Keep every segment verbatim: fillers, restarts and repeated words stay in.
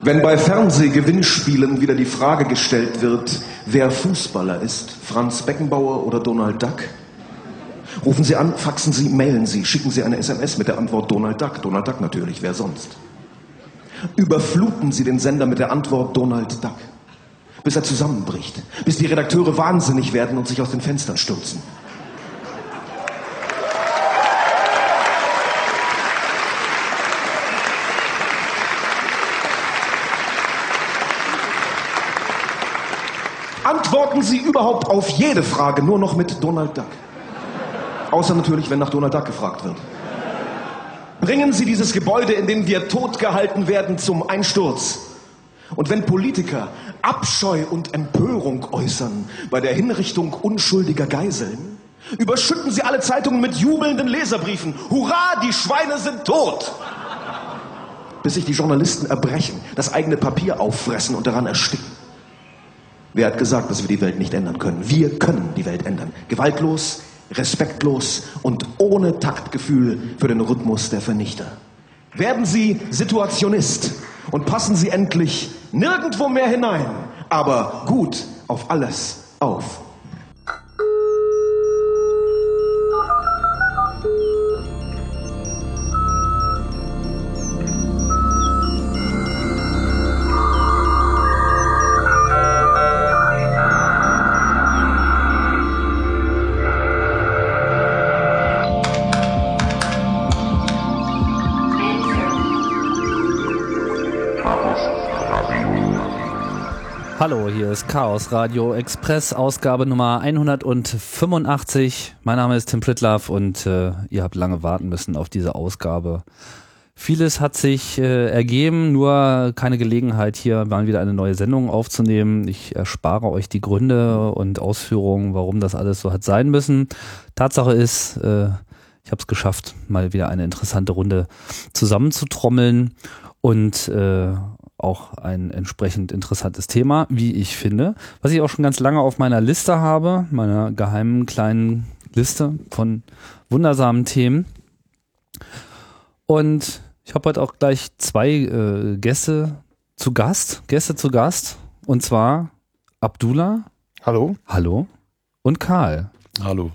Wenn bei Fernsehgewinnspielen wieder die Frage gestellt wird, wer Fußballer ist, Franz Beckenbauer oder Donald Duck, rufen Sie an, faxen Sie, mailen Sie, schicken Sie eine S M S mit der Antwort Donald Duck. Donald Duck natürlich, wer sonst? Überfluten Sie den Sender mit der Antwort Donald Duck, bis er zusammenbricht, bis die Redakteure wahnsinnig werden und sich aus den Fenstern stürzen. Antworten Sie überhaupt auf jede Frage nur noch mit Donald Duck. Außer natürlich, wenn nach Donald Duck gefragt wird. Bringen Sie dieses Gebäude, in dem wir totgehalten werden, zum Einsturz. Und wenn Politiker Abscheu und Empörung äußern bei der Hinrichtung unschuldiger Geiseln, überschütten Sie alle Zeitungen mit jubelnden Leserbriefen. Hurra, die Schweine sind tot! Bis sich die Journalisten erbrechen, das eigene Papier auffressen und daran ersticken. Wer hat gesagt, dass wir die Welt nicht ändern können? Wir können die Welt ändern. Gewaltlos, respektlos und ohne Taktgefühl für den Rhythmus der Vernichter. Werden Sie Situationist und passen Sie endlich nirgendwo mehr hinein, aber gut auf alles auf. Hallo, hier ist Chaos Radio Express, Ausgabe Nummer hundertfünfundachtzig. Mein Name ist Tim Pritlove und äh, ihr habt lange warten müssen auf diese Ausgabe. Vieles hat sich äh, ergeben, nur keine Gelegenheit, hier mal wieder eine neue Sendung aufzunehmen. Ich erspare euch die Gründe und Ausführungen, warum das alles so hat sein müssen. Tatsache ist, äh, ich habe es geschafft, mal wieder eine interessante Runde zusammenzutrommeln und äh, auch ein entsprechend interessantes Thema, wie ich finde, was ich auch schon ganz lange auf meiner Liste habe, meiner geheimen kleinen Liste von wundersamen Themen. Und ich habe heute auch gleich zwei äh, Gäste zu Gast, Gäste zu Gast, und zwar Abdullah. Hallo. Hallo. Und Karl. Hallo.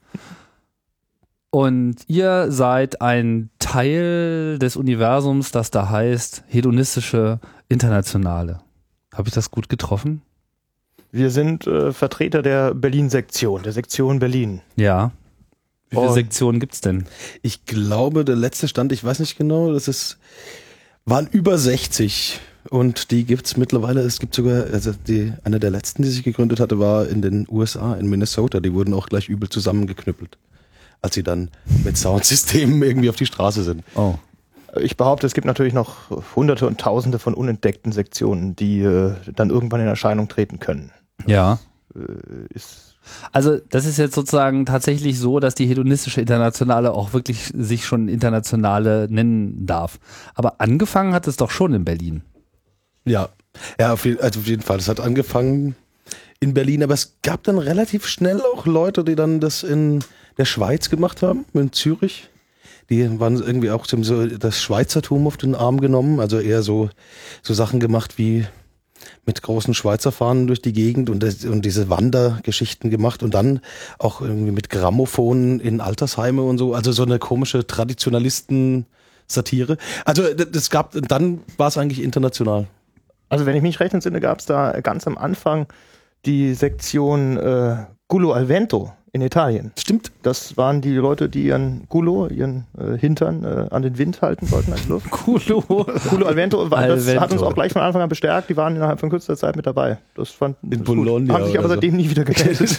Und ihr seid ein Teil des Universums, das da heißt hedonistische Internationale. Habe ich das gut getroffen? Wir sind äh, Vertreter der Berlin-Sektion, der Sektion Berlin. Ja. Wie viele Und Sektionen gibt's denn? Ich glaube, der letzte Stand, ich weiß nicht genau, das ist, waren über sechzig. Und die gibt's mittlerweile, es gibt sogar, also die, eine der letzten, die sich gegründet hatte, war in den U S A, in Minnesota. Die wurden auch gleich übel zusammengeknüppelt, als sie dann mit Soundsystemen irgendwie auf die Straße sind. Oh. Ich behaupte, es gibt natürlich noch Hunderte und Tausende von unentdeckten Sektionen, die äh, dann irgendwann in Erscheinung treten können. Ja. Äh, ist Also das ist jetzt sozusagen tatsächlich so, dass die hedonistische Internationale auch wirklich sich schon Internationale nennen darf. Aber angefangen hat es doch schon in Berlin. Ja, ja, auf jeden, also auf jeden Fall. Es hat angefangen in Berlin, aber es gab dann relativ schnell auch Leute, die dann das in der Schweiz gemacht haben, in Zürich. Die waren irgendwie auch so das Schweizertum auf den Arm genommen, also eher so so Sachen gemacht wie mit großen Schweizer Fahnen durch die Gegend und, das, und diese Wandergeschichten gemacht und dann auch irgendwie mit Grammophon in Altersheime und so, also so eine komische Traditionalisten-Satire. Also das gab, dann war es eigentlich international. Also wenn ich mich recht entsinne, gab es da ganz am Anfang die Sektion äh, Gullo al Vento in Italien. Stimmt. Das waren die Leute, die ihren Gullo, ihren äh, Hintern äh, an den Wind halten wollten, an die Luft. Gullo. Gullo al Vento, war, das Alvento. hat uns auch gleich von Anfang an bestärkt. Die waren innerhalb von kürzester Zeit mit dabei. Das fand In das gut. Bologna Haben sich aber oder seitdem nie wieder gemeldet.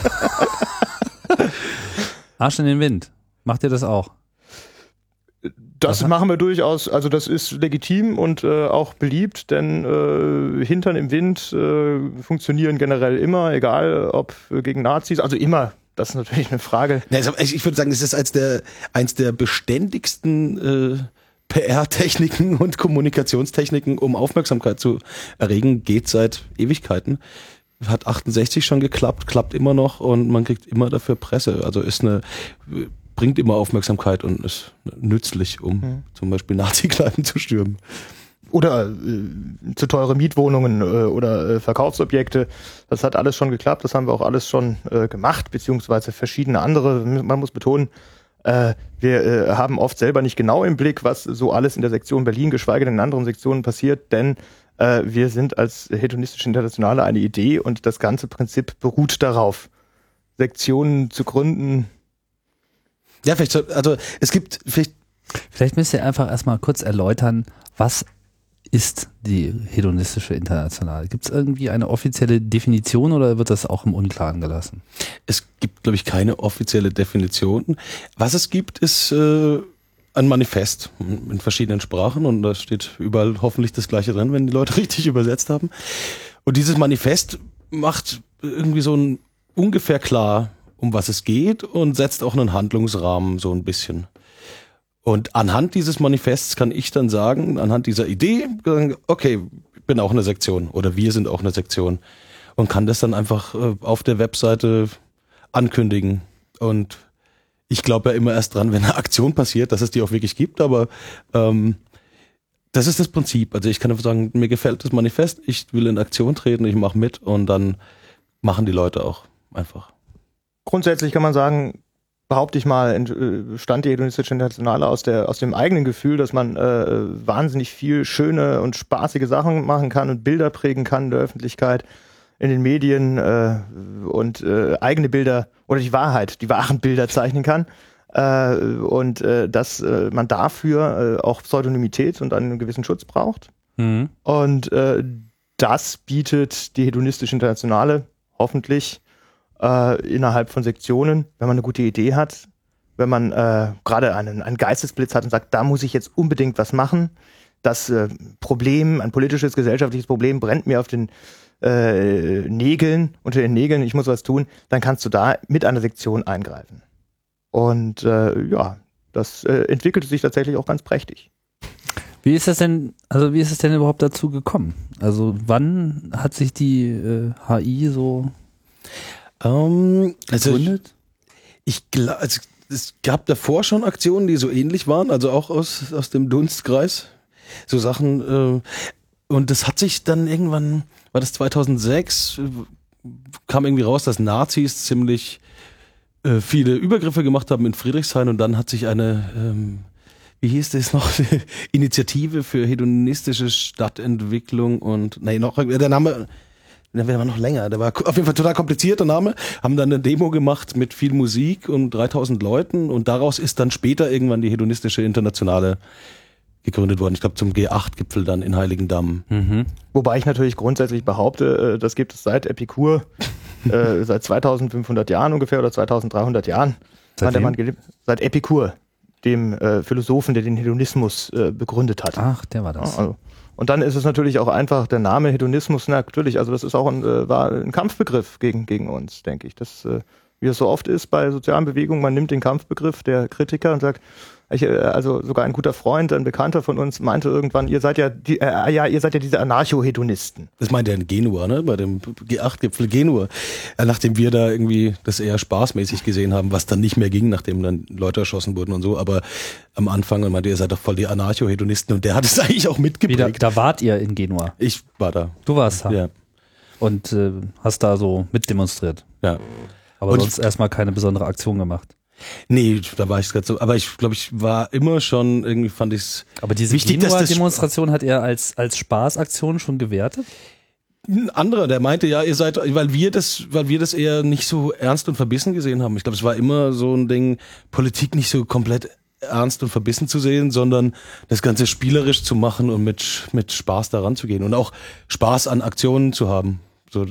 Arsch in den Wind. Macht ihr das auch? Das Aha. machen wir durchaus, also das ist legitim und äh, auch beliebt, denn äh, Hintern im Wind äh, funktionieren generell immer, egal ob äh, gegen Nazis, also immer. Das ist natürlich eine Frage. Ja, also ich würde sagen, es ist als der, eins der beständigsten äh, P R-Techniken und Kommunikationstechniken, um Aufmerksamkeit zu erregen, geht seit Ewigkeiten. Hat achtundsechzig schon geklappt, klappt immer noch und man kriegt immer dafür Presse. Also ist eine, bringt immer Aufmerksamkeit und ist nützlich, um mhm. zum Beispiel Nazi-Kneipen zu stürmen. oder äh, zu teure Mietwohnungen äh, oder äh, Verkaufsobjekte. Das hat alles schon geklappt, das haben wir auch alles schon äh, gemacht, beziehungsweise verschiedene andere. Man muss betonen, äh, wir äh, haben oft selber nicht genau im Blick, was so alles in der Sektion Berlin, geschweige denn in anderen Sektionen passiert, denn äh, wir sind als Hedonistische Internationale eine Idee und das ganze Prinzip beruht darauf, Sektionen zu gründen. Ja, vielleicht, so- also es gibt vielleicht Vielleicht müsst ihr einfach erstmal kurz erläutern, was ist die Hedonistische Internationale? Gibt es irgendwie eine offizielle Definition oder wird das auch im Unklaren gelassen? Es gibt, glaube ich, keine offizielle Definition. Was es gibt, ist äh, ein Manifest in verschiedenen Sprachen und da steht überall hoffentlich das Gleiche drin, wenn die Leute richtig übersetzt haben. Und dieses Manifest macht irgendwie so ein ungefähr klar, um was es geht und setzt auch einen Handlungsrahmen so ein bisschen. Und anhand dieses Manifests kann ich dann sagen, anhand dieser Idee, okay, ich bin auch eine Sektion oder wir sind auch eine Sektion und kann das dann einfach äh, auf der Webseite ankündigen. Und ich glaube ja immer erst dran, wenn eine Aktion passiert, dass es die auch wirklich gibt, aber ähm, das ist das Prinzip. Also ich kann einfach sagen, mir gefällt das Manifest, ich will in Aktion treten, ich mache mit und dann machen die Leute auch einfach. Grundsätzlich kann man sagen, behaupte ich mal, stand die Hedonistische Internationale aus der aus dem eigenen Gefühl, dass man äh, wahnsinnig viel schöne und spaßige Sachen machen kann und Bilder prägen kann in der Öffentlichkeit, in den Medien äh, und äh, eigene Bilder oder die Wahrheit, die wahren Bilder zeichnen kann. Äh, und äh, dass äh, man dafür äh, auch Pseudonymität und einen gewissen Schutz braucht. Mhm. Und äh, das bietet die Hedonistische Internationale hoffentlich äh, innerhalb von Sektionen, wenn man eine gute Idee hat, wenn man äh, gerade einen, einen Geistesblitz hat und sagt, da muss ich jetzt unbedingt was machen. Das äh, Problem, ein politisches, gesellschaftliches Problem brennt mir auf den äh, Nägeln, unter den Nägeln, ich muss was tun, dann kannst du da mit einer Sektion eingreifen. Und äh, ja, das äh, entwickelte sich tatsächlich auch ganz prächtig. Wie ist das denn, also wie ist es denn überhaupt dazu gekommen? Also wann hat sich die äh, H I so Ähm, also gegründet? ich glaube, also es gab davor schon Aktionen, die so ähnlich waren, also auch aus, aus dem Dunstkreis. So Sachen. Äh, und das hat sich dann irgendwann, war das zweitausendsechs, äh, kam irgendwie raus, dass Nazis ziemlich äh, viele Übergriffe gemacht haben in Friedrichshain und dann hat sich eine, ähm, wie hieß das noch, Initiative für hedonistische Stadtentwicklung und, nee, noch, der Name, der war noch länger, der war auf jeden Fall total komplizierter Name, haben dann eine Demo gemacht mit viel Musik und dreitausend Leuten und daraus ist dann später irgendwann die Hedonistische Internationale gegründet worden. Ich glaube zum G acht Gipfel dann in Heiligendamm. Mhm. Wobei ich natürlich grundsätzlich behaupte, äh, das gibt es seit Epikur, äh, seit zweitausendfünfhundert Jahren ungefähr oder zweitausenddreihundert Jahren. Seit Hat der wem? Mann gelebt. Seit Epikur, dem äh, Philosophen, der den Hedonismus äh, begründet hat. Ach, der war das. Ja, also. Und dann ist es natürlich auch einfach der Name Hedonismus, na, natürlich, also das ist auch ein, äh, war ein Kampfbegriff gegen, gegen uns, denke ich. Das, äh, wie es so oft ist bei sozialen Bewegungen, man nimmt den Kampfbegriff der Kritiker und sagt, ich, äh, also sogar ein guter Freund, ein Bekannter von uns meinte irgendwann, ihr seid ja die, äh, ja, ihr seid ja diese Anarcho-Hedonisten. Das meinte er in Genua, ne? Bei dem G acht Gipfel Genua. Äh, Nachdem wir da irgendwie das eher spaßmäßig gesehen haben, was dann nicht mehr ging, nachdem dann Leute erschossen wurden und so. Aber am Anfang meinte er, ihr seid doch voll die Anarcho-Hedonisten und der hat es eigentlich auch Wie, da, mitgeprägt. da wart ihr in Genua. Ich war da. Du warst da. Ja. Und äh, hast da so mitdemonstriert. Ja. Aber Und sonst erstmal keine besondere Aktion gemacht. Nee, da war ich gerade so. Aber ich glaube, ich war immer schon, irgendwie fand ich es Aber diese wichtig, dass das Genua-Demonstration hat er als, als Spaßaktion schon gewertet? ein anderer, der meinte, ja, ihr seid, weil wir das, weil wir das eher nicht so ernst und verbissen gesehen haben. Ich glaube, es war immer so ein Ding, Politik nicht so komplett ernst und verbissen zu sehen, sondern das Ganze spielerisch zu machen und mit, mit Spaß daran zu gehen und auch Spaß an Aktionen zu haben. So,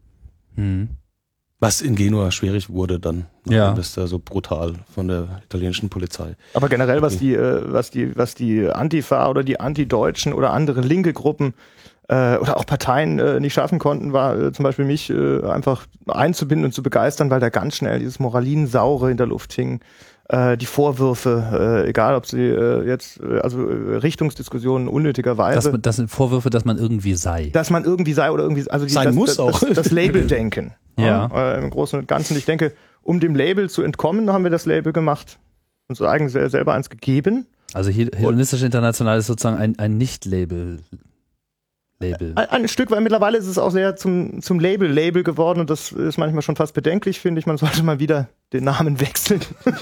Mhm. was in Genua schwierig wurde dann. Ja. Das da so brutal von der italienischen Polizei. Aber generell, was die, äh, was die, was die Antifa oder die Antideutschen oder andere linke Gruppen äh, oder auch Parteien äh, nicht schaffen konnten, war äh, zum Beispiel mich äh, einfach einzubinden und zu begeistern, weil da ganz schnell dieses Moralinsaure in der Luft hing. Äh, die Vorwürfe, äh, egal ob sie äh, jetzt, äh, also äh, Richtungsdiskussionen unnötigerweise. Das, das sind Vorwürfe, dass man irgendwie sei. Dass man irgendwie sei oder irgendwie, also die, Sein das, muss das, auch. Das, das Label-Denken. Ja. Äh, Im Großen und Ganzen. Ich denke, um dem Label zu entkommen, haben wir das Label gemacht. Uns eigen selber eins gegeben. Also Hedonistisch International ist sozusagen ein, ein Nicht-Label. Label. Ein, ein Stück, weil mittlerweile ist es auch sehr zum, zum Label-Label geworden und das ist manchmal schon fast bedenklich, finde ich. Man sollte mal wieder den Namen wechseln.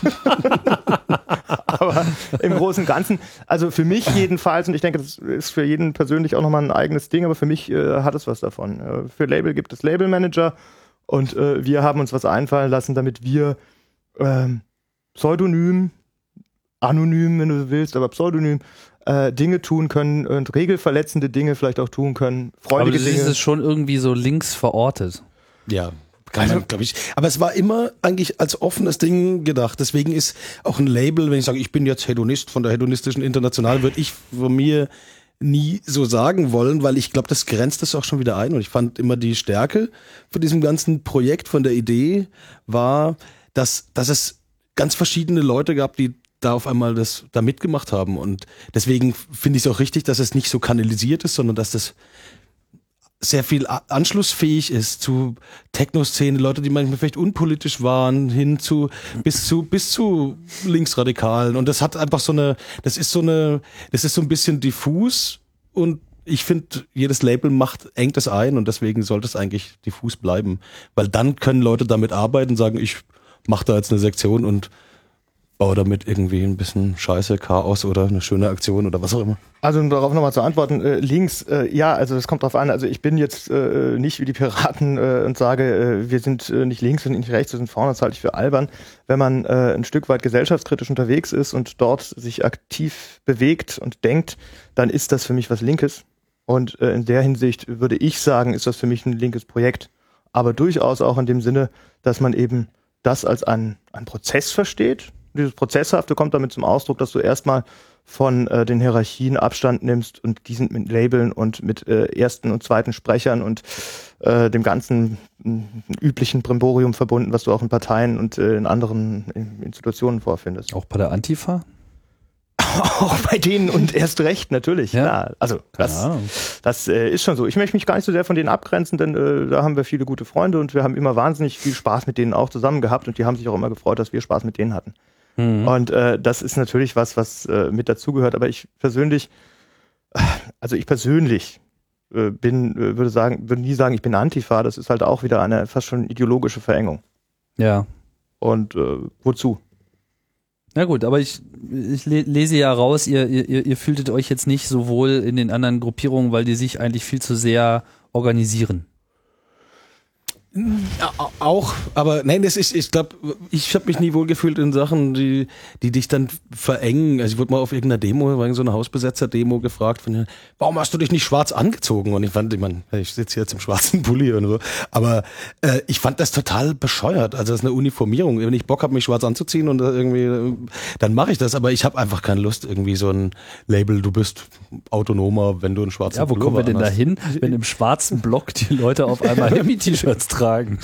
Aber im Großen und Ganzen, also für mich jedenfalls, und ich denke, das ist für jeden persönlich auch nochmal ein eigenes Ding, aber für mich äh, hat es was davon. Äh, für Label gibt es Labelmanager und äh, wir haben uns was einfallen lassen, damit wir äh, pseudonym, anonym, wenn du willst, aber pseudonym, äh, Dinge tun können und regelverletzende Dinge vielleicht auch tun können, freudige aber Dinge. Aber ist es schon irgendwie so links verortet. Ja, kann man, glaube ich. Aber es war immer eigentlich als offenes Ding gedacht. Deswegen ist auch ein Label, wenn ich sage, ich bin jetzt Hedonist von der Hedonistischen International, würde ich von mir nie so sagen wollen, weil ich glaube, das grenzt das auch schon wieder ein. Und ich fand immer die Stärke von diesem ganzen Projekt, von der Idee, war, dass, dass es ganz verschiedene Leute gab, die da auf einmal das da mitgemacht haben. Und deswegen finde ich es auch richtig, dass es nicht so kanalisiert ist, sondern dass das sehr viel anschlussfähig ist zu Techno-Szene, Leute, die manchmal vielleicht unpolitisch waren, hin zu bis zu bis zu Linksradikalen. Und das hat einfach so eine, das ist so eine, das ist so ein bisschen diffus und ich finde, jedes Label macht, engt es ein und deswegen sollte es eigentlich diffus bleiben. Weil dann können Leute damit arbeiten und sagen, ich mache da jetzt eine Sektion und baue damit irgendwie ein bisschen Scheiße, Chaos oder eine schöne Aktion oder was auch immer. Also um darauf nochmal zu antworten, äh, links, äh, ja, also es kommt drauf an, also ich bin jetzt äh, nicht wie die Piraten äh, und sage, äh, wir sind äh, nicht links, wir sind nicht rechts, wir sind vorne, das halte ich für albern. Wenn man äh, ein Stück weit gesellschaftskritisch unterwegs ist und dort sich aktiv bewegt und denkt, dann ist das für mich was Linkes. Und äh, in der Hinsicht würde ich sagen, ist das für mich ein linkes Projekt. Aber durchaus auch in dem Sinne, dass man eben das als einen, einen Prozess versteht. Dieses Prozesshafte kommt damit zum Ausdruck, dass du erstmal von äh, den Hierarchien Abstand nimmst und die sind mit Labeln und mit äh, ersten und zweiten Sprechern und äh, dem ganzen äh, üblichen Brimborium verbunden, was du auch in Parteien und äh, in anderen in Institutionen vorfindest. Auch bei der Antifa? Auch bei denen und erst recht, natürlich. Ja. Klar. Also das, das äh, ist schon so. Ich möchte mich gar nicht so sehr von denen abgrenzen, denn äh, da haben wir viele gute Freunde und wir haben immer wahnsinnig viel Spaß mit denen auch zusammen gehabt und die haben sich auch immer gefreut, dass wir Spaß mit denen hatten. Mhm. Und äh, das ist natürlich was, was äh, mit dazugehört. Aber ich persönlich, also ich persönlich äh, bin, äh, würde sagen, würde nie sagen, ich bin Antifa. Das ist halt auch wieder eine fast schon ideologische Verengung. Ja. Und äh, wozu? Na gut, aber ich, ich lese ja raus, ihr, ihr, ihr fühltet euch jetzt nicht so wohl in den anderen Gruppierungen, weil die sich eigentlich viel zu sehr organisieren. Ja, auch, aber nein, das ist, ich glaube, ich habe mich nie wohlgefühlt in Sachen, die, die dich dann verengen. Also ich wurde mal auf irgendeiner Demo, war so eine Hausbesetzer-Demo gefragt von, warum hast du dich nicht schwarz angezogen? Und ich fand, ich meine, ich sitze jetzt im schwarzen Pulli und so, aber äh, ich fand das total bescheuert. Also das ist eine Uniformierung. Wenn ich Bock habe, mich schwarz anzuziehen und irgendwie, dann mache ich das. Aber ich habe einfach keine Lust, irgendwie so ein Label, du bist autonomer, wenn du einen schwarzen Pulli hast. Ja, wo kommen wir denn da hin, wenn im schwarzen Block die Leute auf einmal Hemi-T-Shirts tragen?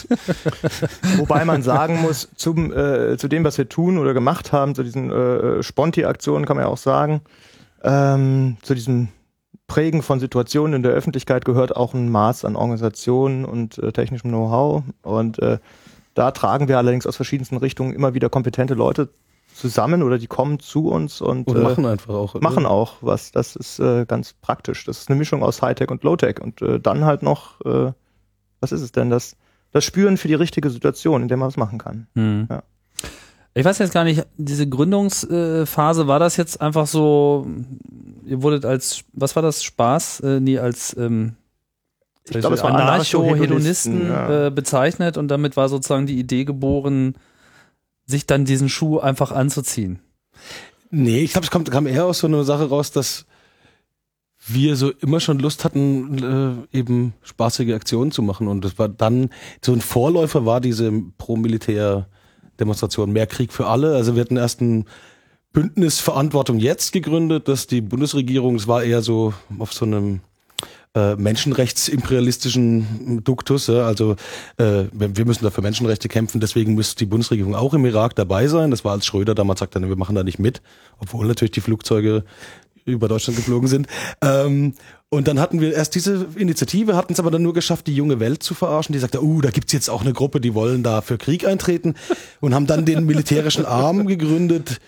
Wobei man sagen muss, zum, äh, zu dem, was wir tun oder gemacht haben, zu diesen äh, Sponti-Aktionen kann man ja auch sagen, ähm, zu diesem Prägen von Situationen in der Öffentlichkeit gehört auch ein Maß an Organisation und äh, technischem Know-how. Und äh, da tragen wir allerdings aus verschiedensten Richtungen immer wieder kompetente Leute zusammen oder die kommen zu uns und, und machen äh, einfach auch. Oder? Machen auch was. Das ist äh, ganz praktisch. Das ist eine Mischung aus Hightech und Lowtech. Und äh, dann halt noch, äh, was ist es denn, das Das Spüren für die richtige Situation, in der man was machen kann. Hm. Ja. Ich weiß jetzt gar nicht, diese Gründungsphase, war das jetzt einfach so, ihr wurdet als, was war das, Spaß? Äh, nee, als ähm, ich glaube, es war Anarcho-Hedonisten ja. äh, bezeichnet und damit war sozusagen die Idee geboren, sich dann diesen Schuh einfach anzuziehen. Nee, ich glaube, es kommt, kam eher aus so einer Sache raus, dass wir so immer schon Lust hatten, äh, eben spaßige Aktionen zu machen. Und das war dann, so ein Vorläufer war diese Pro-Militär-Demonstration Mehr Krieg für alle. Also wir hatten erst ein Bündnis Verantwortung jetzt gegründet, dass die Bundesregierung, es war eher so auf so einem äh, menschenrechtsimperialistischen Duktus. Ja? Also äh, wir müssen da für Menschenrechte kämpfen, deswegen muss die Bundesregierung auch im Irak dabei sein. Das war, als Schröder damals sagte, wir machen da nicht mit, obwohl natürlich die Flugzeuge über Deutschland geflogen sind. Ähm, und dann hatten wir erst diese Initiative, hatten es aber dann nur geschafft, die junge Welt zu verarschen. Die sagte, uh, da gibt's jetzt auch eine Gruppe, die wollen da für Krieg eintreten und haben dann den militärischen Arm gegründet,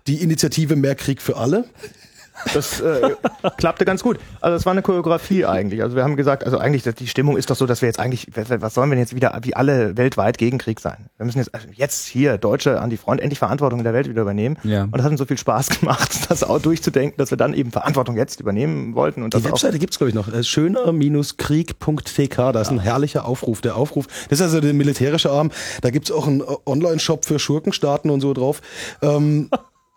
die Initiative Mehr Krieg für alle. Das äh, klappte ganz gut. Also es war eine Choreografie eigentlich. Also wir haben gesagt, also eigentlich die Stimmung ist doch so, dass wir jetzt eigentlich, was sollen wir denn jetzt wieder wie alle weltweit gegen Krieg sein? Wir müssen jetzt also jetzt hier Deutsche an die Front endlich Verantwortung in der Welt wieder übernehmen. Ja. Und das hat uns so viel Spaß gemacht, das auch durchzudenken, dass wir dann eben Verantwortung jetzt übernehmen wollten. Und die das Webseite gibt es, glaube ich, noch. schöner Krieg Punkt t k, da ist ja. ein herrlicher Aufruf. Der Aufruf, das ist also der militärische Arm. Da gibt es auch einen Online-Shop für Schurkenstaaten und so drauf. Ähm,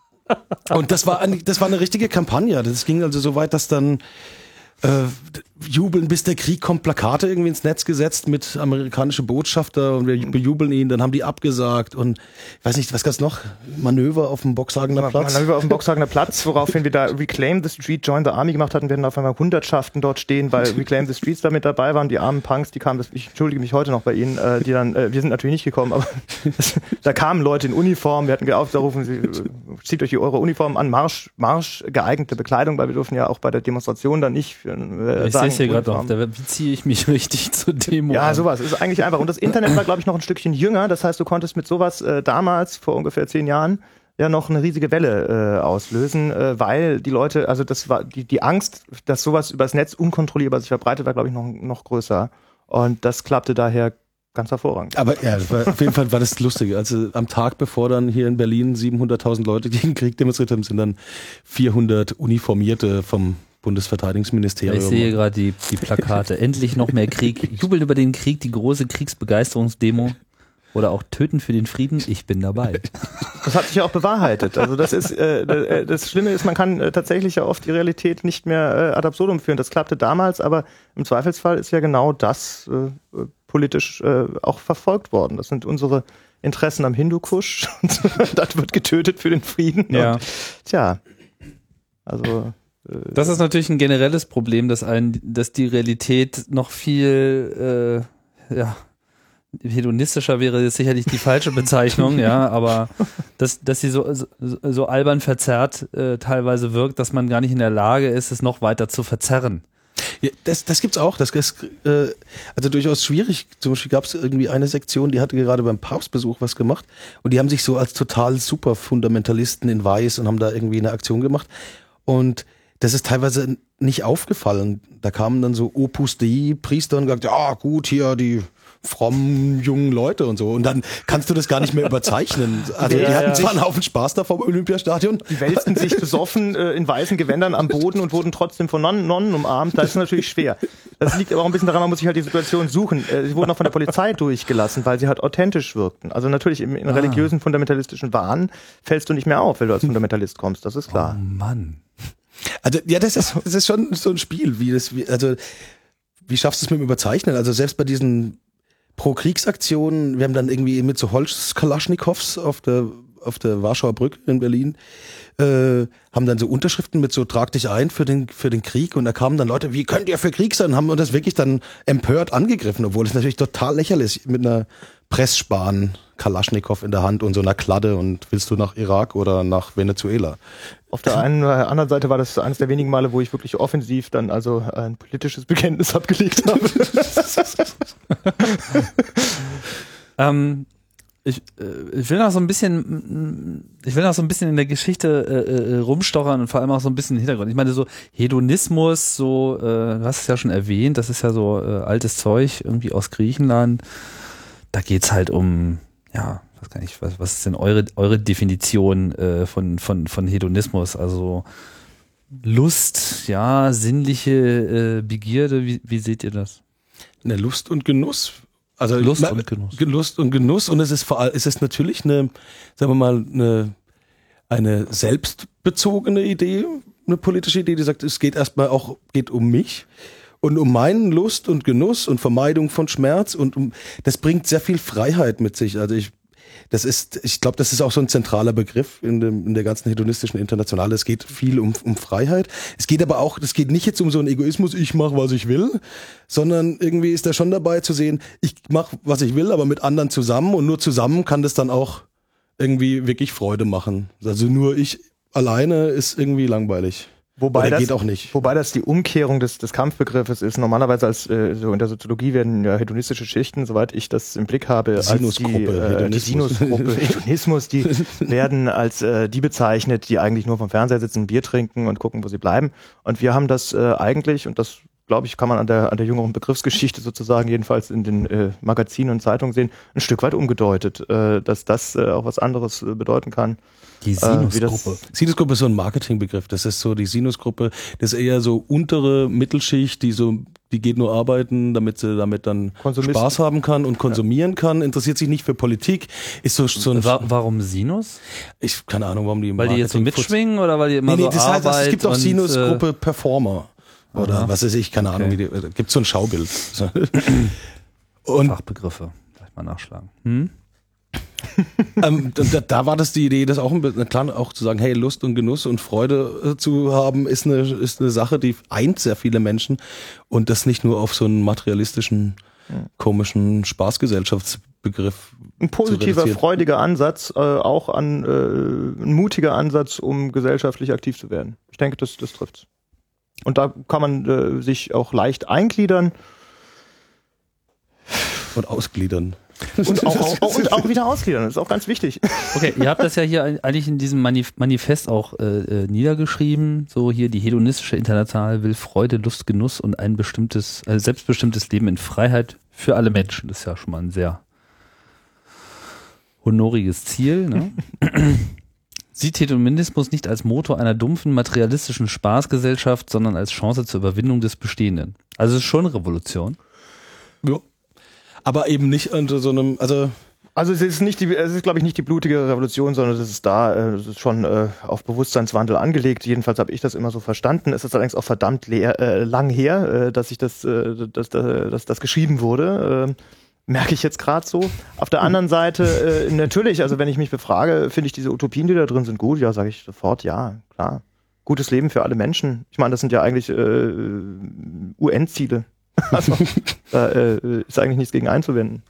Und das war, eine, das war eine richtige Kampagne. Das ging also so weit, dass dann äh, jubeln, bis der Krieg kommt, Plakate irgendwie ins Netz gesetzt mit amerikanischen Botschafter und wir bejubeln ihn, dann haben die abgesagt und ich weiß nicht, was gab's noch? Manöver auf dem Boxhagener Platz? Manöver auf dem Boxhagener Platz, woraufhin wir da Reclaim the Street, Join the Army gemacht hatten, werden auf einmal Hundertschaften dort stehen, weil Reclaim the Streets da mit dabei waren, die armen Punks, die kamen, ich entschuldige mich heute noch bei ihnen, äh, die dann, äh, wir sind natürlich nicht gekommen, aber das, da kamen Leute in Uniform, wir hatten aufgerufen, sie, zieht euch eure Uniform an, Marsch, Marsch geeignete Bekleidung, weil wir durften ja auch bei der Demonstration dann nicht äh, ich sehe es hier gerade auf der Web, wie ziehe ich mich richtig zur Demo Ja, an? sowas ist eigentlich einfach. Und das Internet war, glaube ich, noch ein Stückchen jünger. Das heißt, du konntest mit sowas äh, damals, vor ungefähr zehn Jahren, ja noch eine riesige Welle äh, auslösen, äh, weil die Leute, also das war die, die Angst, dass sowas übers Netz unkontrollierbar sich verbreitet, war, glaube ich, noch, noch größer. Und das klappte daher ganz hervorragend. Aber ja, war, auf jeden Fall war das lustig. Also am Tag bevor dann hier in Berlin siebenhunderttausend Leute gegen Krieg demonstriert haben, sind dann vierhundert Uniformierte vom Bundesverteidigungsministerium. Ich sehe gerade die, die Plakate. Endlich noch mehr Krieg. Jubeln über den Krieg, die große Kriegsbegeisterungsdemo. Oder auch Töten für den Frieden. Ich bin dabei. Das hat sich ja auch bewahrheitet. Also das ist äh, das Schlimme ist, man kann äh, tatsächlich ja oft die Realität nicht mehr äh, ad absurdum führen. Das klappte damals, aber im Zweifelsfall ist ja genau das äh, politisch äh, auch verfolgt worden. Das sind unsere Interessen am Hindukusch. Das wird getötet für den Frieden. Ja. Und, tja, also das ist natürlich ein generelles Problem, dass ein, dass die Realität noch viel äh, ja, hedonistischer wäre jetzt sicherlich die falsche Bezeichnung, ja, aber dass, dass sie so, so, so albern verzerrt äh, teilweise wirkt, dass man gar nicht in der Lage ist, es noch weiter zu verzerren. Ja, das, das gibt's auch. Das ist äh, also durchaus schwierig. Zum Beispiel gab es irgendwie eine Sektion, die hatte gerade beim Papstbesuch was gemacht und die haben sich so als total super Fundamentalisten in Weiß und haben da irgendwie eine Aktion gemacht und das ist teilweise nicht aufgefallen. Da kamen dann so Opus Dei Priester und gesagt, ja gut, hier die frommen jungen Leute und so. Und dann kannst du das gar nicht mehr überzeichnen. Also ja, die hatten ja. zwar einen Haufen Spaß da vom Olympiastadion. Die wälzten sich besoffen äh, in weißen Gewändern am Boden und wurden trotzdem von Nonnen, Nonnen umarmt. Das ist natürlich schwer. Das liegt aber auch ein bisschen daran, man muss sich halt die Situation suchen. Äh, sie wurden auch von der Polizei durchgelassen, weil sie halt authentisch wirkten. Also natürlich im, in ah. religiösen, fundamentalistischen Wahn fällst du nicht mehr auf, wenn du als Fundamentalist kommst. Das ist klar. Oh Mann. Also ja, das ist, das ist schon so ein Spiel, wie das, wie, also wie schaffst du es mit dem Überzeichnen? Also selbst bei diesen Pro-Kriegsaktionen, wir haben dann irgendwie mit so Holz-Kalaschnikows auf der auf der Warschauer Brücke in Berlin, äh, haben dann so Unterschriften mit so trag dich ein für den für den Krieg und da kamen dann Leute, wie könnt ihr für Krieg sein? Haben uns das wirklich dann empört angegriffen, obwohl es natürlich total lächerlich ist, mit einer Pressspan Kalaschnikow in der Hand und so einer Kladde und willst du nach Irak oder nach Venezuela? Auf der einen oder anderen Seite war das eines der wenigen Male, wo ich wirklich offensiv dann also ein politisches Bekenntnis abgelegt habe. ähm, ich, äh, ich will noch so ein bisschen, ich will noch so ein bisschen in der Geschichte äh, äh, rumstochern und vor allem auch so ein bisschen Hintergrund. Ich meine so Hedonismus, so, äh, du hast es ja schon erwähnt, das ist ja so äh, altes Zeug irgendwie aus Griechenland. Da geht's halt um, ja, weiß gar nicht, was, was ist denn eure eure Definition äh, von von von Hedonismus? Also Lust, ja, sinnliche äh, Begierde. Wie, wie seht ihr das? Eine Lust und Genuss. Also Lust na, und Genuss. Lust und Genuss und es ist vor allem, es ist natürlich eine, sagen wir mal, eine eine selbstbezogene Idee, eine politische Idee, die sagt, es geht erstmal auch geht um mich. Und um meinen Lust und Genuss und Vermeidung von Schmerz und um, das bringt sehr viel Freiheit mit sich. Also ich, das ist, ich glaube, das ist auch so ein zentraler Begriff in, dem, in der ganzen hedonistischen Internationale. Es geht viel um, um Freiheit. Es geht aber auch, es geht nicht jetzt um so einen Egoismus, ich mache, was ich will, sondern irgendwie ist da schon dabei zu sehen, ich mache, was ich will, aber mit anderen zusammen und nur zusammen kann das dann auch irgendwie wirklich Freude machen. Also nur ich alleine ist irgendwie langweilig. Wobei Oder das, geht auch nicht. Wobei das die Umkehrung des, des Kampfbegriffes ist. Normalerweise als äh, so in der Soziologie werden ja hedonistische Schichten, soweit ich das im Blick habe, als die, äh, die Sinusgruppe, Hedonismus, die werden als äh, die bezeichnet, die eigentlich nur vom Fernseher sitzen, Bier trinken und gucken, wo sie bleiben. Und wir haben das äh, eigentlich, und das glaube ich, kann man an der, an der jüngeren Begriffsgeschichte sozusagen jedenfalls in den äh, Magazinen und Zeitungen sehen, ein Stück weit umgedeutet, äh, dass das äh, auch was anderes äh, bedeuten kann. Die Sinusgruppe. Äh, Sinusgruppe ist so ein Marketingbegriff. Das ist so die Sinusgruppe, das ist eher so untere Mittelschicht, die so, die geht nur arbeiten, damit sie damit dann Spaß haben kann und konsumieren ja. kann, interessiert sich nicht für Politik, ist so, so ein... Wa- warum Sinus? Ich, keine Ahnung, warum die im Weil die jetzt so mitschwingen oder weil die immer nee, nee, so das heißt, Arbeit es gibt auch und, Sinusgruppe äh, Performer. Oder aha. was weiß ich, keine Ahnung, okay. wie die, gibt so ein Schaubild. Und Fachbegriffe, vielleicht mal nachschlagen. Hm? ähm, da, da war das die Idee, das auch, ein, klar, auch zu sagen, hey, Lust und Genuss und Freude zu haben, ist eine, ist eine Sache, die eint sehr viele Menschen und das nicht nur auf so einen materialistischen, ja. komischen Spaßgesellschaftsbegriff. Ein positiver, freudiger Ansatz, äh, auch an, äh, ein mutiger Ansatz, um gesellschaftlich aktiv zu werden. Ich denke, das, das trifft's. Und da kann man äh, sich auch leicht eingliedern. Und ausgliedern. Und auch, auch, und auch wieder ausgliedern, das ist auch ganz wichtig. Okay, ihr habt das ja hier eigentlich in diesem Manif- Manifest auch äh, niedergeschrieben. So hier, die hedonistische Internationale will Freude, Lust, Genuss und ein bestimmtes, äh, selbstbestimmtes Leben in Freiheit für alle Menschen. Das ist ja schon mal ein sehr honoriges Ziel, ne? Sieht Hedonismus nicht als Motor einer dumpfen, materialistischen Spaßgesellschaft, sondern als Chance zur Überwindung des Bestehenden. Also es ist schon Revolution. Ja. Aber eben nicht unter so einem, also... Also es ist nicht die, es ist glaube ich nicht die blutige Revolution, sondern es ist da, es ist schon äh, auf Bewusstseinswandel angelegt. Jedenfalls habe ich das immer so verstanden. Es ist allerdings auch verdammt leer, äh, lang her, äh, dass ich das, äh, dass, dass, dass das geschrieben wurde. Äh, Merke ich jetzt gerade so. Auf der anderen Seite, äh, natürlich, also wenn ich mich befrage, finde ich diese Utopien, die da drin sind, gut. Ja, sage ich sofort, ja, klar. Gutes Leben für alle Menschen. Ich meine, das sind ja eigentlich äh, U N-Ziele. Also, da äh, ist eigentlich nichts gegen einzuwenden.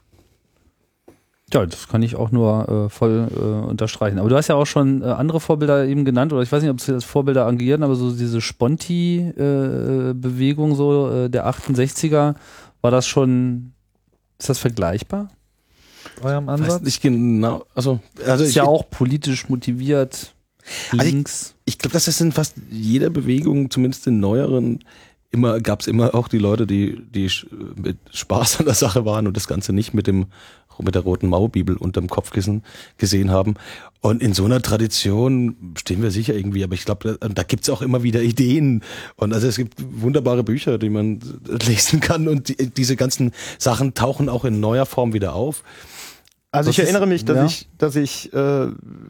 Ja, das kann ich auch nur äh, voll äh, unterstreichen. Aber du hast ja auch schon äh, andere Vorbilder eben genannt, oder ich weiß nicht, ob sie das Vorbilder agieren, aber so diese Sponti-Bewegung äh, so äh, der achtundsechziger, war das schon... Ist das vergleichbar? Eurem Ansatz? Weiß nicht genau. Also, also ist ich, ja auch politisch motiviert. Links. Also ich ich glaube, dass das in fast jeder Bewegung, zumindest in neueren, immer gab es immer auch die Leute, die die mit Spaß an der Sache waren und das Ganze nicht mit dem mit der roten Maubibel unterm Kopfkissen gesehen haben. Und in so einer Tradition stehen wir sicher irgendwie, aber ich glaube, da, da gibt's auch immer wieder Ideen. Und also es gibt wunderbare Bücher, die man lesen kann und die, diese ganzen Sachen tauchen auch in neuer Form wieder auf. Also Was ich erinnere ist, mich, dass ja? ich, dass ich äh,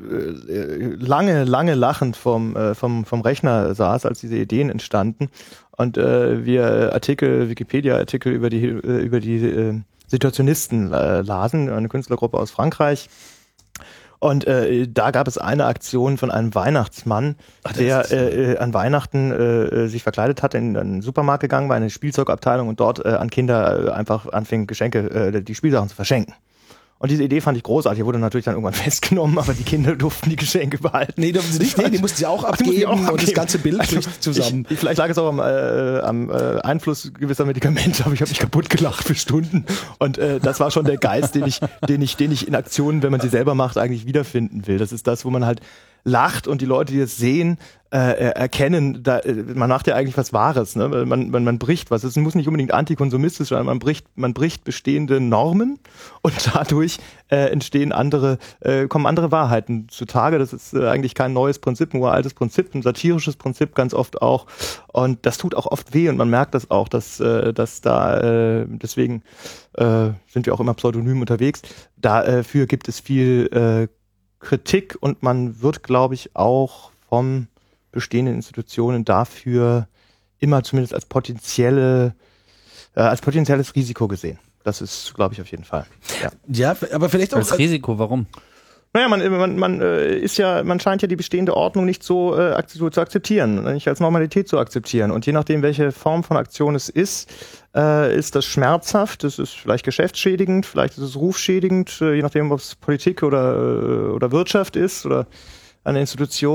lange, lange lachend vom, äh, vom, vom Rechner saß, als diese Ideen entstanden und äh, wir Artikel, Wikipedia-Artikel über die äh, über die äh, Situationisten äh, lasen, eine Künstlergruppe aus Frankreich. Und äh, da gab es eine Aktion von einem Weihnachtsmann, Ach, der äh, an Weihnachten äh, sich verkleidet hat, in einen Supermarkt gegangen war, eine Spielzeugabteilung und dort äh, an Kinder äh, einfach anfing, Geschenke, äh, die Spielsachen zu verschenken. Und diese Idee fand ich großartig. Er wurde natürlich dann irgendwann festgenommen, aber die Kinder durften die Geschenke behalten. Nee, durften sie nicht. Nee, die mussten sie auch abgeben, die auch abgeben. Und das ganze Bild also, bricht zusammen. Ich, vielleicht lag es auch am, äh, am äh, Einfluss gewisser Medikamente, aber ich habe mich kaputt gelacht für Stunden. Und äh, das war schon der Geist, den ich, den ich, den ich in Aktionen, wenn man sie selber macht, eigentlich wiederfinden will. Das ist das, wo man halt lacht und die Leute, die das sehen, äh, erkennen, da, man macht ja eigentlich was Wahres, ne? Man, man, man bricht was. Es muss nicht unbedingt antikonsumistisch sein, man bricht, man bricht bestehende Normen und dadurch äh, entstehen andere, äh, kommen andere Wahrheiten zutage. Das ist äh, eigentlich kein neues Prinzip, ein uraltes Prinzip, ein satirisches Prinzip ganz oft auch. Und das tut auch oft weh und man merkt das auch, dass, äh, dass da, äh, deswegen äh, sind wir auch immer pseudonym unterwegs. Dafür gibt es viel äh, Kritik und man wird, glaube ich, auch vom bestehenden Institutionen dafür immer zumindest als potenzielle, äh, als potenzielles Risiko gesehen. Das ist, glaube ich, auf jeden Fall. Ja, ja aber vielleicht auch als Risiko. Warum? Naja, man, man, man äh, ist ja, man scheint ja die bestehende Ordnung nicht so äh, zu, zu akzeptieren, nicht als Normalität zu akzeptieren. Und je nachdem, welche Form von Aktion es ist, äh, ist das schmerzhaft, es ist vielleicht geschäftsschädigend, vielleicht ist es rufschädigend, äh, je nachdem, ob es Politik oder, äh, oder Wirtschaft ist oder eine Institution.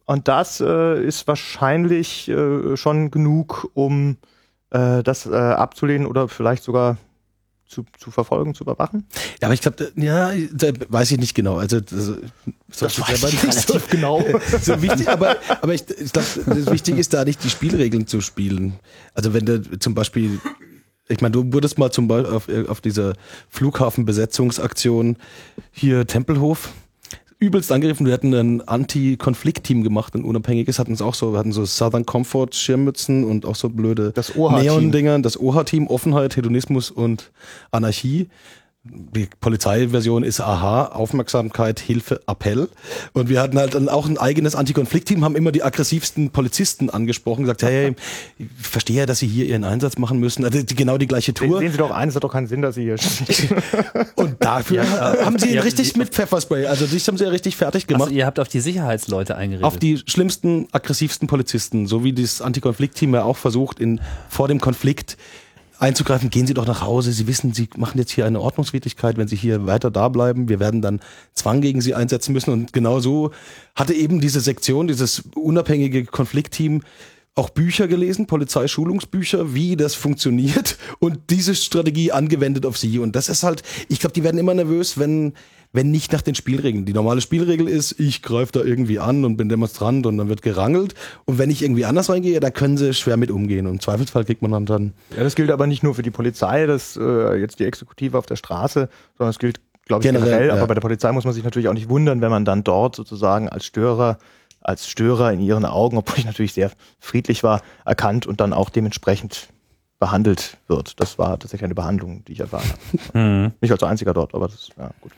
Und das äh, ist wahrscheinlich äh, schon genug, um äh, das äh, abzulehnen oder vielleicht sogar zu, zu verfolgen, zu überwachen. Ja, aber ich glaube, ja, da weiß ich nicht genau. Also das, Das weiß ich nicht so genau. so wichtig, aber aber ich, ich glaube, das Wichtige ist da nicht die Spielregeln zu spielen. Also wenn du zum Beispiel, ich meine, du wurdest mal zum Beispiel auf, auf dieser Flughafenbesetzungsaktion hier Tempelhof übelst angegriffen. Wir hatten ein Anti-Konflikt-Team gemacht, ein unabhängiges, hatten es auch so, wir hatten so Southern Comfort Schirmmützen und auch so blöde Das O H A-Team. Neon-Dinger, das O H A-Team, Offenheit, Hedonismus und Anarchie. Die Polizeiversion ist Aha, Aufmerksamkeit, Hilfe, Appell. Und wir hatten halt dann auch ein eigenes Antikonfliktteam, haben immer die aggressivsten Polizisten angesprochen, gesagt, hey, ich verstehe ja, dass Sie hier Ihren Einsatz machen müssen. Also die, genau die gleiche Tour. Sehen Sie doch ein, es hat doch keinen Sinn, dass Sie hier stehen. Und dafür Ja, haben sie ihn ja, richtig Sie- mit Pfefferspray, also dich haben sie ja richtig fertig gemacht. Also ihr habt auf die Sicherheitsleute eingeredet. Auf die schlimmsten, aggressivsten Polizisten, so wie das Antikonfliktteam ja auch versucht, in, vor dem Konflikt einzugreifen. Gehen Sie doch nach Hause. Sie wissen, Sie machen jetzt hier eine Ordnungswidrigkeit, wenn Sie hier weiter da bleiben. Wir werden dann Zwang gegen Sie einsetzen müssen. Und genau so hatte eben diese Sektion, dieses unabhängige Konfliktteam auch Bücher gelesen, Polizeischulungsbücher, wie das funktioniert und diese Strategie angewendet auf sie. Und das ist halt, ich glaube, die werden immer nervös, wenn wenn nicht nach den Spielregeln. Die normale Spielregel ist, ich greife da irgendwie an und bin Demonstrant und dann wird gerangelt. Und wenn ich irgendwie anders reingehe, da können sie schwer mit umgehen. Und im Zweifelsfall kriegt man dann dann... Ja, das gilt aber nicht nur für die Polizei, das äh, jetzt die Exekutive auf der Straße, sondern es gilt, glaube ich, Generell, generell. ja. Aber bei der Polizei muss man sich natürlich auch nicht wundern, wenn man dann dort sozusagen als Störer, als Störer in ihren Augen, obwohl ich natürlich sehr friedlich war, erkannt und dann auch dementsprechend behandelt wird. Das war tatsächlich eine Behandlung, die ich erfahren habe. Mhm. Nicht als einziger dort, aber das, ja, gut.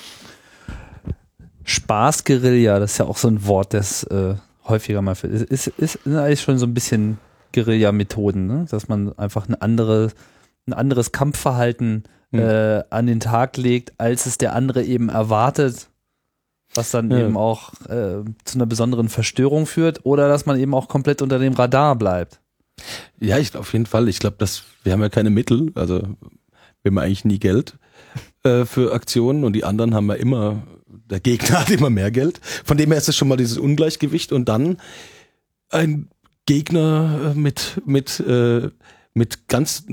Spaß-Guerilla, das ist ja auch so ein Wort, das äh, häufiger mal für ist, ist, ist eigentlich schon so ein bisschen Guerilla-Methoden, ne? Dass man einfach ein, andere, ein anderes Kampfverhalten Hm. äh, an den Tag legt, als es der andere eben erwartet, was dann Ja. eben auch äh, zu einer besonderen Verstörung führt oder dass man eben auch komplett unter dem Radar bleibt. Ja, ich auf jeden Fall. Ich glaube, dass wir haben ja keine Mittel, also wir haben eigentlich nie Geld äh, für Aktionen und die anderen haben ja immer, der Gegner hat immer mehr Geld. Von dem her ist es schon mal dieses Ungleichgewicht und dann ein Gegner äh, mit mit äh, mit ganz,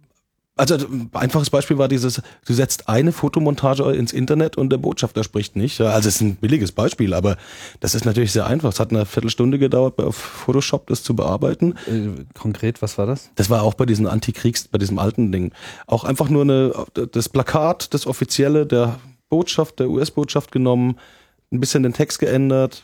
also ein einfaches Beispiel war dieses, du setzt eine Fotomontage ins Internet und der Botschafter spricht nicht. Ja, also es ist ein billiges Beispiel, aber das ist natürlich sehr einfach. Es hat eine Viertelstunde gedauert, auf Photoshop das zu bearbeiten. Äh, konkret, was war das? Das war auch bei diesen Antikriegs, bei diesem alten Ding. Auch einfach nur eine, das Plakat, das offizielle der Botschaft, der U S-Botschaft genommen, ein bisschen den Text geändert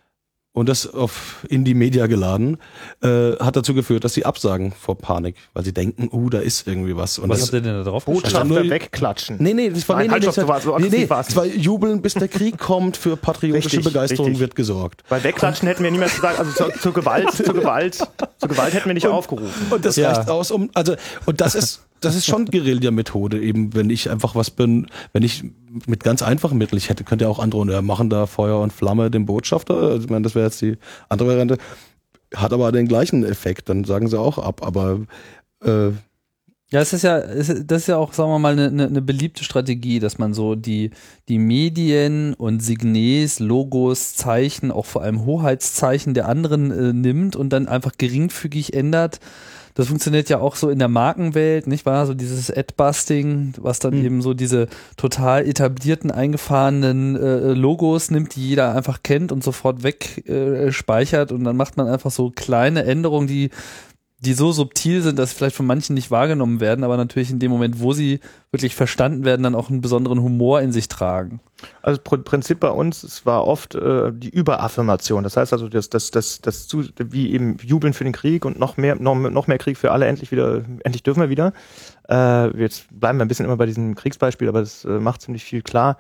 und das auf Indie-Media geladen, äh, hat dazu geführt, dass sie absagen vor Panik, weil sie denken, uh, da ist irgendwie was. Und Was das, habt ihr denn da drauf geschrieben? Botschafter nur- wegklatschen. Nee, nee, das war, Nein, nee, halt, nee, stopp, das so war- so war, nee, aggressiv nee, war's das war Jubeln, bis der Krieg kommt, für patriotische Richtig, Begeisterung richtig. wird gesorgt. Bei Wegklatschen hätten wir niemals gesagt, also zur, zur Gewalt, zur Gewalt, zur Gewalt hätten wir nicht aufgerufen. Und das Ja. reicht aus, um, also, und das ist, das ist schon Guerilla-Methode, eben, wenn ich einfach was bin, wenn ich mit ganz einfachen Mitteln, ich hätte, könnte ja auch androhen, ja, machen da Feuer und Flamme dem Botschafter, also, ich meine, das wäre jetzt die andere Variante, hat aber den gleichen Effekt, dann sagen sie auch ab, aber, äh, Ja, es ist ja, es ist, das ist ja auch, sagen wir mal, eine, eine, eine beliebte Strategie, dass man so die, die Medien und Signes, Logos, Zeichen, auch vor allem Hoheitszeichen der anderen äh, nimmt und dann einfach geringfügig ändert. Das funktioniert ja auch so in der Markenwelt, nicht wahr? So dieses Ad-Busting, was dann Mhm. eben so diese total etablierten, eingefahrenen äh, Logos nimmt, die jeder einfach kennt und sofort wegspeichert äh, speichert und dann macht man einfach so kleine Änderungen, die die so subtil sind, dass sie vielleicht von manchen nicht wahrgenommen werden, aber natürlich in dem Moment, wo sie wirklich verstanden werden, dann auch einen besonderen Humor in sich tragen. Also Pr- Prinzip bei uns, es war oft äh, die Überaffirmation. Das heißt also, das, das, das, das zu, wie eben Jubeln für den Krieg und noch mehr, noch, noch mehr Krieg für alle, endlich wieder, endlich dürfen wir wieder. Äh, jetzt bleiben wir ein bisschen immer bei diesem Kriegsbeispiel, aber das äh, macht ziemlich viel klar.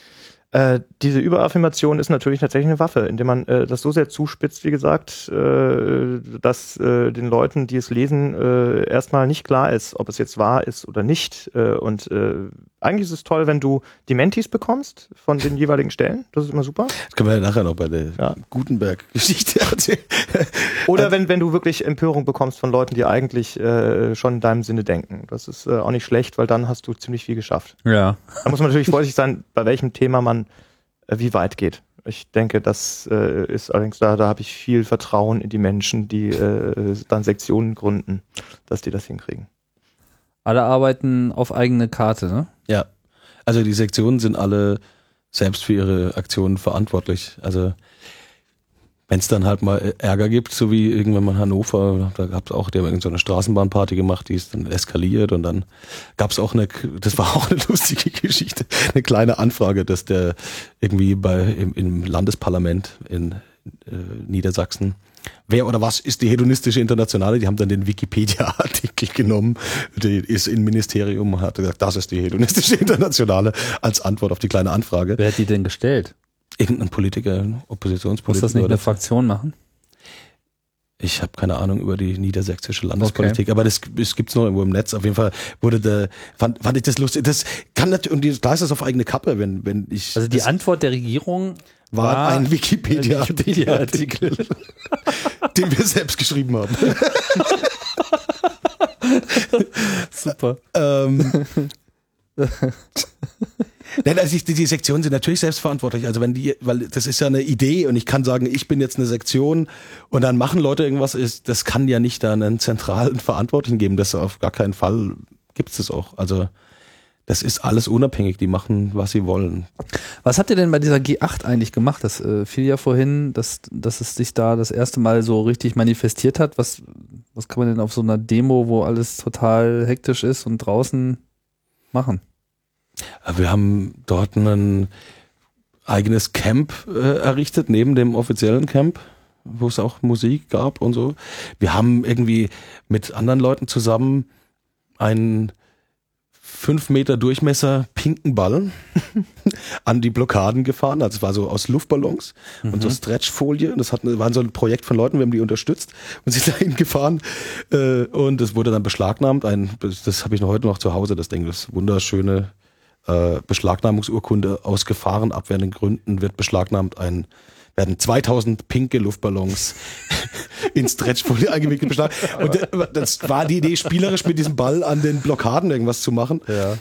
Äh, diese Überaffirmation ist natürlich tatsächlich eine Waffe, indem man äh, das so sehr zuspitzt, wie gesagt, äh, dass äh, den Leuten, die es lesen, äh, erstmal nicht klar ist, ob es jetzt wahr ist oder nicht. Äh, und äh, eigentlich ist es toll, wenn du Dementis bekommst von den jeweiligen Stellen. Das ist immer super. das können wir ja nachher noch bei der Ja. Gutenberg-Geschichte erzählen. Oder wenn, wenn du wirklich Empörung bekommst von Leuten, die eigentlich äh, schon in deinem Sinne denken. Das ist äh, auch nicht schlecht, weil dann hast du ziemlich viel geschafft. Ja. Da muss man natürlich vorsichtig sein, bei welchem Thema man äh, wie weit geht. Ich denke, das äh, ist allerdings da, da habe ich viel Vertrauen in die Menschen, die äh, dann Sektionen gründen, dass die das hinkriegen. Alle arbeiten auf eigene Karte, ne? Ja, also die Sektionen sind alle selbst für ihre Aktionen verantwortlich. Also wenn es dann halt mal Ärger gibt, so wie irgendwann mal in Hannover, da gab es auch, die haben irgend so eine Straßenbahnparty gemacht, die ist dann eskaliert und dann gab es auch eine, das war auch eine lustige Geschichte, eine kleine Anfrage, dass der irgendwie bei im, im Landesparlament in äh, Niedersachsen, wer oder was ist die hedonistische Internationale? Die haben dann den Wikipedia-Artikel genommen, die ist im Ministerium und hat gesagt, das ist die hedonistische Internationale als Antwort auf die kleine Anfrage. Wer hat die denn gestellt? Irgendein Politiker, Oppositionspolitiker. Muss das nicht oder eine Fraktion machen? Ich habe keine Ahnung über die niedersächsische Landespolitik, okay. Aber das, das gibt's noch irgendwo im Netz. Auf jeden Fall wurde der, fand, fand ich das lustig. Das kann natürlich, und da ist das auf eigene Kappe, wenn, wenn ich. Also die Antwort der Regierung war, war ein Wikipedia-Artikel, Wikipedia den wir selbst geschrieben haben. Super. ähm, Nein, also ich, die, die Sektionen sind natürlich selbstverantwortlich. Also wenn die, weil das ist ja eine Idee und ich kann sagen, ich bin jetzt eine Sektion und dann machen Leute irgendwas, ist, das kann ja nicht da einen zentralen Verantwortlichen geben. Das auf gar keinen Fall gibt es das auch. Also das ist alles unabhängig. Die machen, was sie wollen. Was habt ihr denn bei dieser G acht eigentlich gemacht? Das äh, fiel ja vorhin, dass, dass es sich da das erste Mal so richtig manifestiert hat. Was, was kann man denn auf so einer Demo, wo alles total hektisch ist und draußen machen? Wir haben dort ein eigenes Camp äh, errichtet, neben dem offiziellen Camp, wo es auch Musik gab und so. Wir haben irgendwie mit anderen Leuten zusammen einen fünf Meter Durchmesser pinken Ball an die Blockaden gefahren. Also es war so aus Luftballons mhm. und so Stretchfolie. Das hat, war so ein Projekt von Leuten, wir haben die unterstützt und sind dahin gefahren. Äh, und es wurde dann beschlagnahmt. Ein, das das habe ich noch heute noch zu Hause, das Ding, das wunderschöne Äh, Beschlagnahmungsurkunde aus gefahrenabwehrenden Gründen wird beschlagnahmt. Ein, werden zweitausend pinke Luftballons in Stretchfolie eingewickelt beschlagnahmt. Und das war die Idee, spielerisch mit diesem Ball an den Blockaden irgendwas zu machen. Ja.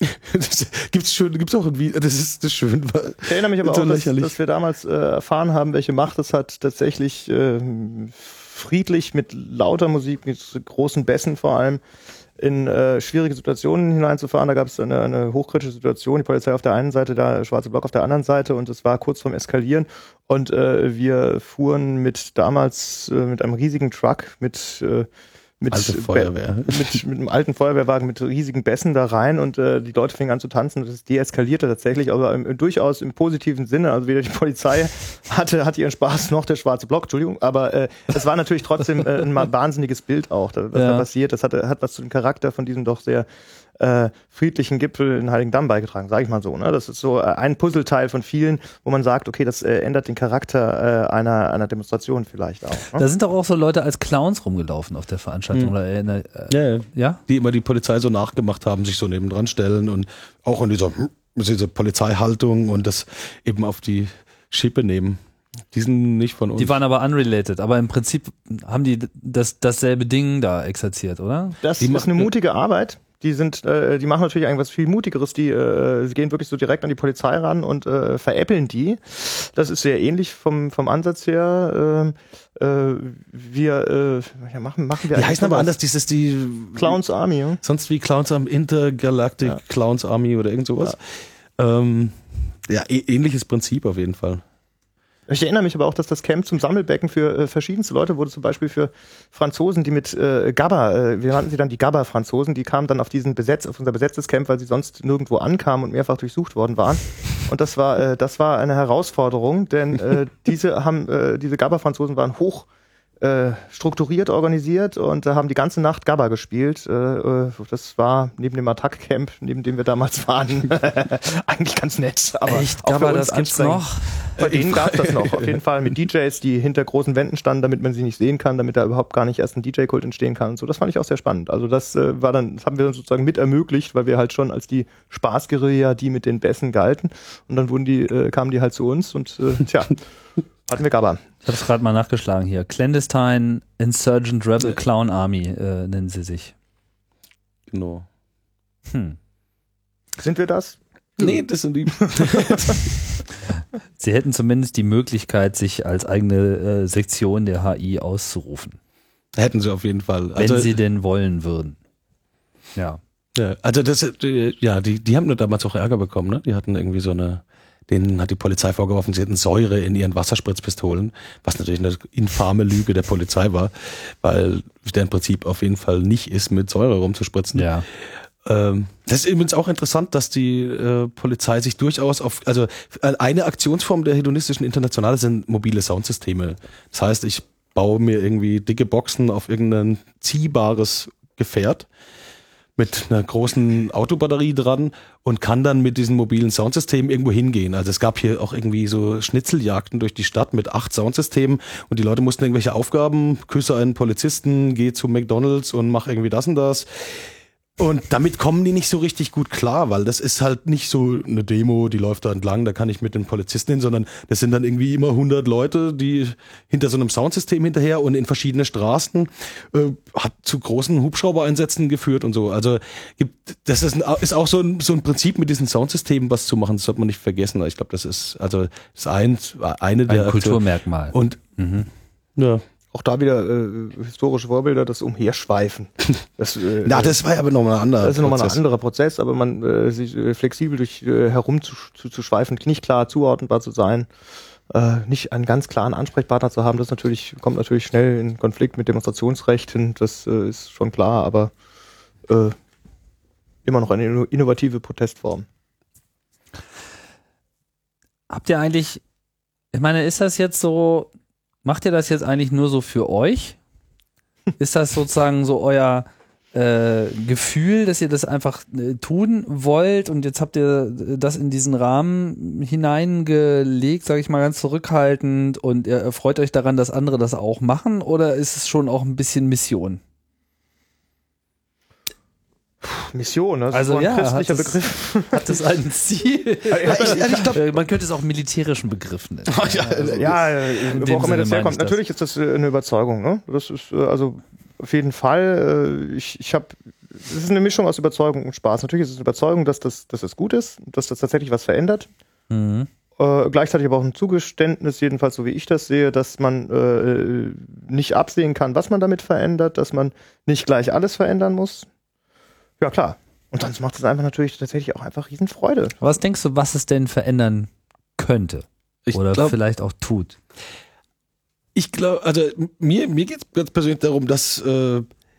Das gibt's schön, gibt's auch irgendwie, das ist das schön. Ich erinnere mich aber auch, dass, dass wir damals äh, erfahren haben, welche Macht es hat, tatsächlich äh, friedlich mit lauter Musik, mit großen Bässen vor allem, in äh, schwierige Situationen hineinzufahren. Da gab es eine, eine hochkritische Situation, die Polizei auf der einen Seite, der schwarze Block auf der anderen Seite und es war kurz vorm Eskalieren und äh, wir fuhren mit damals äh, mit einem riesigen Truck mit äh, mit, Alte Feuerwehr. mit mit einem alten Feuerwehrwagen mit riesigen Bässen da rein und äh, die Leute fingen an zu tanzen und das deeskalierte tatsächlich, aber im, durchaus im positiven Sinne. Also weder die Polizei hatte hatte ihren Spaß noch der schwarze Block, Entschuldigung, aber äh, es war natürlich trotzdem äh, ein wahnsinniges Bild auch, was ja. da passiert. Das hatte, hat was zu dem Charakter von diesem doch sehr äh, friedlichen Gipfel in Heiligendamm beigetragen, sage ich mal so. Ne? Das ist so äh, ein Puzzleteil von vielen, wo man sagt, okay, das äh, ändert den Charakter äh, einer einer Demonstration vielleicht auch. Ne? Da sind doch auch so Leute als Clowns rumgelaufen auf der Veranstaltung. Hm. Oder, äh, äh, ja, ja. ja, die immer die Polizei so nachgemacht haben, sich so nebendran stellen und auch in dieser, dieser Polizeihaltung und das eben auf die Schippe nehmen. Die sind nicht von uns. Die waren aber unrelated, aber im Prinzip haben die das dasselbe Ding da exerziert, oder? Das die ist eine mutige Arbeit. Die sind, äh, die machen natürlich irgendwas viel Mutigeres. Die, äh, sie gehen wirklich so direkt an die Polizei ran und äh, veräppeln die. Das ist sehr ähnlich vom vom Ansatz her. Äh, äh, wir äh, ja, machen machen wir. Die heißen aber anders. Dieses die Clowns Army. Ja? Sonst wie Clowns Army, Intergalactic ja. Clowns Army oder irgend sowas. Ja, ähm, ja ä- ähnliches Prinzip auf jeden Fall. Ich erinnere mich aber auch, dass das Camp zum Sammelbecken für äh, verschiedenste Leute wurde, zum Beispiel für Franzosen, die mit äh, Gabba, äh, wir nannten sie dann die Gabba-Franzosen, die kamen dann auf diesen Besetz, auf unser besetztes Camp, weil sie sonst nirgendwo ankamen und mehrfach durchsucht worden waren. Und das war, äh, das war eine Herausforderung, denn äh, diese haben, äh, diese Gabba-Franzosen waren hoch äh, strukturiert, organisiert und äh, haben die ganze Nacht Gabba gespielt. Äh, das war neben dem Attack-Camp, neben dem wir damals waren, eigentlich ganz nett. Aber echt, auch Gabba, für uns das gibt's noch? Bei denen gab es das noch, auf jeden Fall mit D Js, die hinter großen Wänden standen, damit man sie nicht sehen kann, damit da überhaupt gar nicht erst ein D J-Kult entstehen kann und so. Das fand ich auch sehr spannend. Also das äh, war dann, das haben wir dann sozusagen mit ermöglicht, weil wir halt schon als die Spaßguerilla, die mit den Bässen galten. Und dann wurden die, äh, kamen die halt zu uns und äh, tja, hatten wir Gabba. Ich habe es gerade mal nachgeschlagen hier. Clandestine Insurgent Rebel Clown Army äh, nennen sie sich. Genau. Hm. Sind wir das? Nee, das sind die. Sie hätten zumindest die Möglichkeit, sich als eigene äh, Sektion der H I auszurufen. Hätten sie auf jeden Fall. Wenn Also, sie denn wollen würden. Ja. ja, also das, äh, ja, die, die haben nur damals auch Ärger bekommen, ne? Die hatten irgendwie so eine, denen hat die Polizei vorgeworfen, sie hätten Säure in ihren Wasserspritzpistolen, was natürlich eine infame Lüge der Polizei war, weil der im Prinzip auf jeden Fall nicht ist, mit Säure rumzuspritzen. Ja. Ähm, das ist übrigens auch interessant, dass die äh, Polizei sich durchaus auf, also eine Aktionsform der hedonistischen Internationale sind mobile Soundsysteme. Das heißt, ich baue mir irgendwie dicke Boxen auf irgendein ziehbares Gefährt mit einer großen Autobatterie dran und kann dann mit diesen mobilen Soundsystemen irgendwo hingehen. Also es gab hier auch irgendwie so Schnitzeljagden durch die Stadt mit acht Soundsystemen und die Leute mussten irgendwelche Aufgaben, küsse einen Polizisten, geh zu McDonald's und mach irgendwie das und das. Und damit kommen die nicht so richtig gut klar, weil das ist halt nicht so eine Demo, die läuft da entlang, da kann ich mit den Polizisten hin, sondern das sind dann irgendwie immer hundert Leute, die hinter so einem Soundsystem hinterher und in verschiedene Straßen, äh, hat zu großen Hubschraubereinsätzen geführt und so. Also gibt, das ist, ein, ist auch so ein, so ein Prinzip, mit diesen Soundsystemen was zu machen, das sollte man nicht vergessen. Ich glaube, das ist also das ist ein, eine der Ein Kulturmerkmal. Und mhm. ja. Auch da wieder äh, historische Vorbilder, das Umherschweifen. Das, äh, Na, das war ja aber nochmal ein anderer Das ist nochmal ein Prozess. anderer Prozess, aber man äh, sich äh, flexibel durch äh, herum zu, zu, zu schweifen, nicht klar zuordnenbar zu sein, äh, nicht einen ganz klaren Ansprechpartner zu haben, das natürlich kommt natürlich schnell in Konflikt mit Demonstrationsrechten, das äh, ist schon klar, aber äh, immer noch eine innovative Protestform. Habt ihr eigentlich, ich meine, ist das jetzt so, macht ihr das jetzt eigentlich nur so für euch? Ist das sozusagen so euer äh, Gefühl, dass ihr das einfach äh, tun wollt und jetzt habt ihr das in diesen Rahmen hineingelegt, sage ich mal ganz zurückhaltend und ihr freut euch daran, dass andere das auch machen oder ist es schon auch ein bisschen Mission? Mission, das Also ist so ein ja, christlicher hat das- Begriff. Hat das ein Ziel? Ja, ich, ich glaub, Äh, Man könnte es auch militärischen Begriff nennen. ja, äh, in wo dem auch immer Sinne das meine herkommt. ich das. Natürlich ist das äh, eine Überzeugung. Ne? Das ist äh, also auf jeden Fall. Äh, ich ich habe, es ist eine Mischung aus Überzeugung und Spaß. Natürlich ist es eine Überzeugung, dass das, dass das gut ist, dass das tatsächlich was verändert. Mhm. Äh, gleichzeitig aber auch ein Zugeständnis, jedenfalls so wie ich das sehe, dass man äh, nicht absehen kann, was man damit verändert, dass man nicht gleich alles verändern muss. Ja klar. Und sonst macht es einfach natürlich tatsächlich auch einfach Riesenfreude. Was denkst du, was es denn verändern könnte? Ich Oder glaub- vielleicht auch tut? Ich glaube, also mir, mir geht es ganz persönlich darum, dass äh,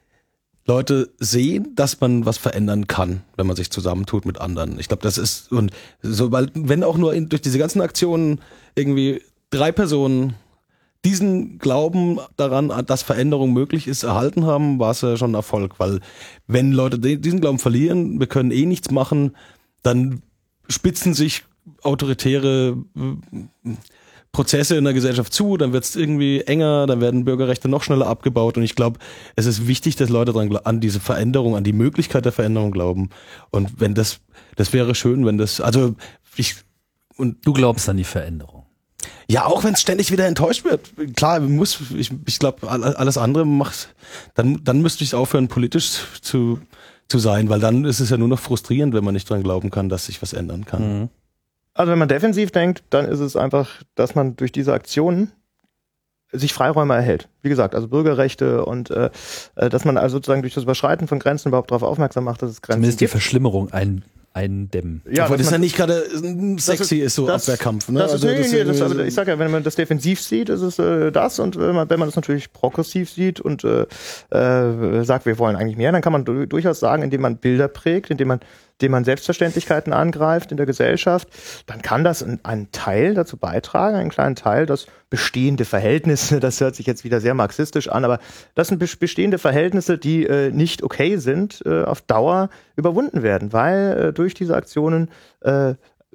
Leute sehen, dass man was verändern kann, wenn man sich zusammentut mit anderen. Ich glaube, das ist, und so, weil, wenn auch nur in, durch diese ganzen Aktionen irgendwie drei Personen diesen Glauben daran, dass Veränderung möglich ist, erhalten haben, war es ja schon ein Erfolg, weil wenn Leute de- diesen Glauben verlieren, wir können eh nichts machen, dann spitzen sich autoritäre äh, Prozesse in der Gesellschaft zu, dann wird es irgendwie enger, dann werden Bürgerrechte noch schneller abgebaut und ich glaube, es ist wichtig, dass Leute dran, gla- an diese Veränderung, an die Möglichkeit der Veränderung glauben und wenn das, das wäre schön, wenn das, also ich, und Du glaubst an die Veränderung. ja, auch wenn es ständig wieder enttäuscht wird. Klar, muss ich, ich glaube, alles andere macht, dann, dann müsste ich aufhören, politisch zu, zu sein, weil dann ist es ja nur noch frustrierend, wenn man nicht dran glauben kann, dass sich was ändern kann. Mhm. Also wenn man defensiv denkt, dann ist es einfach, dass man durch diese Aktionen sich Freiräume erhält. Wie gesagt, also Bürgerrechte und äh, dass man also sozusagen durch das Überschreiten von Grenzen überhaupt darauf aufmerksam macht, dass es Grenzen Zumindest die gibt. Verschlimmerung ein, eindämmen. Ja, Obwohl dass das ja man- nicht gerade äh, sexy ist, so das- Abwehrkampf. Ne? Das ist, Also nee, das nee, das, irgendwie aber so- ich sag ja, wenn man das defensiv sieht, ist es äh, das und wenn man, wenn man das natürlich progressiv sieht und äh, äh, sagt, wir wollen eigentlich mehr, dann kann man du durchaus sagen, indem man Bilder prägt, indem man, indem man Selbstverständlichkeiten angreift in der Gesellschaft, dann kann das einen, einen Teil dazu beitragen, einen kleinen Teil, dass bestehende Verhältnisse, das hört sich jetzt wieder sehr marxistisch an, aber das sind bes- bestehende Verhältnisse, die äh, nicht okay sind, äh, auf Dauer überwunden werden, weil äh, durch diese Aktionen äh,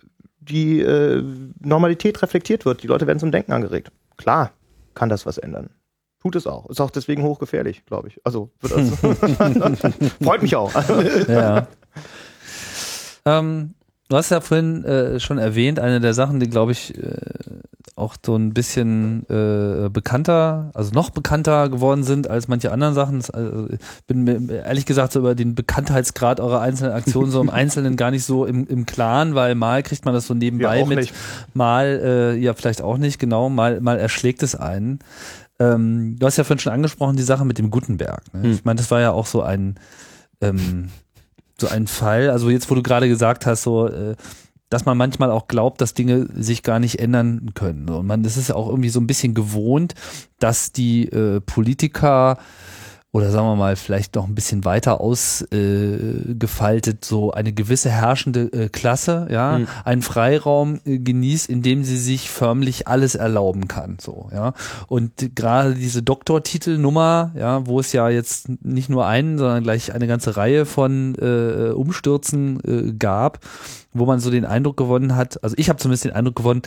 die äh, Normalität reflektiert wird. Die Leute werden zum Denken angeregt. Klar kann das was ändern. Tut es auch. Ist auch deswegen hochgefährlich, glaube ich. Also, wird also freut mich auch. Ja. ähm, du hast ja vorhin äh, schon erwähnt, eine der Sachen, die, glaube ich, äh, auch so ein bisschen äh, bekannter, also noch bekannter geworden sind als manche anderen Sachen. Das, also, bin mir ehrlich gesagt so über den Bekanntheitsgrad eurer einzelnen Aktionen so im Einzelnen gar nicht so im, im Klaren, weil mal kriegt man das so nebenbei Ja, auch mit, nicht. mal, äh, ja vielleicht auch nicht, genau, mal, mal erschlägt es einen. Ähm, du hast ja vorhin schon angesprochen, die Sache mit dem Gutenberg. Ne? Hm. Ich meine, das war ja auch so ein ähm, so ein Fall, also jetzt, wo du gerade gesagt hast, so, äh, dass man manchmal auch glaubt, dass Dinge sich gar nicht ändern können. Und man, das ist ja auch irgendwie so ein bisschen gewohnt, dass die äh, Politiker oder sagen wir mal vielleicht noch ein bisschen weiter ausgefaltet äh, so eine gewisse herrschende äh, Klasse, ja, mhm. einen Freiraum äh, genießt, in dem sie sich förmlich alles erlauben kann, so, ja. Und gerade diese Doktortitelnummer, ja, wo es ja jetzt nicht nur einen, sondern gleich eine ganze Reihe von äh, Umstürzen äh, gab, wo man so den Eindruck gewonnen hat, also ich habe zumindest den Eindruck gewonnen,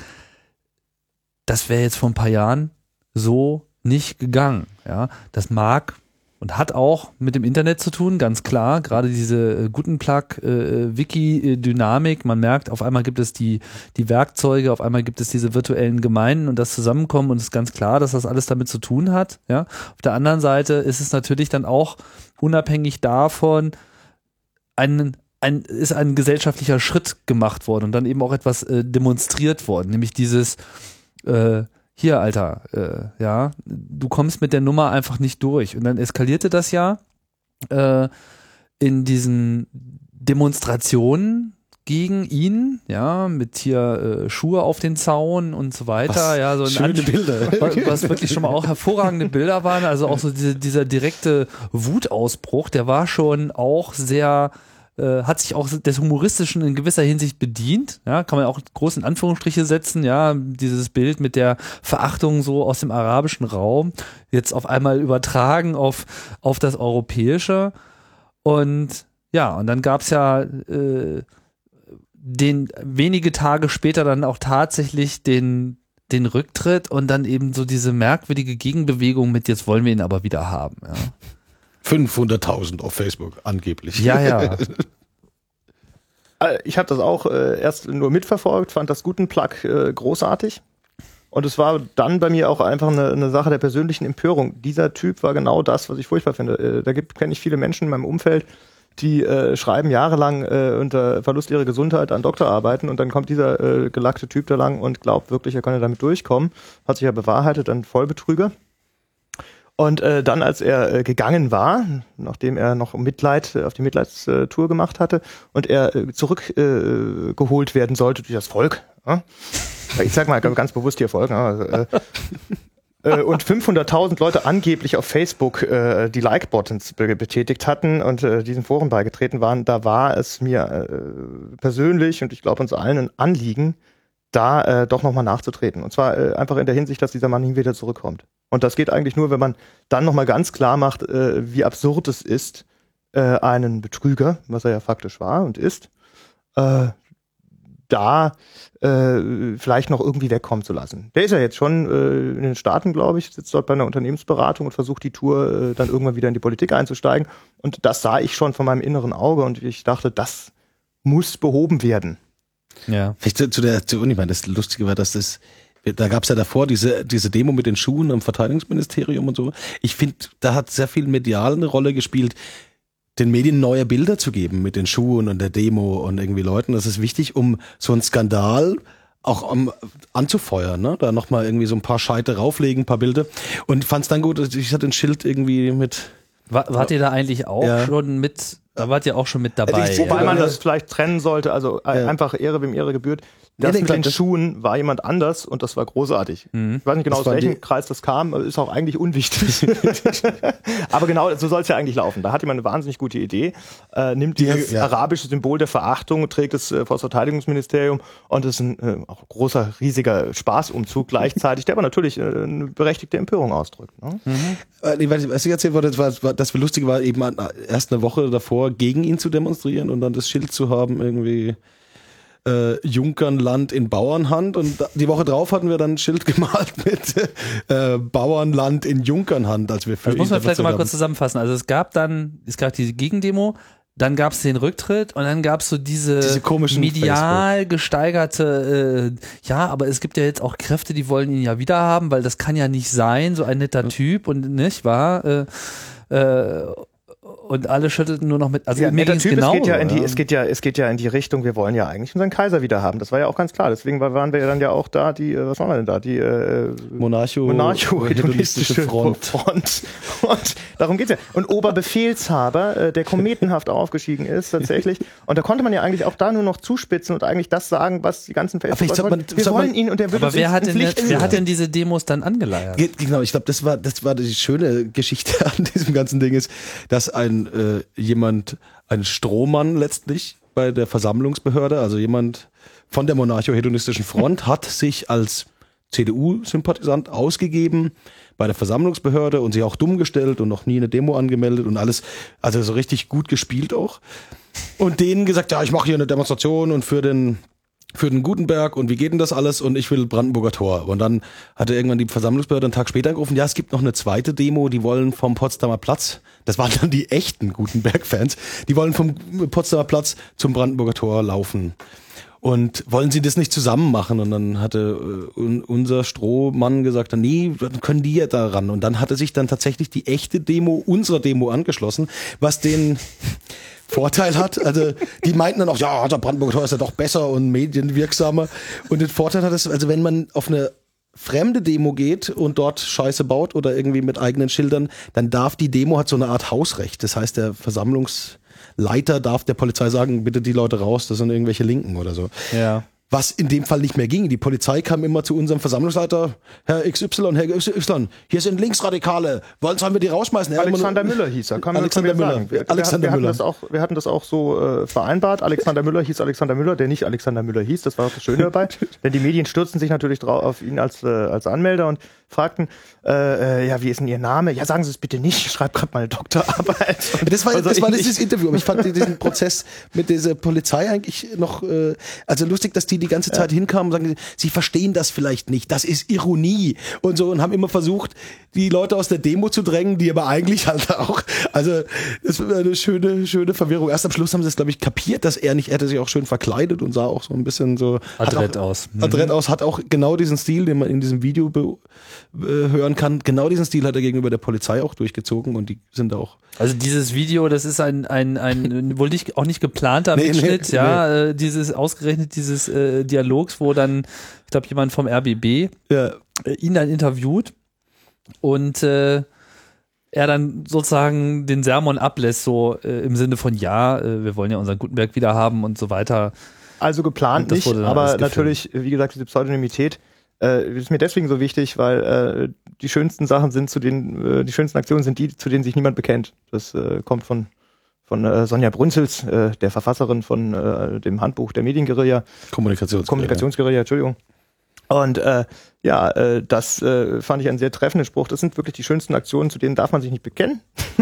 das wäre jetzt vor ein paar Jahren so nicht gegangen, ja. Das mag und hat auch mit dem Internet zu tun, ganz klar. Gerade diese äh, Gutenplug-Wiki-Dynamik. Äh, man merkt, auf einmal gibt es die, die Werkzeuge, auf einmal gibt es diese virtuellen Gemeinden und das Zusammenkommen und es ist ganz klar, dass das alles damit zu tun hat. Ja? Auf der anderen Seite ist es natürlich dann auch unabhängig davon ein, ein, ist ein gesellschaftlicher Schritt gemacht worden und dann eben auch etwas äh, demonstriert worden, nämlich dieses äh, hier, Alter, äh, ja, du kommst mit der Nummer einfach nicht durch. Und dann eskalierte das ja äh, in diesen Demonstrationen gegen ihn, ja, mit hier äh, Schuhe auf den Zaun und so weiter. Was ja, so ein schöne Ansch- Bilder. Was, was wirklich schon mal auch hervorragende Bilder waren. Also auch so diese, dieser direkte Wutausbruch, der war schon auch sehr... hat sich auch des Humoristischen in gewisser Hinsicht bedient, ja, kann man auch groß in Anführungsstriche setzen, ja, dieses Bild mit der Verachtung so aus dem arabischen Raum, jetzt auf einmal übertragen auf, auf das Europäische und ja, und dann gab's ja äh, den wenige Tage später dann auch tatsächlich den den Rücktritt und dann eben so diese merkwürdige Gegenbewegung mit jetzt wollen wir ihn aber wieder haben, ja. fünfhunderttausend auf Facebook, angeblich. Ja, ja. Ich habe das auch äh, erst nur mitverfolgt, fand das Gutenplug äh, großartig. Und es war dann bei mir auch einfach eine, eine Sache der persönlichen Empörung. Dieser Typ war genau das, was ich furchtbar finde. Äh, da gibt kenne ich viele Menschen in meinem Umfeld, die äh, schreiben jahrelang äh, unter Verlust ihrer Gesundheit an Doktorarbeiten und dann kommt dieser äh, gelackte Typ da lang und glaubt wirklich, er könne damit durchkommen. Hat sich ja bewahrheitet, ein Vollbetrüger. Und äh, dann, als er äh, gegangen war, nachdem er noch Mitleid äh, auf die Mitleidstour gemacht hatte und er äh, zurückgeholt äh, geholt werden sollte durch das Volk, äh? ich sag mal ganz bewusst hier Volk, äh, äh, und fünfhunderttausend Leute angeblich auf Facebook äh, die Like-Buttons be- betätigt hatten und äh, diesen Foren beigetreten waren, da war es mir äh, persönlich und ich glaube uns allen ein Anliegen, da äh, doch nochmal nachzutreten. Und zwar äh, einfach in der Hinsicht, dass dieser Mann nie wieder zurückkommt. Und das geht eigentlich nur, wenn man dann nochmal ganz klar macht, äh, wie absurd es ist, äh, einen Betrüger, was er ja faktisch war und ist, äh, da äh, vielleicht noch irgendwie wegkommen zu lassen. Der ist ja jetzt schon äh, in den Staaten, glaube ich, sitzt dort bei einer Unternehmensberatung und versucht die Tour äh, dann irgendwann wieder in die Politik einzusteigen. Und das sah ich schon von meinem inneren Auge und ich dachte, das muss behoben werden. Ja. Vielleicht zu der zu Uni, das Lustige war, dass das, da gab es ja davor diese diese Demo mit den Schuhen am Verteidigungsministerium und so. Ich finde, da hat sehr viel medial eine Rolle gespielt, den Medien neue Bilder zu geben mit den Schuhen und der Demo und irgendwie Leuten. Das ist wichtig, um so einen Skandal auch um, anzufeuern, ne? Da nochmal irgendwie so ein paar Scheite rauflegen, ein paar Bilder. Und fand es dann gut, ich hatte ein Schild irgendwie mit... War, wart ihr da eigentlich auch ja. schon mit, da wart ihr auch schon mit dabei? Also ich, wobei ja. man das vielleicht trennen sollte, also ja. einfach Ehre, wem Ehre gebührt. Das nee, nee, mit klar, den das Schuhen war jemand anders und das war großartig. Mhm. Ich weiß nicht genau, Das aus waren welchem die- Kreis das kam, ist auch eigentlich unwichtig. Aber genau, so soll es ja eigentlich laufen. Da hat jemand eine wahnsinnig gute Idee, äh, nimmt dieses Ja. arabische Symbol der Verachtung, trägt es äh, vor das Verteidigungsministerium und es ist ein äh, auch großer, riesiger Spaßumzug gleichzeitig, der aber natürlich äh, eine berechtigte Empörung ausdrückt. Ne? Äh, nee, was was ich erzählt wollte, das, war, war, das Lustige war eben an- erst eine Woche davor gegen ihn zu demonstrieren und dann das Schild zu haben, irgendwie äh, Junkernland in Bauernhand, und da- die Woche drauf hatten wir dann ein Schild gemalt mit äh, Bauernland in Junkernhand, als wir für Das muss ihn man vielleicht demonstriert mal haben. kurz zusammenfassen. Also es gab dann, es gab diese Gegendemo, Dann gab es den Rücktritt und dann gab es so diese, diese komischen medial Facebook. gesteigerte, äh, ja, aber es gibt ja jetzt auch Kräfte, die wollen ihn ja wieder haben, weil das kann ja nicht sein, so ein netter Typ und nicht wahr? Äh, äh, und alle schüttelten nur noch mit, also ja, mir ging's typ, genau. Es geht, ja in die, es, geht ja, es geht ja in die Richtung, wir wollen ja eigentlich unseren Kaiser wieder haben. Das war ja auch ganz klar. Deswegen waren wir ja dann ja auch da, die, was waren wir denn da? Die äh, Monarcho, Monarcho-hedonistische Front. Front. Und darum geht's ja. Und Oberbefehlshaber, äh, der kometenhaft aufgestiegen ist, tatsächlich. Und da konnte man ja eigentlich auch da nur noch zuspitzen und eigentlich das sagen, was die ganzen Facebook Aber man, wir wollen ihn und der wird aber uns wer in hat, denn, Pflicht wer hat denn diese Demos dann angeleiert? Genau, ich glaube, das war, das war die schöne Geschichte an diesem ganzen Ding ist, dass ein äh, jemand, ein Strohmann letztlich bei der Versammlungsbehörde, also jemand von der Monarcho-hedonistischen Front, hat sich als C D U-Sympathisant ausgegeben bei der Versammlungsbehörde und sich auch dumm gestellt und noch nie eine Demo angemeldet und alles, also so richtig gut gespielt auch. Und denen gesagt, ja, ich mache hier eine Demonstration und für den für den Gutenberg und wie geht denn das alles und ich will Brandenburger Tor. Und dann hatte irgendwann die Versammlungsbehörde einen Tag später angerufen, ja, es gibt noch eine zweite Demo, die wollen vom Potsdamer Platz, das waren dann die echten Gutenberg-Fans, die wollen vom Potsdamer Platz zum Brandenburger Tor laufen. Und wollen sie das nicht zusammen machen? Und dann hatte äh, unser Strohmann gesagt, nee, dann können die ja da ran. Und dann hatte sich dann tatsächlich die echte Demo unserer Demo angeschlossen, was den Vorteil hat, also die meinten dann auch, ja, der Brandenburger Tor ist ja doch besser und medienwirksamer und den Vorteil hat es, also wenn man auf eine fremde Demo geht und dort Scheiße baut oder irgendwie mit eigenen Schildern, dann darf die Demo, hat so eine Art Hausrecht, das heißt der Versammlungsleiter darf der Polizei sagen, bitte die Leute raus, das sind irgendwelche Linken oder so. Ja. Was in dem Fall nicht mehr ging. Die Polizei kam immer zu unserem Versammlungsleiter, Herr X Y, Herr X Y, hier sind Linksradikale, wollen sollen wir die rausschmeißen? Ja, Alexander Müller hieß er. Kann Alexander man Müller. Wir, Alexander wir, wir, Müller. Hatten das auch, wir hatten das auch so äh, vereinbart. Alexander Müller hieß Alexander Müller, der nicht Alexander Müller hieß. Das war auch das Schöne dabei. Denn die Medien stürzten sich natürlich drauf auf ihn als, äh, als Anmelder und fragten, äh, äh, ja, wie ist denn Ihr Name? Ja, sagen Sie es bitte nicht, ich schreibe gerade meine Doktorarbeit. Und das war, also das war ich, dieses Interview. Aber ich fand diesen Prozess mit dieser Polizei eigentlich noch, äh, also lustig, dass die die ganze Zeit ja. hinkamen und sagen, sie verstehen das vielleicht nicht, das ist Ironie und so und haben immer versucht, die Leute aus der Demo zu drängen, die aber eigentlich halt auch, also das war eine schöne, schöne Verwirrung. Erst am Schluss haben sie es, glaube ich, kapiert, dass er nicht, er hatte sich auch schön verkleidet und sah auch so ein bisschen so adrett aus. Adrett aus, hat auch genau diesen Stil, den man in diesem Video be- äh, hören kann, genau diesen Stil hat er gegenüber der Polizei auch durchgezogen und die sind auch. Also dieses Video, das ist ein, ein, ein wohl nicht, auch nicht geplanter nee, Mitschnitt, nee, ja, nee. Äh, dieses, ausgerechnet dieses äh, Dialogs, wo dann, ich glaube, jemand vom R B B ja. äh, ihn dann interviewt und äh, er dann sozusagen den Sermon ablässt, so äh, im Sinne von, ja, äh, wir wollen ja unseren Gutenberg wieder haben und so weiter. Also geplant nicht, aber natürlich, wie gesagt, diese Pseudonymität äh, ist mir deswegen so wichtig, weil äh, die schönsten Sachen sind zu denen, äh, die schönsten Aktionen sind die, zu denen sich niemand bekennt. Das äh, kommt von von äh, Sonja Brünzels, äh, der Verfasserin von äh, dem Handbuch der Medienguerilla. Kommunikationsguerilla. Kommunikationsguerilla, Entschuldigung. Und äh, ja, äh, das äh, fand ich einen sehr treffenden Spruch. Das sind wirklich die schönsten Aktionen, zu denen darf man sich nicht bekennen.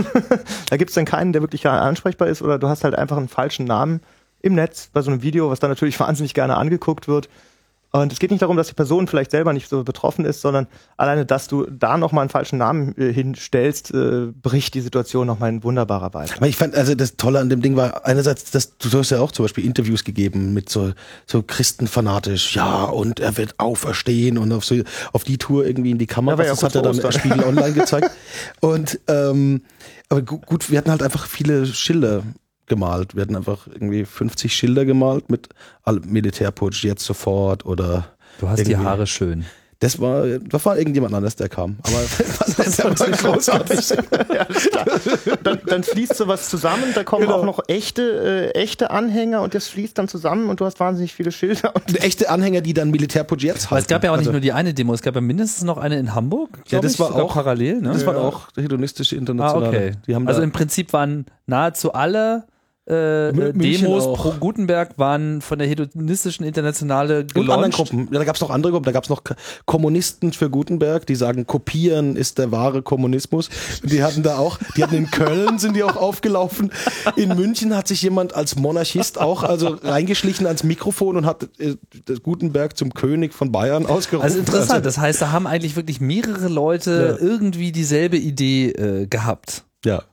Da gibt es dann keinen, der wirklich ansprechbar ist, oder du hast halt einfach einen falschen Namen im Netz bei so einem Video, was dann natürlich wahnsinnig gerne angeguckt wird. Und es geht nicht darum, dass die Person vielleicht selber nicht so betroffen ist, sondern alleine, dass du da nochmal einen falschen Namen äh, hinstellst, äh, bricht die Situation nochmal in wunderbarer Weise. Aber ich fand, also das Tolle an dem Ding war einerseits, dass du hast ja auch zum Beispiel Interviews gegeben mit so, so Christenfanatisch, ja, und er wird auferstehen und auf so, auf die Tour irgendwie in die Kamera, ja, ja, das hat er dann im Spiegel Online gezeigt. Und, ähm, aber gut, wir hatten halt einfach viele Schilder gemalt. Wir hatten einfach irgendwie fünfzig Schilder gemalt mit Militärputsch jetzt sofort oder. Du hast die Haare schön. Das war, das war irgendjemand anders, der kam. Aber das war großartig. Ja, dann, dann fließt sowas zusammen, da kommen genau. auch noch echte, äh, echte Anhänger und das fließt dann zusammen und du hast wahnsinnig viele Schilder. Und echte Anhänger, die dann Militärputsch jetzt haben. Aber es gab ja auch nicht also, nur die eine Demo, es gab ja mindestens noch eine in Hamburg. Ja, das ich, war auch parallel. Ne? Das ja. waren auch hedonistische Internationale. Ah, okay. Die haben also da im Prinzip waren nahezu alle Äh, Demos auch. Pro Gutenberg waren von der hedonistischen Internationale gelauncht. Und anderen Gruppen. Ja, da gab es noch andere Gruppen. Da gab es noch Kommunisten für Gutenberg, die sagen, kopieren ist der wahre Kommunismus. Und die hatten da auch, die hatten in Köln, sind die auch aufgelaufen. In München hat sich jemand als Monarchist auch also reingeschlichen ans Mikrofon und hat äh, Gutenberg zum König von Bayern ausgerufen. Also interessant, also, das heißt, da haben eigentlich wirklich mehrere Leute ja. irgendwie dieselbe Idee äh, gehabt. Ja.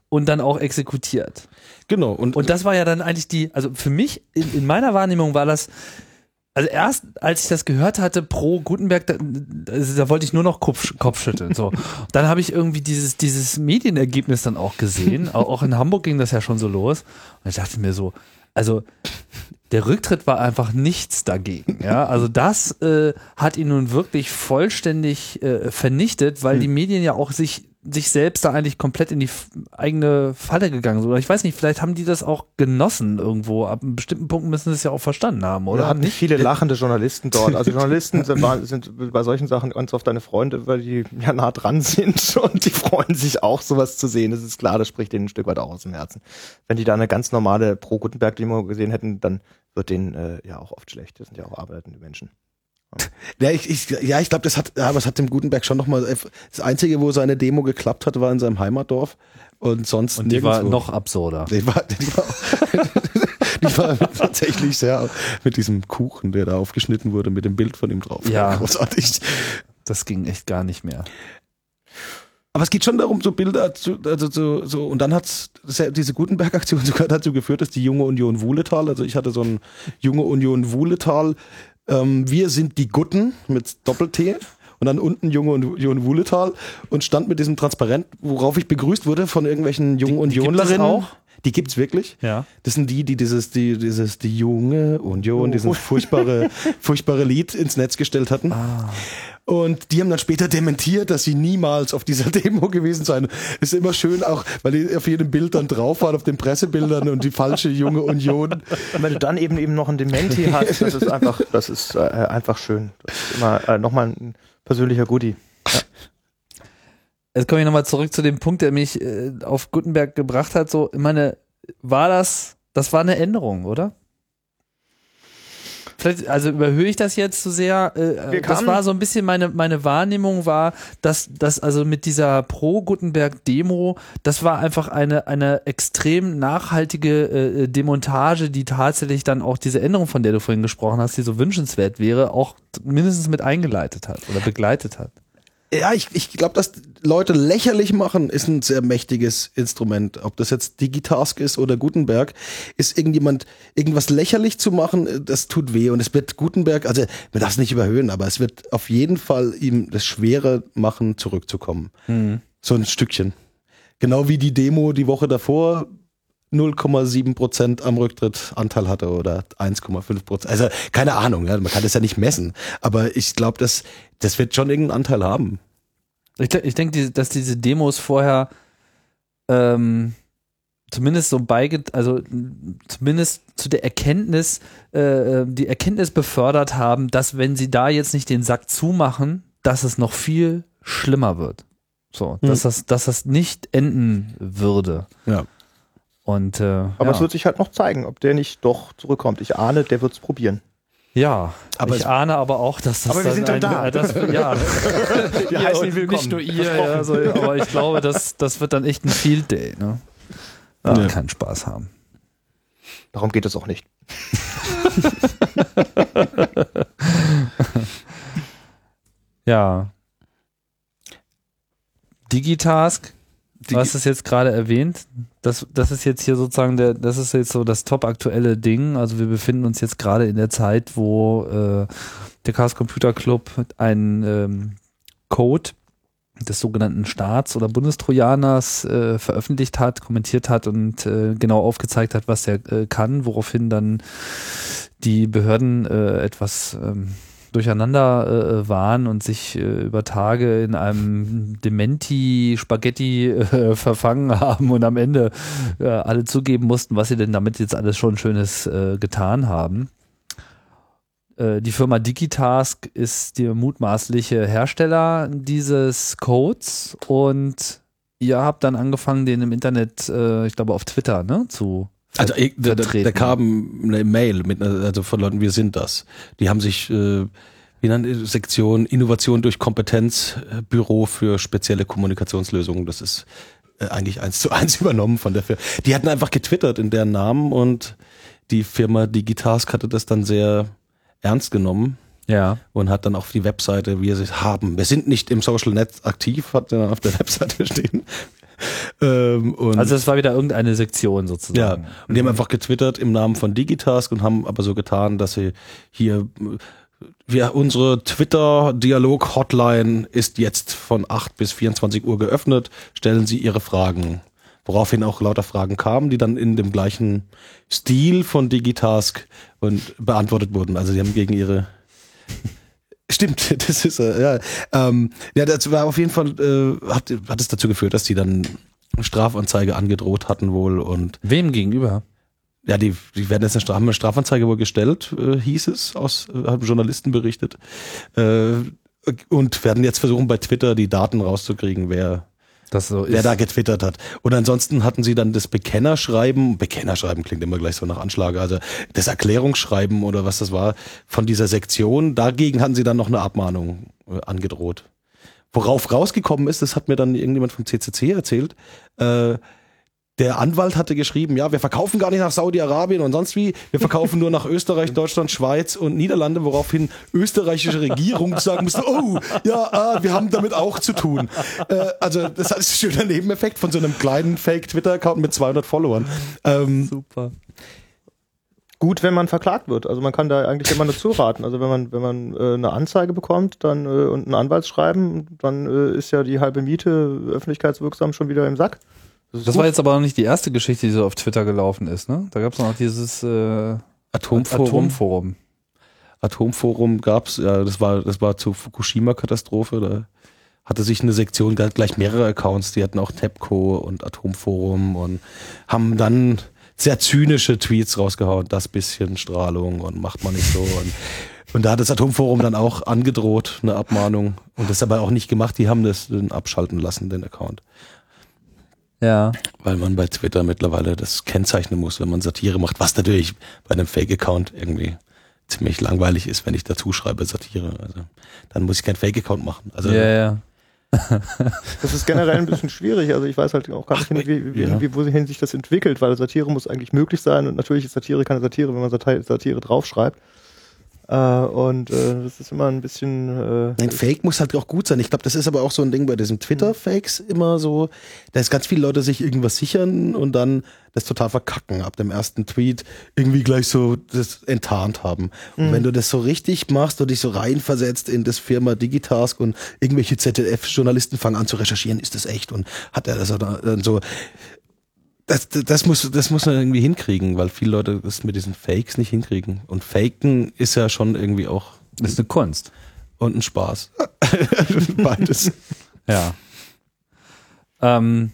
und dann auch exekutiert. Genau. Und, Und das war ja dann eigentlich die, also für mich, in, in meiner Wahrnehmung war das, also erst als ich das gehört hatte, pro Gutenberg, da, da wollte ich nur noch Kopf, Kopfschütteln. So. Dann habe ich irgendwie dieses, dieses Medienergebnis dann auch gesehen. Auch in Hamburg ging das ja schon so los. Und ich dachte mir so, also der Rücktritt war einfach nichts dagegen. Ja? Also das äh, hat ihn nun wirklich vollständig äh, vernichtet, weil hm. die Medien ja auch sich sich selbst da eigentlich komplett in die f- eigene Falle gegangen sind. Oder ich weiß nicht, vielleicht haben die das auch genossen irgendwo. Ab einem bestimmten Punkt müssen sie es ja auch verstanden haben, oder? Wir hatten nicht viele lachende Journalisten dort. Also Journalisten sind, sind bei solchen Sachen ganz oft deine Freunde, weil die ja nah dran sind und die freuen sich auch, sowas zu sehen. Das ist klar, das spricht denen ein Stück weit auch aus dem Herzen. Wenn die da eine ganz normale Pro-Gutenberg-Demo gesehen hätten, dann wird denen äh, ja auch oft schlecht. Das sind ja auch arbeitende Menschen. Ja, ich, ich, ja, ich glaube, das hat, ja, aber es hat dem Gutenberg schon nochmal, das Einzige, wo seine Demo geklappt hat, war in seinem Heimatdorf und sonst Und die nirgendwo. war noch absurder. Die war, die war, die war tatsächlich sehr, mit diesem Kuchen, der da aufgeschnitten wurde, mit dem Bild von ihm drauf. Ja. Großartig. Das ging echt gar nicht mehr. Aber es geht schon darum, so Bilder zu, also so, so, und dann hat diese Gutenberg-Aktion sogar dazu geführt, dass die Junge Union Wuhletal, also ich hatte so ein Junge Union Wuhletal, ähm, wir sind die Gutten mit Doppel-T und dann unten Junge Union Wuhletal und stand mit diesem Transparent, worauf ich begrüßt wurde von irgendwelchen jungen Unionlerinnen. auch? Die gibt's wirklich. Ja. Das sind die, die dieses, die, dieses, die junge Union, dieses furchtbare, furchtbare Lied ins Netz gestellt hatten. Ah. Und die haben dann später dementiert, dass sie niemals auf dieser Demo gewesen seien. Ist immer schön auch, weil die auf jedem Bild dann drauf waren, auf den Pressebildern und die falsche junge Union. Und wenn du dann eben eben noch ein Dementi hast, das ist einfach, das ist äh, einfach schön. Das ist immer äh, nochmal ein persönlicher Goodie. Ja. Jetzt komme ich nochmal zurück zu dem Punkt, der mich äh, auf Gutenberg gebracht hat. So, ich meine, war das, das war eine Änderung, oder? Vielleicht, also überhöhe ich das jetzt zu sehr. Äh, das war so ein bisschen meine, meine Wahrnehmung war, dass, dass also mit dieser Pro-Gutenberg-Demo, das war einfach eine, eine extrem nachhaltige äh, Demontage, die tatsächlich dann auch diese Änderung, von der du vorhin gesprochen hast, die so wünschenswert wäre, auch mindestens mit eingeleitet hat oder begleitet hat. Ja, ich, ich glaube, dass Leute lächerlich machen, ist ein sehr mächtiges Instrument. Ob das jetzt Digitask ist oder Gutenberg, ist irgendjemand, irgendwas lächerlich zu machen, das tut weh. Und es wird Gutenberg, also man darf es nicht überhöhen, aber es wird auf jeden Fall ihm das schwerer machen, zurückzukommen. Mhm. So ein Stückchen. Genau wie die Demo die Woche davor null Komma sieben Prozent am Rücktritt Anteil hatte oder eins Komma fünf Prozent. Also keine Ahnung, ja, man kann das ja nicht messen. Aber ich glaube, das, das wird schon irgendeinen Anteil haben. Ich, ich denke, dass diese Demos vorher ähm, zumindest so beiget, also zumindest zu der Erkenntnis, äh, die Erkenntnis befördert haben, dass wenn sie da jetzt nicht den Sack zumachen, dass es noch viel schlimmer wird. So, dass hm. das, dass das nicht enden würde. Ja. Und, äh, Aber ja. es wird sich halt noch zeigen, ob der nicht doch zurückkommt. Ich ahne, der wird es probieren. Ja, aber ich ahne aber auch, dass das aber wir dann sind ein, dann da. Das, ja, Wir heißen ihn willkommen. Nicht nur ihr, ja, so, aber ich glaube, das, das wird dann echt ein Field Day. Ne? Ja, ja. Keinen Spaß haben. Darum geht es auch nicht. Ja. Digitask, du hast es jetzt gerade erwähnt. Das, das ist jetzt hier sozusagen der, das ist jetzt so das top aktuelle Ding. Also wir befinden uns jetzt gerade in der Zeit, wo äh, der Chaos Computer Club einen ähm, Code des sogenannten Staats- oder Bundestrojaners äh, veröffentlicht hat, kommentiert hat und äh, genau aufgezeigt hat, was der äh, kann, woraufhin dann die Behörden äh, etwas ähm, durcheinander äh, waren und sich äh, über Tage in einem Dementi-Spaghetti äh, verfangen haben und am Ende äh, alle zugeben mussten, was sie denn damit jetzt alles schon Schönes äh, getan haben. Äh, die Firma Digitask ist der mutmaßliche Hersteller dieses Codes und ihr habt dann angefangen, den im Internet, äh, ich glaube auf Twitter, ne, zu Also ich, da, da kam eine Mail mit, also von Leuten, wir sind das. Die haben sich, äh, wie nannte Sektion Innovation durch Kompetenz, äh, Büro für spezielle Kommunikationslösungen. Das ist äh, eigentlich eins zu eins übernommen von der Firma. Die hatten einfach getwittert in deren Namen und die Firma Digitask hatte das dann sehr ernst genommen. Ja. Und hat dann auf die Webseite, wir haben, wir sind nicht im Social Net aktiv, hat dann auf der Webseite stehen. Ähm, und Also es war wieder irgendeine Sektion ja, sozusagen. und die haben einfach getwittert im Namen von Digitask und haben aber so getan, dass sie hier, wir, unsere Twitter-Dialog-Hotline ist jetzt von acht bis vierundzwanzig Uhr geöffnet, stellen Sie Ihre Fragen. Woraufhin auch lauter Fragen kamen, die dann in dem gleichen Stil von Digitask und beantwortet wurden. Also die haben gegen ihre Stimmt, das ist äh, ja. Ähm, ja, das war auf jeden Fall, äh, hat, hat es dazu geführt, dass die dann Strafanzeige angedroht hatten wohl und Wem gegenüber? ja, die, die werden jetzt eine, Straf, haben eine Strafanzeige wohl gestellt, äh, hieß es, aus äh, haben Journalisten berichtet, äh, und werden jetzt versuchen bei Twitter die Daten rauszukriegen, wer Das so ist. wer da getwittert hat. Und ansonsten hatten sie dann das Bekennerschreiben, Bekennerschreiben klingt immer gleich so nach Anschlag, also das Erklärungsschreiben oder was das war, von dieser Sektion, dagegen hatten sie dann noch eine Abmahnung äh, angedroht. Worauf rausgekommen ist, das hat mir dann irgendjemand vom C C C erzählt, äh, der Anwalt hatte geschrieben, ja, wir verkaufen gar nicht nach Saudi-Arabien und sonst wie, wir verkaufen nur nach Österreich, Deutschland, Schweiz und Niederlande, woraufhin österreichische Regierung sagen musste, oh, ja, ah, wir haben damit auch zu tun. Äh, also das ist ein schöner Nebeneffekt von so einem kleinen Fake-Twitter-Account mit zweihundert Followern. Ähm, Super. Gut, wenn man verklagt wird. Also man kann da eigentlich immer nur zuraten. Also wenn man wenn man äh, eine Anzeige bekommt dann äh, und ein Anwaltsschreiben, dann äh, ist ja die halbe Miete öffentlichkeitswirksam schon wieder im Sack. Das, Das war jetzt aber noch nicht die erste Geschichte, die so auf Twitter gelaufen ist, ne? Da gab es noch dieses äh, Atomforum. Atomforum. Atomforum gab's, ja, das war, das war zur Fukushima-Katastrophe, da hatte sich eine Sektion, gleich mehrere Accounts, die hatten auch TEPCO und Atomforum und haben dann sehr zynische Tweets rausgehauen, das bisschen Strahlung und macht man nicht so und, und da hat das Atomforum dann auch angedroht, eine Abmahnung und das aber auch nicht gemacht, die haben das dann abschalten lassen, den Account. Ja. Weil man bei Twitter mittlerweile das kennzeichnen muss, wenn man Satire macht, was natürlich bei einem Fake-Account irgendwie ziemlich langweilig ist, wenn ich dazu schreibe Satire. Also dann muss ich keinen Fake-Account machen. Also Ja, ja. Das ist generell ein bisschen schwierig. Also ich weiß halt auch gar nicht, Ach, wie, wie, ja. wie, wohin sich das entwickelt, weil Satire muss eigentlich möglich sein und natürlich ist Satire keine Satire, wenn man Satire, Satire draufschreibt. Äh, und äh, das ist immer ein bisschen... Äh, ein Fake muss halt auch gut sein. Ich glaube, das ist aber auch so ein Ding bei diesen Twitter-Fakes immer so, dass ganz viele Leute sich irgendwas sichern und dann das total verkacken, ab dem ersten Tweet irgendwie gleich so das enttarnt haben. Und Mhm. wenn du das so richtig machst und dich so reinversetzt in das Firma Digitask und irgendwelche Z D F-Journalisten fangen an zu recherchieren, ist das echt und hat er das dann so... Das, das, muss, das muss man irgendwie hinkriegen, weil viele Leute das mit diesen Fakes nicht hinkriegen. Und Faken ist ja schon irgendwie auch Das ist eine Kunst. und ein Spaß. Beides. Ja. Ähm,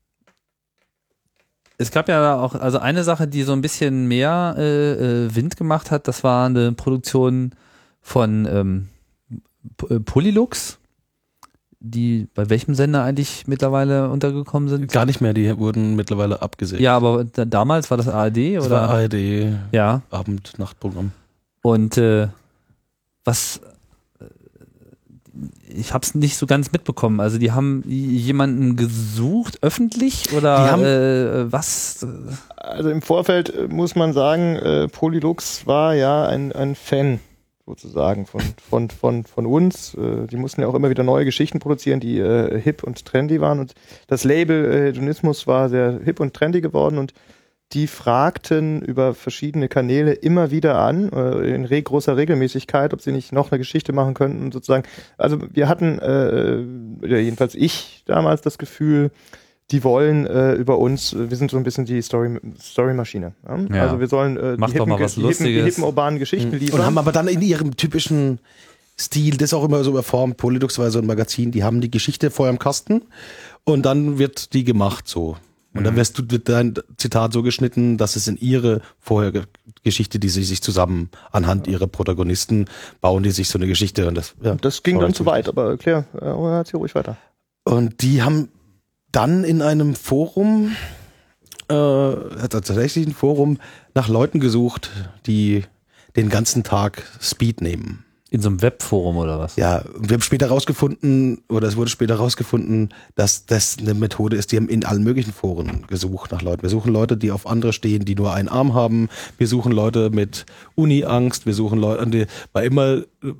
es gab ja auch, also eine Sache, die so ein bisschen mehr äh, äh, Wind gemacht hat, das war eine Produktion von ähm, P- äh, Polylux, die bei welchem Sender eigentlich mittlerweile untergekommen sind. Gar nicht mehr, die wurden mittlerweile abgesägt. Ja, aber da, damals war das A R D das oder? war A R D Ja. Abend-Nachtprogramm. Und äh, was äh, ich habe es nicht so ganz mitbekommen. Also die haben jemanden gesucht, öffentlich oder Die haben- äh, was? Also im Vorfeld äh, muss man sagen, äh, Polylux war ja ein, ein Fan sozusagen von, von, von, von uns. Äh, die mussten ja auch immer wieder neue Geschichten produzieren, die äh, hip und trendy waren. Und das Label äh, Hedonismus war sehr hip und trendy geworden und die fragten über verschiedene Kanäle immer wieder an, äh, in re großer Regelmäßigkeit, ob sie nicht noch eine Geschichte machen könnten, sozusagen. Also wir hatten, äh, oder jedenfalls ich damals das Gefühl, die wollen äh, über uns, wir sind so ein bisschen die Story, Story-Maschine. Ja? Ja. Also wir sollen äh, Mach die, doch hippen, mal was die, hippen, die Lustiges. hippen urbanen Geschichten liefern. Und haben aber dann in ihrem typischen Stil, das auch immer so überformt, Polylux war so ein Magazin, die haben die Geschichte vorher im Kasten und dann wird die gemacht so. Und dann wirst du, wird dein Zitat so geschnitten, dass es in ihre vorherige Geschichte, die sie sich zusammen anhand ihrer Protagonisten bauen, die sich so eine Geschichte und das, ja, das ging war dann halt zu so. weit, aber Claire, äh, erzähl ruhig weiter. Und die haben dann in einem Forum, äh, hat tatsächlich ein Forum nach Leuten gesucht, die den ganzen Tag Speed nehmen. In so einem Webforum oder was? Ja, wir haben später rausgefunden, oder es wurde später rausgefunden, dass das eine Methode ist, die haben in allen möglichen Foren gesucht nach Leuten. Wir suchen Leute, die auf andere stehen, die nur einen Arm haben. Wir suchen Leute mit Uni-Angst. Wir suchen Leute, die bei immer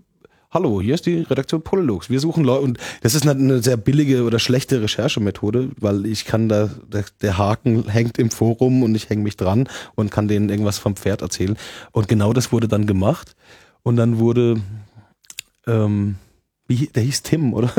hallo, hier ist die Redaktion Polylux. Wir suchen Leute, und das ist eine, eine sehr billige oder schlechte Recherchemethode, weil ich kann da, der, der Haken hängt im Forum und ich hänge mich dran und kann denen irgendwas vom Pferd erzählen. Und genau das wurde dann gemacht. Und dann wurde, ähm, wie, der hieß Tim, oder?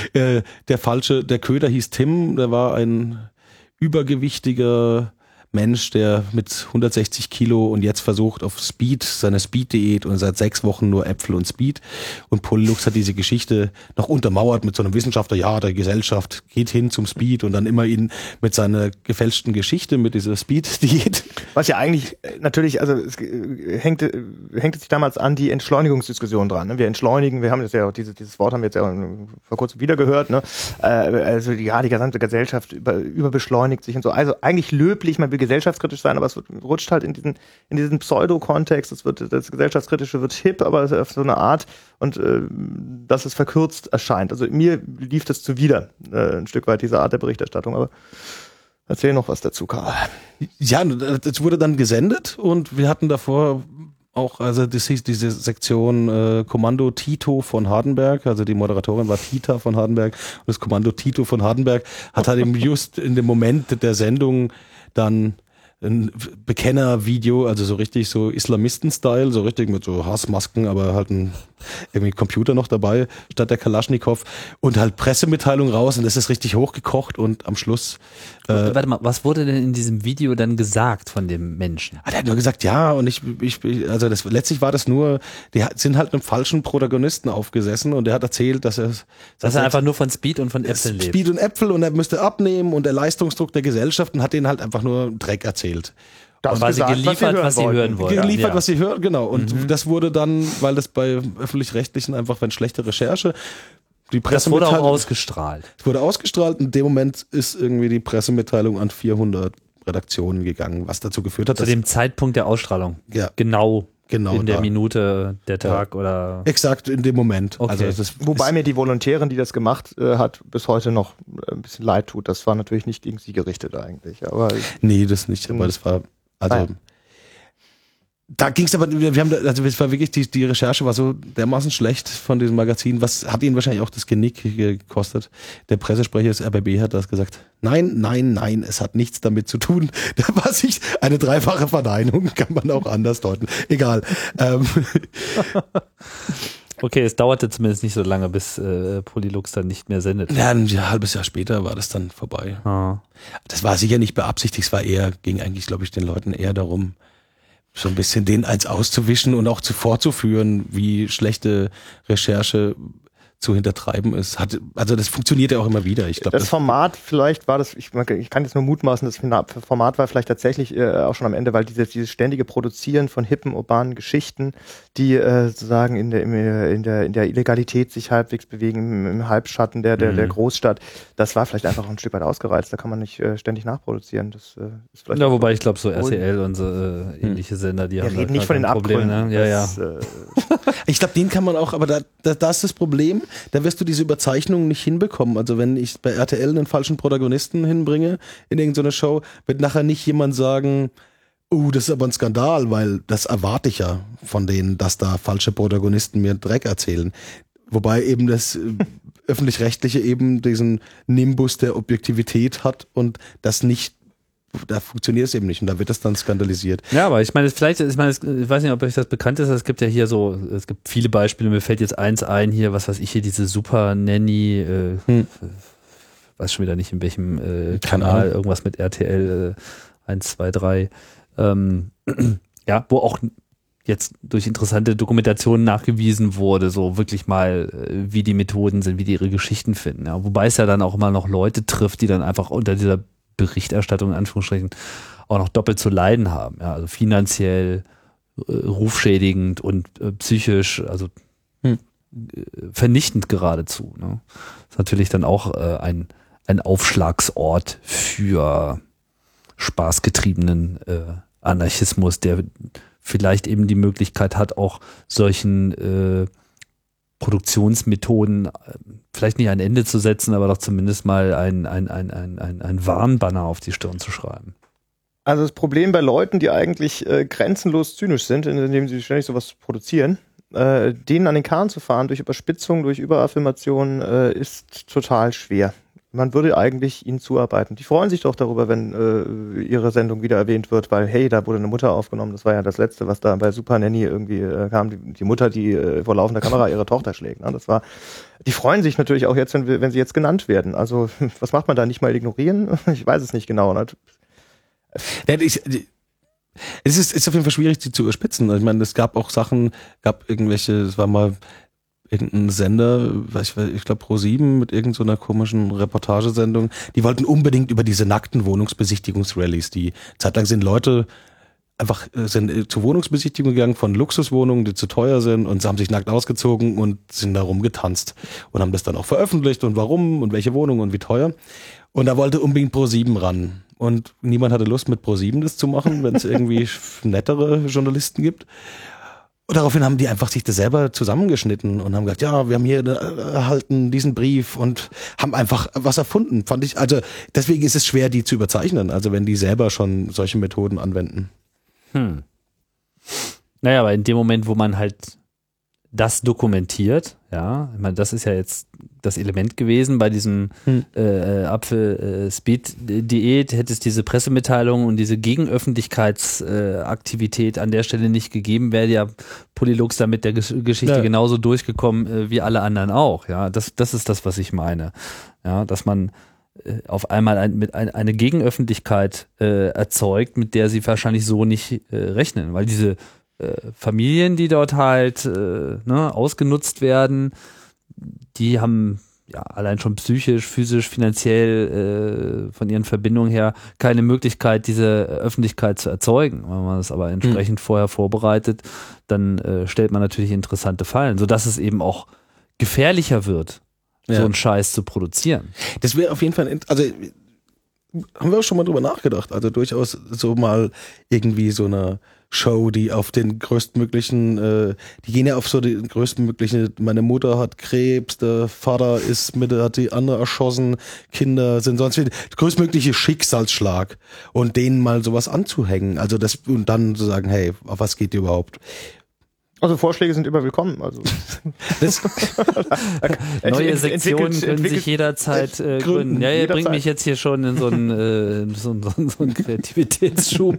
der falsche, der Köder hieß Tim, der war ein übergewichtiger Mensch, der mit hundertsechzig Kilo und jetzt versucht auf Speed, seine Speed-Diät und seit sechs Wochen nur Äpfel und Speed. Und Polylux hat diese Geschichte noch untermauert mit so einem Wissenschaftler, ja, der Gesellschaft geht hin zum Speed und dann immer ihn mit seiner gefälschten Geschichte, mit dieser Speed-Diät. Was ja eigentlich natürlich, also es hängt, hängt sich damals an die Entschleunigungsdiskussion dran. Ne? Wir entschleunigen, wir haben das ja auch, diese, dieses Wort haben wir jetzt ja vor kurzem wieder gehört, ne? Äh, also ja, die gesamte Gesellschaft über, überbeschleunigt sich und so. Also eigentlich löblich, man will gesellschaftskritisch sein, aber es wird, rutscht halt in diesen, in diesen Pseudo-Kontext, es wird, das Gesellschaftskritische wird hip, aber auf so eine Art und äh, dass es verkürzt erscheint. Also mir lief das zuwider, äh, ein Stück weit diese Art der Berichterstattung, aber erzähl noch was dazu, Karl. Ja, das wurde dann gesendet und wir hatten davor auch, also das hieß diese Sektion äh, Kommando Tito von Hardenberg, also die Moderatorin war Tita von Hardenberg und das Kommando Tito von Hardenberg hat halt eben just in dem Moment der Sendung dann ein Bekenner-Video, also so richtig so Islamisten-Style, so richtig mit so Hassmasken, aber halt ein irgendwie Computer noch dabei, statt der Kalaschnikow und halt Pressemitteilung raus und das ist richtig hochgekocht und am Schluss äh, Warte mal, was wurde denn in diesem Video dann gesagt von dem Menschen? Ah, der hat nur gesagt, ja und ich, ich also das letztlich war das nur, die sind halt einem falschen Protagonisten aufgesessen und der hat erzählt, dass er dass, dass er einfach nur von Speed und von Äpfeln lebt. Speed und Äpfel und er müsste abnehmen und der Leistungsdruck der Gesellschaft und hat denen halt einfach nur Dreck erzählt. Das quasi gesagt, geliefert, was sie hören, was sie hören wollten. Geliefert, ja. was sie hören, genau. Und mhm. das wurde dann, weil das bei Öffentlich-Rechtlichen einfach, wenn schlechte Recherche, die das wurde auch ausgestrahlt. Es wurde ausgestrahlt und in dem Moment ist irgendwie die Pressemitteilung an vierhundert Redaktionen gegangen, was dazu geführt hat. Zu dem Zeitpunkt der Ausstrahlung. Ja. Genau. Genau in der da. Minute, der Tag ja. oder. Exakt, in dem Moment. Okay. Also das Wobei mir die Volontärin, die das gemacht äh, hat, bis heute noch ein bisschen leid tut. Das war natürlich nicht gegen sie gerichtet eigentlich. Aber nee, das nicht, aber das war, also. Nein. Da ging es aber, wir haben, da, also es war wirklich, die, die Recherche war so dermaßen schlecht von diesem Magazin, was hat ihnen wahrscheinlich auch das Genick gekostet. Der Pressesprecher des R B B hat das gesagt, nein, nein, nein, es hat nichts damit zu tun. Da war sich eine dreifache Verneinung, kann man auch anders deuten. Egal. Ähm. Okay, es dauerte zumindest nicht so lange, bis äh, Polylux dann nicht mehr sendet. Ja, ein halbes Jahr später war das dann vorbei. Ah. Das war sicher nicht beabsichtigt, es war eher, ging eigentlich, glaube ich, den Leuten eher darum, so ein bisschen den eins auszuwischen und auch zu vorzuführen, wie schlechte Recherche zu hintertreiben ist. Hat, also das funktioniert ja auch immer wieder. Ich glaub, das, das Format vielleicht war das, ich, ich kann jetzt nur mutmaßen, das Format war vielleicht tatsächlich äh, auch schon am Ende, weil dieses, dieses ständige Produzieren von hippen, urbanen Geschichten, die äh, sozusagen in der, in der in der Illegalität sich halbwegs bewegen, im, im Halbschatten der, der, mhm. der Großstadt, das war vielleicht einfach ein Stück weit ausgereizt. Da kann man nicht äh, ständig nachproduzieren. Das äh, ist vielleicht ja, wobei ich glaube, so R T L und so äh, ähnliche Sender, die Wir haben reden nicht von den Probleme. Ne? Ja, das, ja. Äh, ich glaube, den kann man auch, aber da, da, da ist das Problem, da wirst du diese Überzeichnung nicht hinbekommen. Also wenn ich bei R T L einen falschen Protagonisten hinbringe in irgendeine Show, wird nachher nicht jemand sagen, oh, das ist aber ein Skandal, weil das erwarte ich ja von denen, dass da falsche Protagonisten mir Dreck erzählen. Wobei eben das äh, Öffentlich-Rechtliche eben diesen Nimbus der Objektivität hat und das nicht, da funktioniert es eben nicht und da wird das dann skandalisiert. Ja, aber ich meine, vielleicht, ich meine, ich weiß nicht, ob euch das bekannt ist, es gibt ja hier so, es gibt viele Beispiele, mir fällt jetzt eins ein, hier, was weiß ich, hier diese Super Nanny, äh, hm. weiß schon wieder nicht in welchem äh, Kanal, irgendwas mit R T L äh, eins, zwei, drei, ähm, ja, wo auch jetzt durch interessante Dokumentationen nachgewiesen wurde, so wirklich mal, wie die Methoden sind, wie die ihre Geschichten finden. Ja. Wobei es ja dann auch immer noch Leute trifft, die dann einfach unter dieser Berichterstattung in Anführungsstrichen auch noch doppelt zu leiden haben. Ja. Also finanziell, äh, rufschädigend und äh, psychisch, also hm. äh, vernichtend geradezu. Ne. Das ist natürlich dann auch äh, ein, ein Aufschlagsort für spaßgetriebenen äh, Anarchismus, der vielleicht eben die Möglichkeit hat, auch solchen äh, Produktionsmethoden äh, vielleicht nicht ein Ende zu setzen, aber doch zumindest mal ein, ein, ein, ein, ein, ein Warnbanner auf die Stirn zu schreiben. Also das Problem bei Leuten, die eigentlich äh, grenzenlos zynisch sind, indem sie ständig sowas produzieren, äh, denen an den Kahn zu fahren, durch Überspitzung, durch Überaffirmation, äh, ist total schwer. Man würde eigentlich ihnen zuarbeiten. Die freuen sich doch darüber, wenn äh, ihre Sendung wieder erwähnt wird, weil, hey, da wurde eine Mutter aufgenommen. Das war ja das Letzte, was da bei Super Nanny irgendwie äh, kam. Die, die Mutter, die äh, vor laufender Kamera ihre Tochter schlägt. Ne? Das war. Die freuen sich natürlich auch jetzt, wenn, wir, wenn sie jetzt genannt werden. Also, was macht man da? Nicht mal ignorieren? Ich weiß es nicht genau. Ne? Ja, ich, es ist, ist auf jeden Fall schwierig, die zu überspitzen. Ich meine, es gab auch Sachen, gab irgendwelche, es war mal irgendein Sender, ich, ich glaube Pro sieben mit irgendeiner so komischen Reportagesendung, die wollten unbedingt über diese nackten Wohnungsbesichtigungsrallies, die zeitlang sind Leute einfach sind zur Wohnungsbesichtigung gegangen von Luxuswohnungen, die zu teuer sind, und sie haben sich nackt ausgezogen und sind da rumgetanzt und haben das dann auch veröffentlicht und warum und welche Wohnung und wie teuer. Und da wollte unbedingt Pro sieben ran. Und niemand hatte Lust, mit Pro sieben das zu machen, wenn es irgendwie nettere Journalisten gibt. Und daraufhin haben die einfach sich das selber zusammengeschnitten und haben gesagt, ja, wir haben hier erhalten diesen Brief und haben einfach was erfunden, fand ich. Also deswegen ist es schwer, die zu überzeichnen, also wenn die selber schon solche Methoden anwenden. Hm. Naja, aber in dem Moment, wo man halt das dokumentiert, ja, ich meine, das ist ja jetzt das Element gewesen bei diesem hm. äh, Apfel-Speed-Diät, hätte es diese Pressemitteilung und diese Gegenöffentlichkeitsaktivität äh, an der Stelle nicht gegeben, wäre ja Polylux da mit der Gesch- Geschichte ja. genauso durchgekommen äh, wie alle anderen auch, ja, das, das ist das, was ich meine, ja, dass man äh, auf einmal ein, mit ein, eine Gegenöffentlichkeit äh, erzeugt, mit der sie wahrscheinlich so nicht äh, rechnen, weil diese Äh, Familien, die dort halt äh, ne, ausgenutzt werden, die haben ja allein schon psychisch, physisch, finanziell äh, von ihren Verbindungen her keine Möglichkeit, diese Öffentlichkeit zu erzeugen. Wenn man das aber entsprechend mhm. vorher vorbereitet, dann äh, stellt man natürlich interessante Fallen, sodass es eben auch gefährlicher wird, ja. so einen Scheiß zu produzieren. Das wäre auf jeden Fall, also haben wir auch schon mal drüber nachgedacht, also durchaus so mal irgendwie so eine Show, die auf den größtmöglichen, äh, die gehen ja auf so den größtmöglichen, meine Mutter hat Krebs, der Vater ist mit, hat die andere erschossen, Kinder sind sonst wie, größtmögliche Schicksalsschlag und denen mal sowas anzuhängen, also das, und dann zu sagen, hey, auf was geht ihr überhaupt? Also Vorschläge sind immer willkommen. Also das neue Sektionen können sich jederzeit äh, gründen. Ja, ihr bringt mich jetzt hier schon in so einen, äh, so, so, so einen Kreativitätsschub.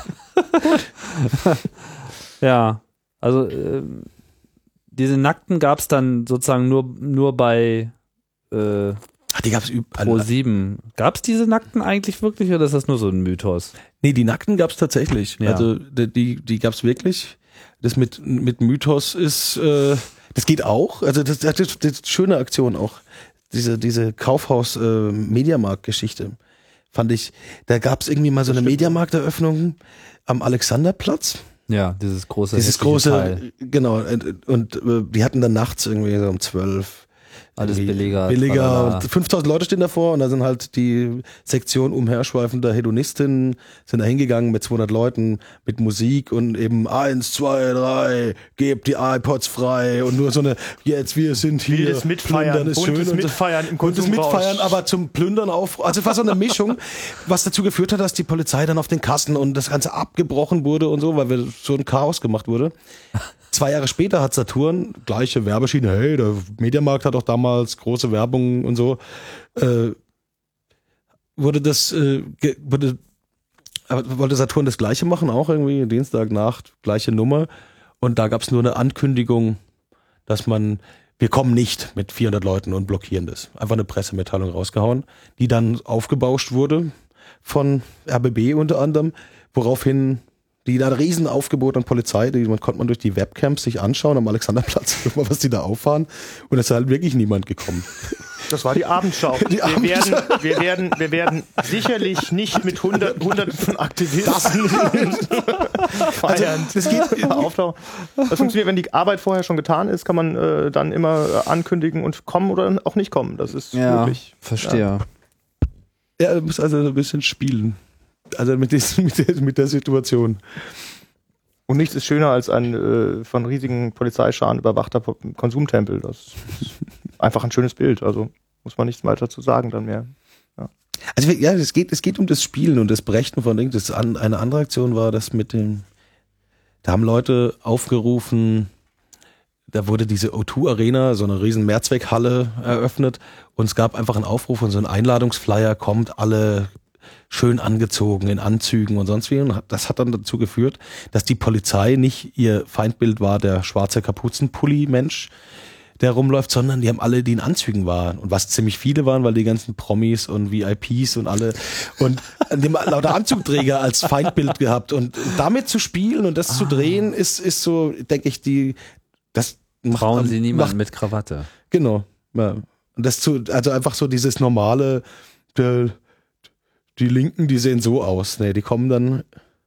Ja, also äh, diese Nackten gab es dann sozusagen nur, nur bei äh, Ach, die gab's überall. Pro sieben. Gab es diese Nackten eigentlich wirklich oder ist das nur so ein Mythos? Nee, die Nackten gab es tatsächlich. Ja. Also die, die gab es wirklich. Das mit, mit Mythos ist, äh, das geht auch. Also das, das, das ist eine schöne Aktion auch. Diese, diese Kaufhaus-Mediamarkt-Geschichte fand ich. Da gab es irgendwie mal so eine Mediamarkt-Eröffnung am Alexanderplatz. Ja, dieses große Dieses große, Teil. Genau. Und, und äh, die hatten dann nachts irgendwie so um zwölf. Alles billiger. Billiger. Und fünftausend Leute stehen davor und da sind halt die Sektion umherschweifender Hedonistinnen, sind da hingegangen mit zweihundert Leuten, mit Musik und eben eins, zwei, drei, gebt die iPods frei und nur so eine, jetzt wir sind hier. Wildes Mitfeiern, ist schön. Mitfeiern im Buntes Mitfeiern, aber zum Plündern auf. Also es war so eine Mischung, was dazu geführt hat, dass die Polizei dann auf den Kassen und das Ganze abgebrochen wurde und so, weil wir so ein Chaos gemacht wurde. Zwei Jahre später hat Saturn, gleiche Werbeschiene, hey, der Mediamarkt hat auch damals große Werbung und so, äh, wurde das, äh, ge, wurde, wollte Saturn das Gleiche machen, auch irgendwie, Dienstagnacht, gleiche Nummer, und da gab es nur eine Ankündigung, dass man, wir kommen nicht mit vierhundert Leuten und blockieren das. Einfach eine Pressemitteilung rausgehauen, die dann aufgebauscht wurde von R B B unter anderem, woraufhin die da ein Riesenaufgebot an Polizei, die man konnte man durch die Webcams sich anschauen am Alexanderplatz, was die da auffahren, und es ist halt wirklich niemand gekommen. Das war die Abendschau. Die wir, Abendschau. Werden, wir, werden, wir werden sicherlich nicht mit hundert, hunderten von Aktivisten feiern. Also, das geht auftauchen. Das funktioniert, wenn die Arbeit vorher schon getan ist, kann man äh, dann immer ankündigen und kommen oder auch nicht kommen. Das ist ja, möglich. Verstehe. Ja, ja, du musst also ein bisschen spielen. Also mit, des, mit, der, mit der Situation. Und nichts ist schöner als ein äh, von riesigen Polizeischaren überwachter Konsumtempel. Das ist einfach ein schönes Bild. Also muss man nichts weiter zu sagen dann mehr. Ja, also ja, es geht, es geht um das Spielen und das Brechen von Dingen. Das an, eine andere Aktion war das mit dem, da haben Leute aufgerufen, da wurde diese O zwei Arena, so eine riesen Mehrzweckhalle eröffnet und es gab einfach einen Aufruf und so einen Einladungsflyer, kommt alle schön angezogen in Anzügen und sonst wie. Und das hat dann dazu geführt, dass die Polizei nicht ihr Feindbild war, der schwarze Kapuzenpulli-Mensch, der rumläuft, sondern die haben alle, die in Anzügen waren. Und was ziemlich viele waren, weil die ganzen Promis und V I Ps und alle und die haben lauter Anzugträger als Feindbild gehabt. Und damit zu spielen und das ah. zu drehen, ist, ist so, denke ich, die, das macht, Trauen sie niemanden macht, mit Krawatte. Genau. Ja. Und das zu, also einfach so dieses normale, der, die Linken, die sehen so aus. Nee, die kommen dann,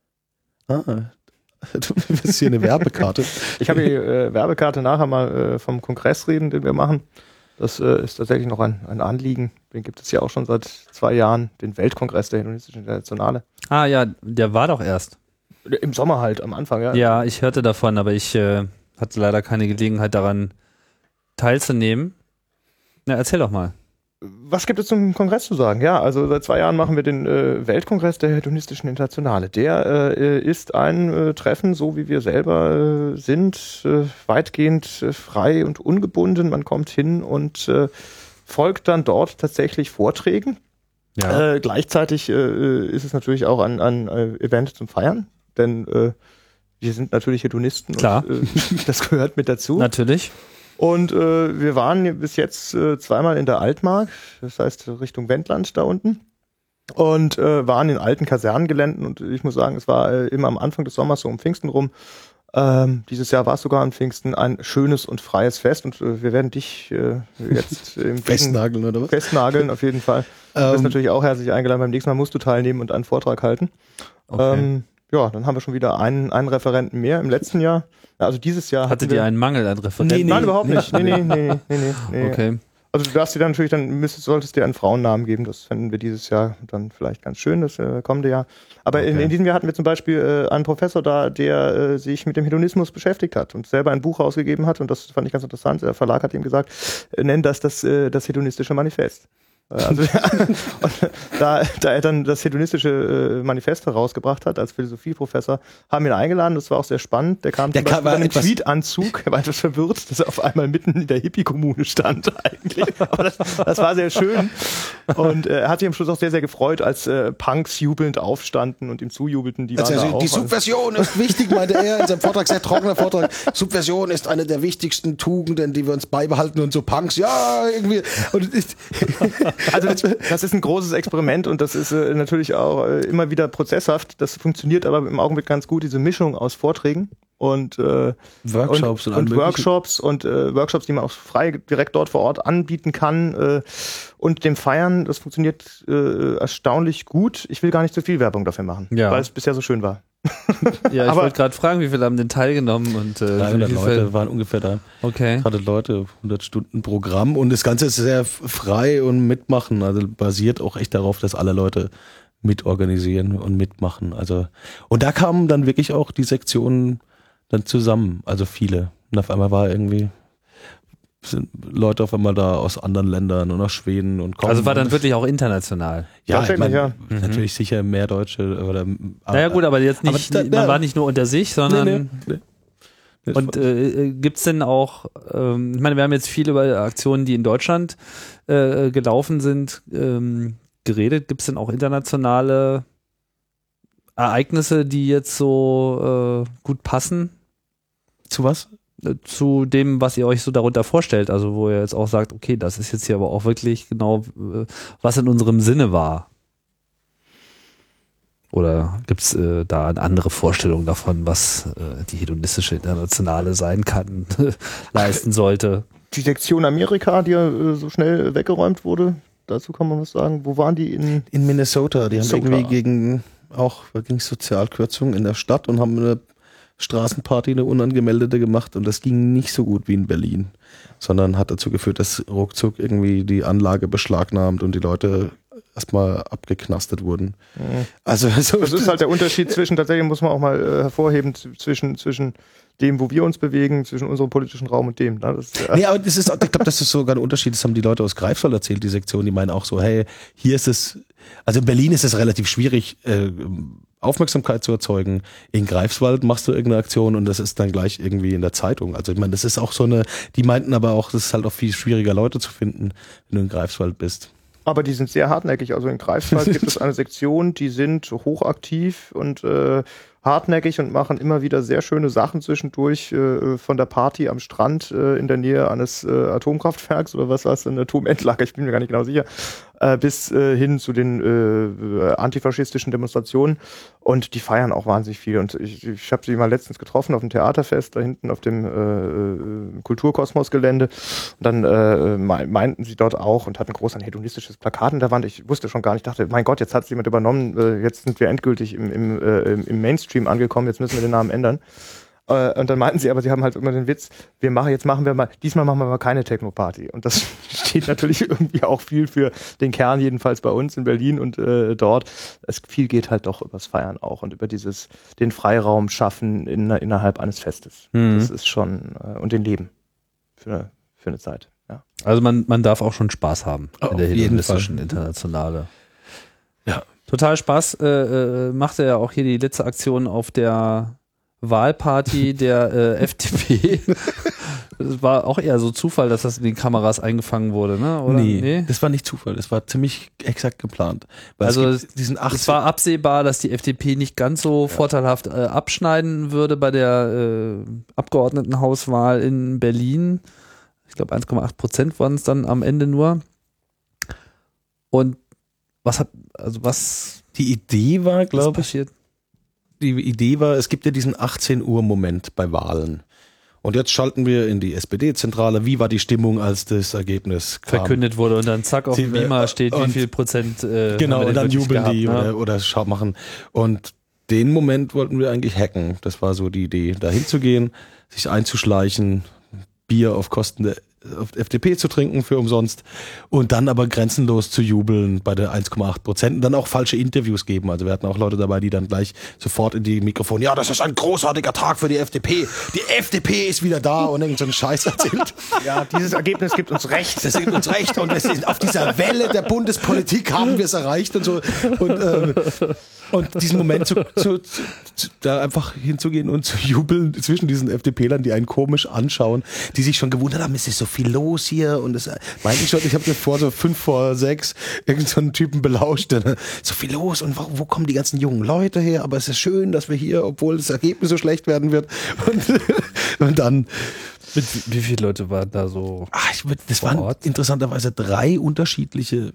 ah, du bist hier eine Werbekarte. Ich habe die äh, Werbekarte nachher mal äh, vom Kongress reden, den wir machen. Das äh, ist tatsächlich noch ein, ein Anliegen. Den gibt es ja auch schon seit zwei Jahren, den Weltkongress der Hedonistischen Internationale. Ah ja, der war doch erst. Im Sommer halt, am Anfang, ja. Ja, ich hörte davon, aber ich äh, hatte leider keine Gelegenheit daran teilzunehmen. Na, erzähl doch mal. Was gibt es zum Kongress zu sagen? Ja, also seit zwei Jahren machen wir den äh, Weltkongress der Hedonistischen Internationale. Der äh, ist ein äh, Treffen, so wie wir selber äh, sind, äh, weitgehend äh, frei und ungebunden. Man kommt hin und äh, folgt dann dort tatsächlich Vorträgen. Ja. Äh, gleichzeitig äh, ist es natürlich auch ein, ein äh, Event zum Feiern, denn äh, wir sind natürlich Hedonisten. Klar. Und äh, das gehört mit dazu. Natürlich. Und äh, wir waren bis jetzt äh, zweimal in der Altmark, das heißt Richtung Wendland da unten, und äh, waren in alten Kasernengeländen. Und ich muss sagen, es war äh, immer am Anfang des Sommers, so um Pfingsten rum. Ähm, dieses Jahr war es sogar an Pfingsten ein schönes und freies Fest. Und äh, wir werden dich äh, jetzt im Festnageln oder was? Festnageln auf jeden Fall. Du bist Ähm. natürlich auch herzlich eingeladen. Beim nächsten Mal musst du teilnehmen und einen Vortrag halten. Okay. Ähm, ja, dann haben wir schon wieder einen, einen Referenten mehr. Im letzten Jahr, also dieses Jahr Hattet hatten wir, ihr einen Mangel an Referenten? Nee, nee, Nein, überhaupt nicht. Nee, nee, nee, nee, nee, nee. Okay. Also du darfst dir dann natürlich, dann müsstest, solltest dir einen Frauennamen geben. Das fänden wir dieses Jahr dann vielleicht ganz schön, das äh, kommende Jahr. Aber Okay. in, in diesem Jahr hatten wir zum Beispiel äh, einen Professor da, der äh, sich mit dem Hedonismus beschäftigt hat und selber ein Buch rausgegeben hat. Und das fand ich ganz interessant. Der Verlag hat ihm gesagt, äh, nenn das das, äh, das hedonistische Manifest. Also und da, da er dann das hedonistische äh, Manifest herausgebracht hat als Philosophieprofessor, haben wir ihn eingeladen. Das war auch sehr spannend. Der kam Der zum kam- Beispiel war mit einem etwas- Tweetanzug. Er war etwas verwirrt, dass er auf einmal mitten in der Hippie-Kommune stand eigentlich. Aber das, das war sehr schön. Und äh, er hat sich am Schluss auch sehr, sehr gefreut, als äh, Punks jubelnd aufstanden und ihm zujubelten. Die, Also, waren da also, auch. die Subversion ist wichtig, meinte er in seinem Vortrag, sehr trockener Vortrag. Subversion ist eine der wichtigsten Tugenden, die wir uns beibehalten und so Punks, ja, irgendwie. Und Also das, das ist ein großes Experiment und das ist äh, natürlich auch äh, immer wieder prozesshaft. Das funktioniert aber im Augenblick ganz gut, diese Mischung aus Vorträgen und äh, Workshops und, und, und allem Workshops und äh, Workshops, die man auch frei direkt dort vor Ort anbieten kann äh, und dem Feiern. Das funktioniert äh, erstaunlich gut. Ich will gar nicht zu viel Werbung dafür machen, Ja. weil es bisher so schön war. Ja, ich Aber- wollte gerade fragen, wie viele haben denn teilgenommen? Und, äh, dreihundert wie viel- Leute waren ungefähr da. Okay. dreihundert Leute, hundert Stunden Programm und das Ganze ist sehr frei und mitmachen, also basiert auch echt darauf, dass alle Leute mitorganisieren und mitmachen. Also und da kamen dann wirklich auch die Sektionen dann zusammen, also viele. Und auf einmal war irgendwie sind Leute auf einmal da aus anderen Ländern und aus Schweden und kommen. Also war dann wirklich auch international. ja, ich Tatsächlich, mein, ja. natürlich sicher mehr Deutsche oder Naja gut, aber jetzt nicht, aber da- man war nicht nur unter sich, sondern nee, nee, nee. und äh, gibt's denn auch, ähm, ich meine, wir haben jetzt viel über Aktionen, die in Deutschland äh, gelaufen sind, ähm, geredet. Gibt's denn auch internationale Ereignisse, die jetzt so äh, gut passen zu was? äh, zu dem, was ihr euch so darunter vorstellt? Also wo ihr jetzt auch sagt, okay, das ist jetzt hier aber auch wirklich genau, äh, was in unserem Sinne war. Oder gibt es äh, da eine andere Vorstellung davon, was äh, die hedonistische Internationale sein kann, leisten sollte? Die Sektion Amerika, die ja äh, so schnell weggeräumt wurde, dazu kann man was sagen. Wo waren die in? In Minnesota, die haben Minnesota. irgendwie gegen auch gegen Sozialkürzungen in der Stadt und haben eine Straßenparty, eine unangemeldete gemacht und das ging nicht so gut wie in Berlin, sondern hat dazu geführt, dass ruckzuck irgendwie die Anlage beschlagnahmt und die Leute erstmal abgeknastet wurden. Mhm. Also, also Das ist halt der Unterschied zwischen, tatsächlich muss man auch mal äh, hervorheben, z- zwischen, zwischen dem, wo wir uns bewegen, zwischen unserem politischen Raum und dem. Ne? Das, äh, Nee, aber das ist, ich glaube, das ist sogar ein Unterschied. Das haben die Leute aus Greifswald erzählt, die Sektion. Die meinen auch so, hey, hier ist es, also in Berlin ist es relativ schwierig, äh, Aufmerksamkeit zu erzeugen. In Greifswald machst du irgendeine Aktion und das ist dann gleich irgendwie in der Zeitung. Also ich meine, das ist auch so eine, die meinten aber auch, das ist halt auch viel schwieriger, Leute zu finden, wenn du in Greifswald bist. Aber die sind sehr hartnäckig. Also in Greifswald gibt es eine Sektion, die sind hochaktiv und äh, hartnäckig und machen immer wieder sehr schöne Sachen zwischendurch, äh, von der Party am Strand äh, in der Nähe eines äh, Atomkraftwerks oder was war es, ein Atomendlager, ich bin mir gar nicht genau sicher, äh, bis äh, hin zu den äh, antifaschistischen Demonstrationen, und die feiern auch wahnsinnig viel. Und ich, ich habe sie mal letztens getroffen auf dem Theaterfest, da hinten auf dem äh, Kulturkosmos-Gelände, und dann äh, meinten sie dort auch und hatten groß ein hedonistisches Plakat in der Wand. Ich wusste schon gar nicht, dachte, mein Gott, jetzt hat es jemand übernommen, äh, jetzt sind wir endgültig im, im, äh, im Mainstream angekommen, jetzt müssen wir den Namen ändern. Äh, und dann meinten sie, aber sie haben halt immer den Witz, wir machen, jetzt machen wir mal, diesmal machen wir mal keine Techno-Party. Und das steht natürlich irgendwie auch viel für den Kern, jedenfalls bei uns in Berlin und äh, dort. Es viel geht halt doch übers Feiern auch und über dieses, den Freiraum schaffen in, innerhalb eines Festes. Mhm. Das ist schon, äh, und den Leben für, für eine Zeit. Ja. Also man, man darf auch schon Spaß haben oh, in der hedonistischen Internationale. Ja. Total Spaß äh, äh, machte er auch hier die letzte Aktion auf der Wahlparty der äh, F D P. Das war auch eher so Zufall, dass das in den Kameras eingefangen wurde, ne? Oder? Nee, nee, das war nicht Zufall, das war ziemlich exakt geplant. Weil also es, gibt diesen es war absehbar, dass die F D P nicht ganz so ja. vorteilhaft äh, abschneiden würde bei der äh, Abgeordnetenhauswahl in Berlin. Ich glaube eins Komma acht Prozent waren es dann am Ende nur. Und was hat, also was... Die Idee war, glaube ich, passiert? Die Idee war, es gibt ja diesen achtzehn Uhr Moment bei Wahlen. Und jetzt schalten wir in die S P D-Zentrale. Wie war die Stimmung, als das Ergebnis kam? Verkündet wurde und dann zack auf dem Beamer steht, wie viel Prozent äh, genau, und dann jubeln gehabt, die ne? oder, oder schau machen. Und den Moment wollten wir eigentlich hacken. Das war so die Idee, da hinzugehen, sich einzuschleichen, Bier auf Kosten der auf F D P zu trinken für umsonst und dann aber grenzenlos zu jubeln bei der eins Komma acht Prozent und dann auch falsche Interviews geben. Also wir hatten auch Leute dabei, die dann gleich sofort in die Mikrofone, ja, das ist ein großartiger Tag für die F D P. Die F D P ist wieder da und irgend so einen Scheiß erzählt. Ja, dieses Ergebnis gibt uns recht. Das gibt uns recht und es ist auf dieser Welle der Bundespolitik haben wir es erreicht und so. Und, ähm, und diesen Moment zu, zu, zu, zu, da einfach hinzugehen und zu jubeln zwischen diesen F D P-Lern, die einen komisch anschauen, die sich schon gewundert haben, es ist so viel los hier und es meinte ich schon, ich habe mir vor so fünf vor sechs irgendeinen so Typen belauscht, der, so viel los und wo, wo kommen die ganzen jungen Leute her, aber es ist schön, dass wir hier, obwohl das Ergebnis so schlecht werden wird und, und dann Mit, wie viele Leute waren da so? Ach, ich würd, das waren Ort? interessanterweise drei unterschiedliche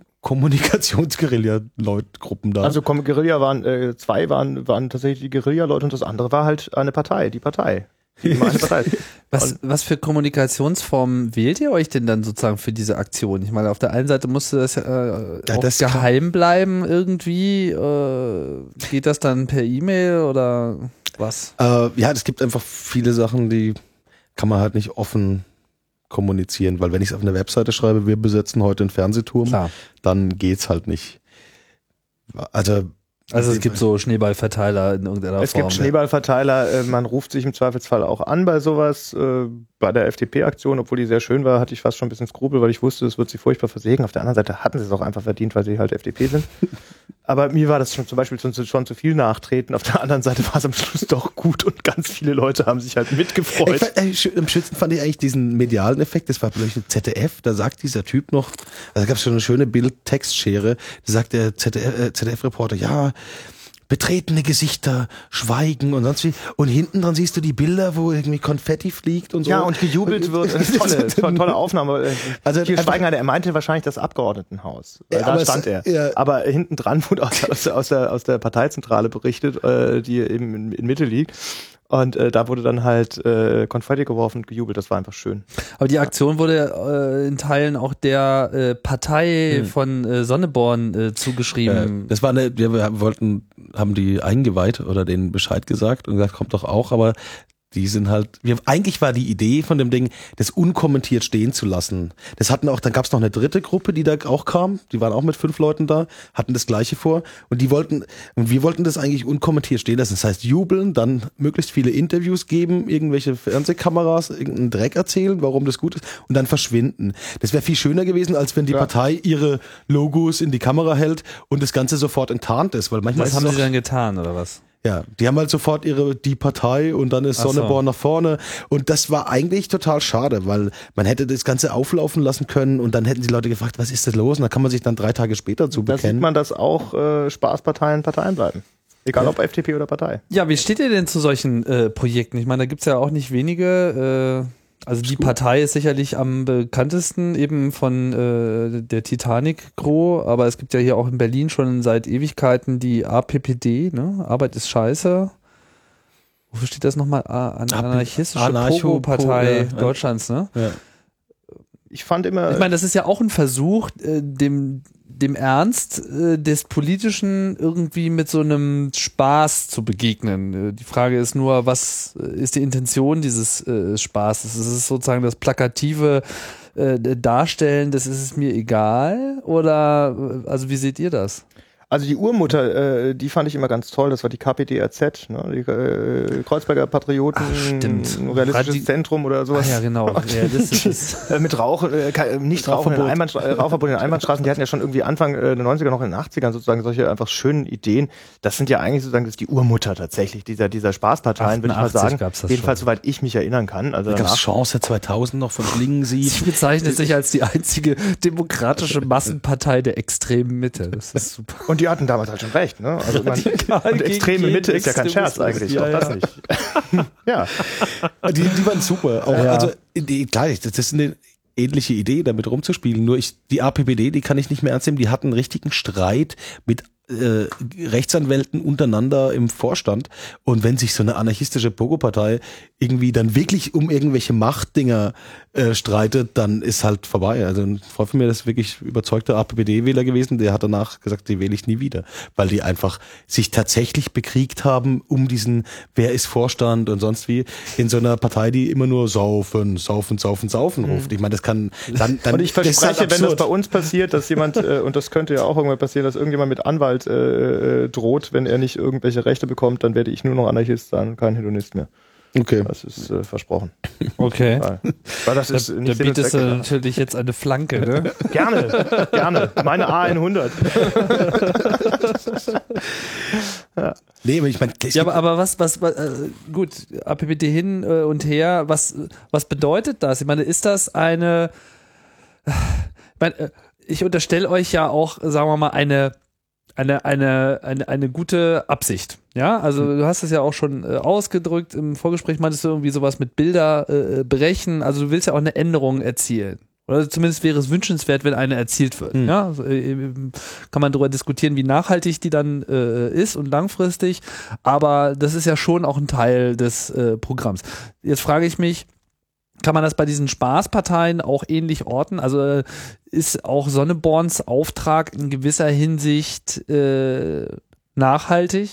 Kommunikationsguerilla-Leutgruppen da. Also Guerilla waren, äh, zwei waren, waren tatsächlich die Guerilla-Leute und das andere war halt eine Partei, die Partei. Die Partei. was, was für Kommunikationsformen wählt ihr euch denn dann sozusagen für diese Aktion? Ich meine, auf der einen Seite musste das äh, ja, auch das geheim bleiben irgendwie. Äh, geht das dann per E-Mail oder was? Äh, ja, es gibt einfach viele Sachen, die kann man halt nicht offen kommunizieren, weil wenn ich es auf einer Webseite schreibe, wir besetzen heute einen Fernsehturm, Klar. dann geht's halt nicht. Also Also es gibt so Schneeballverteiler in irgendeiner es Form. Es gibt Schneeballverteiler, man ruft sich im Zweifelsfall auch an bei sowas. Bei der F D P-Aktion, obwohl die sehr schön war, hatte ich fast schon ein bisschen Skrupel, weil ich wusste, es wird sie furchtbar versägen. Auf der anderen Seite hatten sie es auch einfach verdient, weil sie halt F D P sind. Aber mir war das schon zum Beispiel schon, schon zu viel Nachtreten. Auf der anderen Seite war es am Schluss doch gut und ganz viele Leute haben sich halt mitgefreut. Ich, äh, am schönsten fand ich eigentlich diesen medialen Effekt. Das war vielleicht ein Z D F, da sagt dieser Typ noch, also da gab es schon eine schöne Bild-Textschere, da sagt der Z D F-Reporter, ja, betretene Gesichter, Schweigen und sonst wie. Und hinten dran siehst du die Bilder, wo irgendwie Konfetti fliegt und so. Ja, und gejubelt wird. Tolle, tolle, tolle Aufnahme. Also hier schweigen er meinte wahrscheinlich das Abgeordnetenhaus. Ja, da stand er. Ja. Aber hinten dran wurde aus, aus, aus, der, aus der Parteizentrale berichtet, äh, die eben in, in Mitte liegt. Und äh, da wurde dann halt äh, Konfetti geworfen und gejubelt, das war einfach schön. Aber die Aktion wurde äh, in Teilen auch der äh, Partei hm. von äh, Sonneborn äh, zugeschrieben. Ja, das war eine, wir wollten, haben die eingeweiht oder denen Bescheid gesagt und gesagt, kommt doch auch, aber Die sind halt, wir, eigentlich war die Idee von dem Ding, das unkommentiert stehen zu lassen. Das hatten auch, dann gab es noch eine dritte Gruppe, die da auch kam, die waren auch mit fünf Leuten da, hatten das Gleiche vor und die wollten, und wir wollten das eigentlich unkommentiert stehen lassen. Das heißt, jubeln, dann möglichst viele Interviews geben, irgendwelche Fernsehkameras, irgendeinen Dreck erzählen, warum das gut ist und dann verschwinden. Das wäre viel schöner gewesen, als wenn die ja. Partei ihre Logos in die Kamera hält und das Ganze sofort enttarnt ist, weil manchmal Was ist haben es sie dann getan, oder was? Ja, die haben halt sofort ihre, die Partei und dann ist Ach so. Sonneborn nach vorne und das war eigentlich total schade, weil man hätte das Ganze auflaufen lassen können und dann hätten die Leute gefragt, was ist das los? Und dann kann man sich dann drei Tage später zu Da bekennen. sieht man, dass auch äh, Spaßparteien Parteien bleiben. Egal Ja. ob F D P oder Partei. Ja, wie steht ihr denn zu solchen äh, Projekten? Ich meine, da gibt's ja auch nicht wenige. Äh, also die Partei ist sicherlich am bekanntesten eben von äh, der Titanic Gros, aber es gibt ja hier auch in Berlin schon seit Ewigkeiten die A P P D, ne? Arbeit ist scheiße. Wofür steht das nochmal? An Anarchistische Anarcho- Pogo-Partei ja, ja. Deutschlands, ne? Ja. Ich fand immer... Ich meine, das ist ja auch ein Versuch, äh, dem, dem Ernst äh, des Politischen irgendwie mit so einem Spaß zu begegnen. Äh, die Frage ist nur, was äh, ist die Intention dieses äh, Spaßes? Ist es sozusagen das plakative äh, Darstellen, das ist es mir egal? Oder, äh, also wie seht ihr das? Also die Urmutter, äh, die fand ich immer ganz toll, das war die K P D R Z, ne? Die äh, Kreuzberger Patrioten, Ach, stimmt. Realistisches Radi- Zentrum oder sowas. Ah ja, genau. Realistisches. Äh, mit Rauch, äh, ke- nicht Rauchen in den Einbahnstra- äh, Rauchverbot in den Einbahnstraßen, die hatten ja schon irgendwie Anfang äh, der neunziger, noch in den achtzigern sozusagen solche einfach schönen Ideen. Das sind ja eigentlich sozusagen, das ist die Urmutter tatsächlich dieser, dieser Spaßparteien, würde ich mal achtundachtzig sagen. gab's das Jedenfalls, schon. soweit ich mich erinnern kann. Also Da gab danach, es Chance zweitausend noch von Schlingensief. Sie bezeichnet sich als die einzige demokratische Massenpartei der extremen Mitte. Das ist super. und die hatten damals halt schon recht. Ne? Also man, und extreme Mitte ist ja kein Scherz eigentlich, Ja, auch das ja. nicht. ja. Die, die waren super. Auch, Ja. Also die, klar, das ist eine ähnliche Idee, damit rumzuspielen. Nur ich, die A P P D, die kann ich nicht mehr ernst nehmen. Die hatten einen richtigen Streit mit äh, Rechtsanwälten untereinander im Vorstand. Und wenn sich so eine anarchistische Pogo-Partei irgendwie dann wirklich um irgendwelche Machtdinger äh, streitet, dann ist halt vorbei. Also ein Freund von mir, das ist wirklich überzeugter A P P D-Wähler gewesen, der hat danach gesagt, die wähle ich nie wieder. Weil die einfach sich tatsächlich bekriegt haben um diesen, wer ist Vorstand und sonst wie, in so einer Partei, die immer nur saufen, saufen, saufen, saufen ruft. Ich meine, das kann dann, dann Und ich das ist verspreche, halt wenn das absurd. bei uns passiert, dass jemand, äh, und das könnte ja auch irgendwann passieren, dass irgendjemand mit Anwalt äh, droht, wenn er nicht irgendwelche Rechte bekommt, dann werde ich nur noch Anarchist sein und kein Hedonist mehr. Okay. Das ist äh, versprochen. Okay. Weil, weil das Da, ist da nicht Sinn und bietest Zweck du der Sache. natürlich jetzt eine Flanke, ne? Gerne, gerne. Meine A hundert. Nee, aber ich meine, Ja, aber, aber was, was, was äh, gut, A P P D hin äh, und her, was, was bedeutet das? Ich meine, ist das eine, ich meine, äh, ich unterstelle euch ja auch, sagen wir mal, eine, eine, eine, eine, eine gute Absicht. Ja, also du hast es ja auch schon äh, ausgedrückt, im Vorgespräch meintest du irgendwie sowas mit Bilder äh, brechen, also du willst ja auch eine Änderung erzielen. Oder zumindest wäre es wünschenswert, wenn eine erzielt wird. Hm. Ja, also, äh, kann man darüber diskutieren, wie nachhaltig die dann äh, ist und langfristig. Aber das ist ja schon auch ein Teil des äh, Programms. Jetzt frage ich mich, kann man das bei diesen Spaßparteien auch ähnlich orten? Also äh, ist auch Sonneborns Auftrag in gewisser Hinsicht äh, nachhaltig?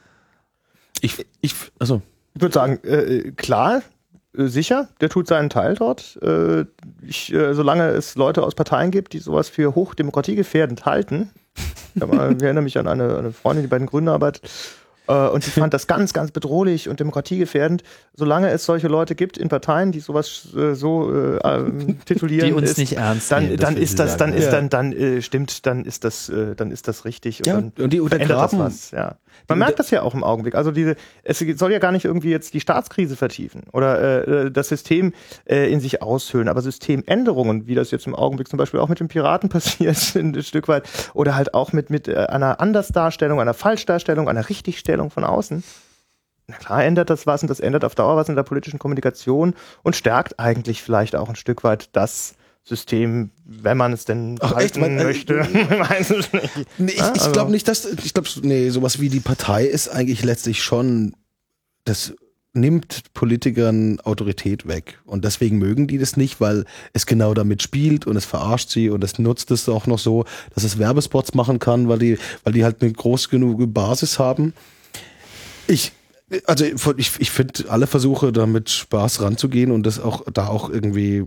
ich, ich, also, Ich würde sagen, äh, klar, äh, sicher, der tut seinen Teil dort. Äh, ich, äh, solange es Leute aus Parteien gibt, die sowas für hochdemokratiegefährdend halten. Ich, hab mal, ich erinnere mich an eine, eine Freundin, die bei den Grünen arbeitet. Äh, und sie fand das ganz, ganz bedrohlich und demokratiegefährdend. Solange es solche Leute gibt in Parteien, die sowas äh, so äh, ähm, titulieren, Die uns ist, nicht ernst dann, nehmen, dann will ist sie das, sagen. dann ist Ja. dann, dann äh, stimmt, dann ist das, äh, dann ist das richtig. Und ja, dann und die verändert das untergraben, was, ja. Man merkt das ja auch im Augenblick. Also diese, es soll ja gar nicht irgendwie jetzt die Staatskrise vertiefen oder äh, das System äh, in sich aushöhlen, aber Systemänderungen, wie das jetzt im Augenblick zum Beispiel auch mit den Piraten passiert, ein Stück weit, oder halt auch mit, mit äh, einer Andersdarstellung, einer Falschdarstellung, einer Richtigstellung von außen. Na klar ändert das was und das ändert auf Dauer was in der politischen Kommunikation und stärkt eigentlich vielleicht auch ein Stück weit das System, wenn man es denn Ach, echt? halten Man- äh, möchte. Weiß es nicht. nee, ich, Ja, ich also- glaube nicht, dass, ich glaube, nee, sowas wie die Partei ist eigentlich letztlich schon, das nimmt Politikern Autorität weg. Und deswegen mögen die das nicht, weil es genau damit spielt und es verarscht sie und es nutzt es auch noch so, dass es Werbespots machen kann, weil die, weil die halt eine groß genug Basis haben. Ich, Also ich, ich finde alle Versuche, da mit Spaß ranzugehen und das auch da auch irgendwie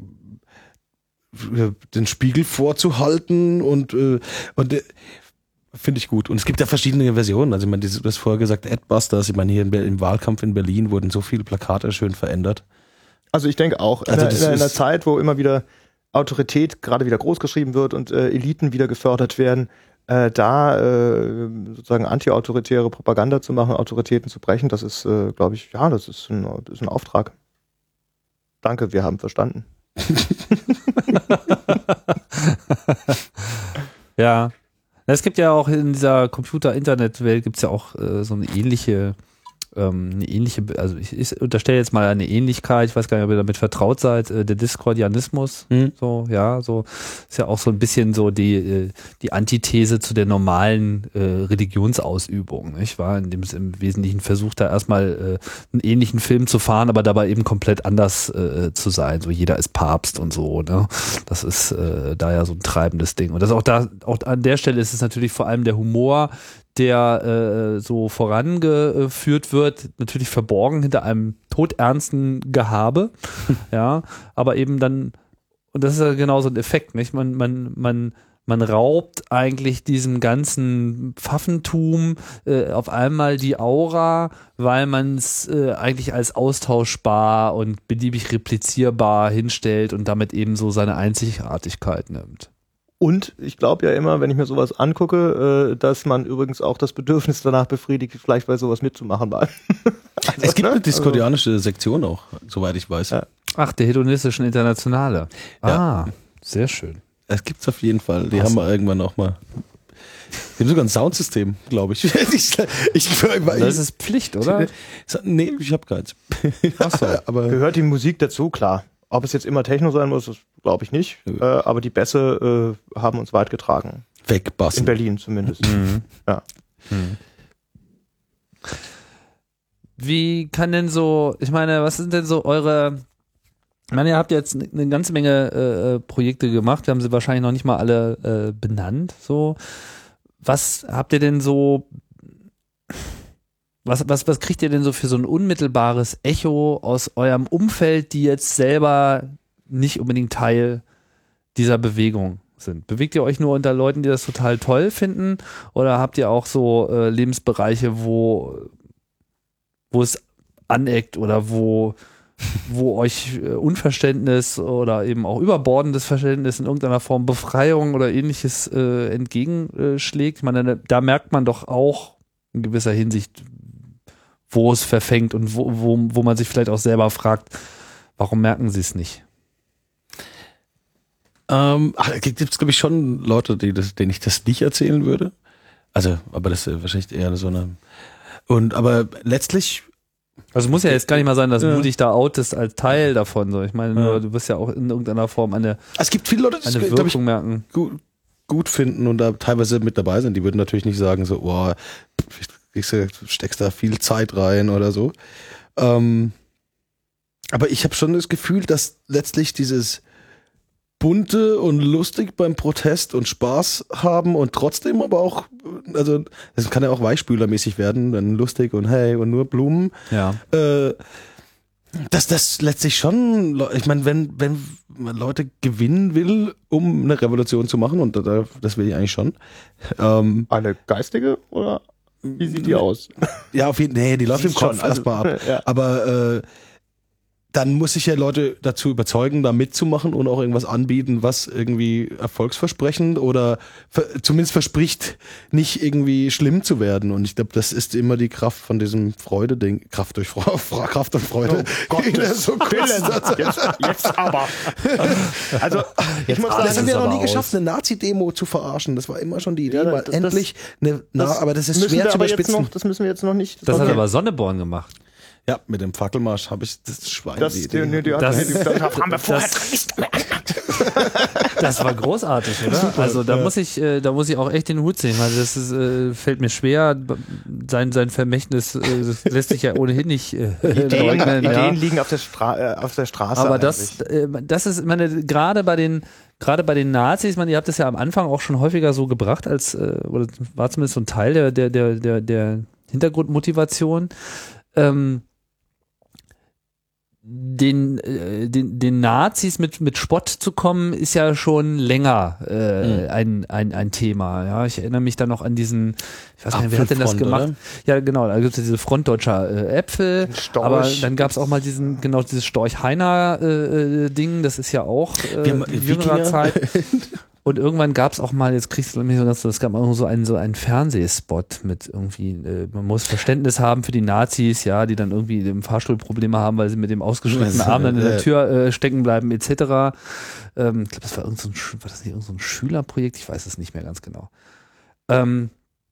den Spiegel vorzuhalten und, und finde ich gut. Und es gibt ja verschiedene Versionen. Also ich meine, du hast vorher gesagt, Adbusters, ich meine, hier im Wahlkampf in Berlin wurden so viele Plakate schön verändert. Also ich denke auch, in, also in, in einer Zeit, wo immer wieder Autorität gerade wieder großgeschrieben wird und äh, Eliten wieder gefördert werden, äh, da äh, sozusagen anti-autoritäre Propaganda zu machen, Autoritäten zu brechen, das ist, äh, glaube ich, ja, das ist ein, das ist ein Auftrag. Danke, wir haben verstanden. Ja. Es gibt ja auch in dieser Computer-Internet-Welt gibt es ja auch äh, so eine ähnliche, ähm, eine ähnliche, also ich, ich unterstelle jetzt mal eine Ähnlichkeit, ich weiß gar nicht, ob ihr damit vertraut seid, äh, der Discordianismus, mhm. so, ja, so, ist ja auch so ein bisschen so die, äh, die Antithese zu der normalen äh, Religionsausübung, nicht wahr? In dem es im Wesentlichen versucht, da erstmal äh, einen ähnlichen Film zu fahren, aber dabei eben komplett anders äh, zu sein, so jeder ist Papst und so, ne? Das ist äh, da ja so ein treibendes Ding. Und das auch da, auch an der Stelle ist es natürlich vor allem der Humor, der äh, so vorangeführt wird, natürlich verborgen hinter einem todernsten Gehabe, ja, aber eben dann, und das ist ja genau so ein Effekt, nicht? Man, man, man, man raubt eigentlich diesem ganzen Pfaffentum äh, auf einmal die Aura, weil man es äh, eigentlich als austauschbar und beliebig replizierbar hinstellt und damit eben so seine Einzigartigkeit nimmt. Und ich glaube ja immer, wenn ich mir sowas angucke, äh, dass man übrigens auch das Bedürfnis danach befriedigt, vielleicht bei sowas mitzumachen. Also, es gibt eine diskordianische Sektion auch, soweit ich weiß. Ja. Ach, der hedonistischen Internationale. Ja. Ah, sehr schön. Es gibt's auf jeden Fall. Die Was? haben wir irgendwann auch mal. Die haben sogar ein Soundsystem, glaube ich. ich, ich das ist Pflicht, oder? Nee, ich habe keins. Ach so. Aber gehört die Musik dazu? Klar. Ob es jetzt immer Techno sein muss, das glaube ich nicht. Ja. Äh, aber die Bässe äh, haben uns weit getragen. Wegbassen. In Berlin zumindest. Mhm. Ja. Mhm. Wie kann denn so, ich meine, was sind denn so eure, ich meine, ihr habt jetzt eine ganze Menge äh, Projekte gemacht, wir haben sie wahrscheinlich noch nicht mal alle äh, benannt. So, was habt ihr denn so, was, was, was kriegt ihr denn so für so ein unmittelbares Echo aus eurem Umfeld, die jetzt selber nicht unbedingt Teil dieser Bewegung sind? Bewegt ihr euch nur unter Leuten, die das total toll finden, oder habt ihr auch so äh, Lebensbereiche, wo, wo es aneckt oder wo wo euch äh, Unverständnis oder eben auch überbordendes Verständnis in irgendeiner Form Befreiung oder ähnliches äh, entgegenschlägt? Ich meine, da merkt man doch auch in gewisser Hinsicht, wo es verfängt und wo, wo, wo man sich vielleicht auch selber fragt, warum merken sie es nicht? Ähm, gibt es, glaube ich, schon Leute, die das, denen ich das nicht erzählen würde. Also, aber das ist wahrscheinlich eher so eine. Und aber letztlich. Also muss ja jetzt gar nicht mal sein, dass ja. du dich da outest als Teil davon. So. Ich meine, ja. du wirst ja auch in irgendeiner Form eine, es gibt viele Leute, die eine das, Wirkung ich, merken. Gut, gut finden und da teilweise mit dabei sind. Die würden natürlich nicht sagen, so, oh, du steckst da viel Zeit rein oder so. Ähm, aber ich habe schon das Gefühl, dass letztlich dieses bunte und lustig beim Protest und Spaß haben und trotzdem aber auch, also das kann ja auch weichspülermäßig werden, dann lustig und hey und nur Blumen. Ja. Äh, dass das letztlich schon, ich meine, wenn, wenn man Leute gewinnen will, um eine Revolution zu machen, und das will ich eigentlich schon. Ähm, Eine geistige oder wie sieht die aus? Ja, auf jeden Fall, nee, die läuft im Kopf schon, erstmal also, ab. ja. Aber äh, dann muss ich ja Leute dazu überzeugen, da mitzumachen und auch irgendwas anbieten, was irgendwie erfolgsversprechend oder ver- zumindest verspricht, nicht irgendwie schlimm zu werden. Und ich glaube, das ist immer die Kraft von diesem Freude-Ding. Kraft durch Freude, Kraft und Freude. Oh Gottes so Willen. Jetzt, jetzt aber. Also, ich jetzt muss sagen, das haben wir noch nie aus. geschafft, eine Nazi-Demo zu verarschen. Das war immer schon die Idee, Ja, mal das, endlich eine, na, das aber das ist müssen schwer wir zu aber jetzt überspitzen. noch, das müssen wir jetzt noch nicht. Das okay. hat aber Sonneborn gemacht. Ja, mit dem Fackelmarsch habe ich das Schwein. Das, die die, Idee. die, die, Das- die, die, das haben wir vorher das- nicht mehr. Das war großartig, oder? Also da muss ich, äh, da muss ich auch echt den Hut sehen, weil das ist, äh, fällt mir schwer. Sein, sein Vermächtnis äh, das lässt sich ja ohnehin nicht äh, Ideen, leugnen. Ideen ja. liegen auf der, Stra äh, auf der Straße. Aber eigentlich. das, äh, das ist, ich meine, gerade bei den, gerade bei den Nazis, ich meine, ihr habt das ja am Anfang auch schon häufiger so gebracht, als, äh, oder war zumindest so ein Teil der, der, der, der, der Hintergrundmotivation. ähm, den, äh, den, den Nazis mit, mit Spott zu kommen, ist ja schon länger äh, mhm. ein, ein, ein Thema. Ja, ich erinnere mich da noch an diesen, ich weiß gar nicht, wer hat denn das gemacht? Oder? Ja, genau, da gibt es diese Front deutscher äh, Äpfel, aber dann gab es auch mal diesen, genau dieses Storch-Heiner-Ding, äh, das ist ja auch äh, in jüngerer Zeit. Und irgendwann gab es auch mal, jetzt kriegst du mich so ganz so, es gab auch so einen, so einen Fernsehspot mit irgendwie, äh, man muss Verständnis haben für die Nazis, ja, die dann irgendwie im Fahrstuhl Probleme haben, weil sie mit dem ausgestreckten Arm dann in der Tür äh, stecken bleiben, et cetera. Ähm, ich glaube, das war irgend so ein, war das nicht irgend so ein Schülerprojekt? Ich weiß es nicht mehr ganz genau. Ähm,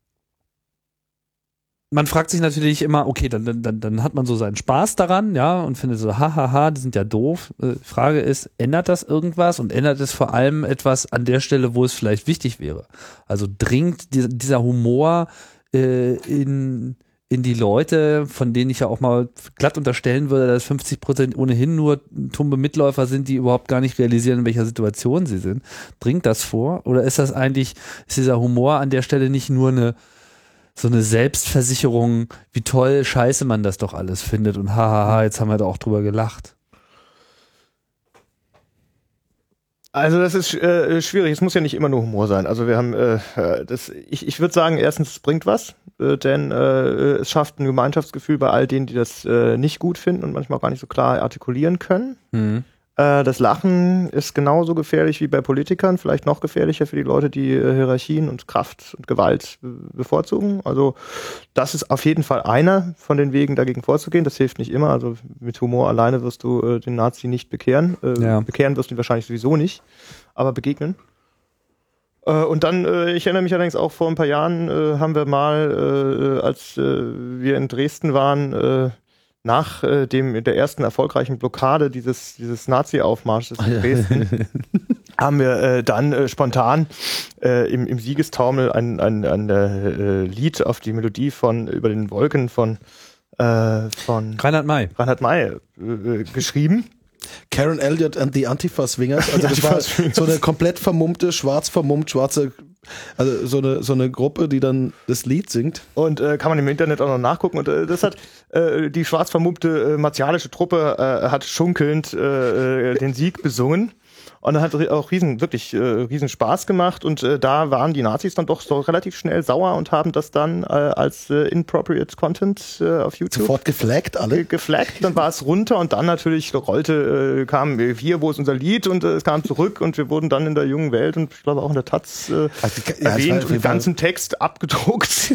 man fragt sich natürlich immer, okay, dann, dann, dann hat man so seinen Spaß daran, ja, und findet so, hahaha, die sind ja doof. Äh, Frage ist, ändert das irgendwas und ändert es vor allem etwas an der Stelle, wo es vielleicht wichtig wäre? Also dringt die, dieser Humor äh, in, in die Leute, von denen ich ja auch mal glatt unterstellen würde, dass fünfzig Prozent ohnehin nur tumbe Mitläufer sind, die überhaupt gar nicht realisieren, in welcher Situation sie sind. Dringt das vor? Oder ist das eigentlich, ist dieser Humor an der Stelle nicht nur eine so eine Selbstversicherung, wie toll scheiße man das doch alles findet und hahaha, jetzt haben wir da auch drüber gelacht. Also das ist äh, schwierig, es muss ja nicht immer nur Humor sein. Also wir haben, äh, das, ich, ich würde sagen, erstens, es bringt was, äh, denn äh, es schafft ein Gemeinschaftsgefühl bei all denen, die das äh, nicht gut finden und manchmal auch gar nicht so klar artikulieren können. Mhm. Das Lachen ist genauso gefährlich wie bei Politikern, vielleicht noch gefährlicher für die Leute, die Hierarchien und Kraft und Gewalt bevorzugen. Also das ist auf jeden Fall einer von den Wegen, dagegen vorzugehen. Das hilft nicht immer. Also mit Humor alleine wirst du äh, den Nazi nicht bekehren. Äh, ja. Bekehren wirst du ihn wahrscheinlich sowieso nicht, aber begegnen. Äh, und dann, äh, ich erinnere mich allerdings auch, vor ein paar Jahren äh, haben wir mal, äh, als äh, wir in Dresden waren, äh, nach äh, dem der ersten erfolgreichen Blockade dieses dieses Nazi-Aufmarsches in Dresden haben wir äh, dann äh, spontan äh, im, im Siegestaumel ein, ein, ein äh, Lied auf die Melodie von Über den Wolken von äh, von Reinhard May, Reinhard May äh, geschrieben. Karen Elliott and the Antifa Swingers. Also das war so eine komplett vermummte, schwarz vermummt, schwarze, also so eine so eine Gruppe, die dann das Lied singt. Und äh, kann man im Internet auch noch nachgucken. Und äh, das hat äh, die schwarz vermummte äh, martialische Truppe äh, hat schunkelnd äh, äh, den Sieg besungen. Und dann hat auch riesen, wirklich äh, riesen Spaß gemacht und äh, da waren die Nazis dann doch so relativ schnell sauer und haben das dann äh, als äh, inappropriate Content äh, auf YouTube sofort geflaggt alle. Ge geflaggt, dann war es runter und dann natürlich rollte, äh, kam hier, wo ist unser Lied und äh, es kam zurück und wir wurden dann in der jungen Welt und ich glaube auch in der Taz äh, also, ja, erwähnt und den ganzen Text abgedruckt.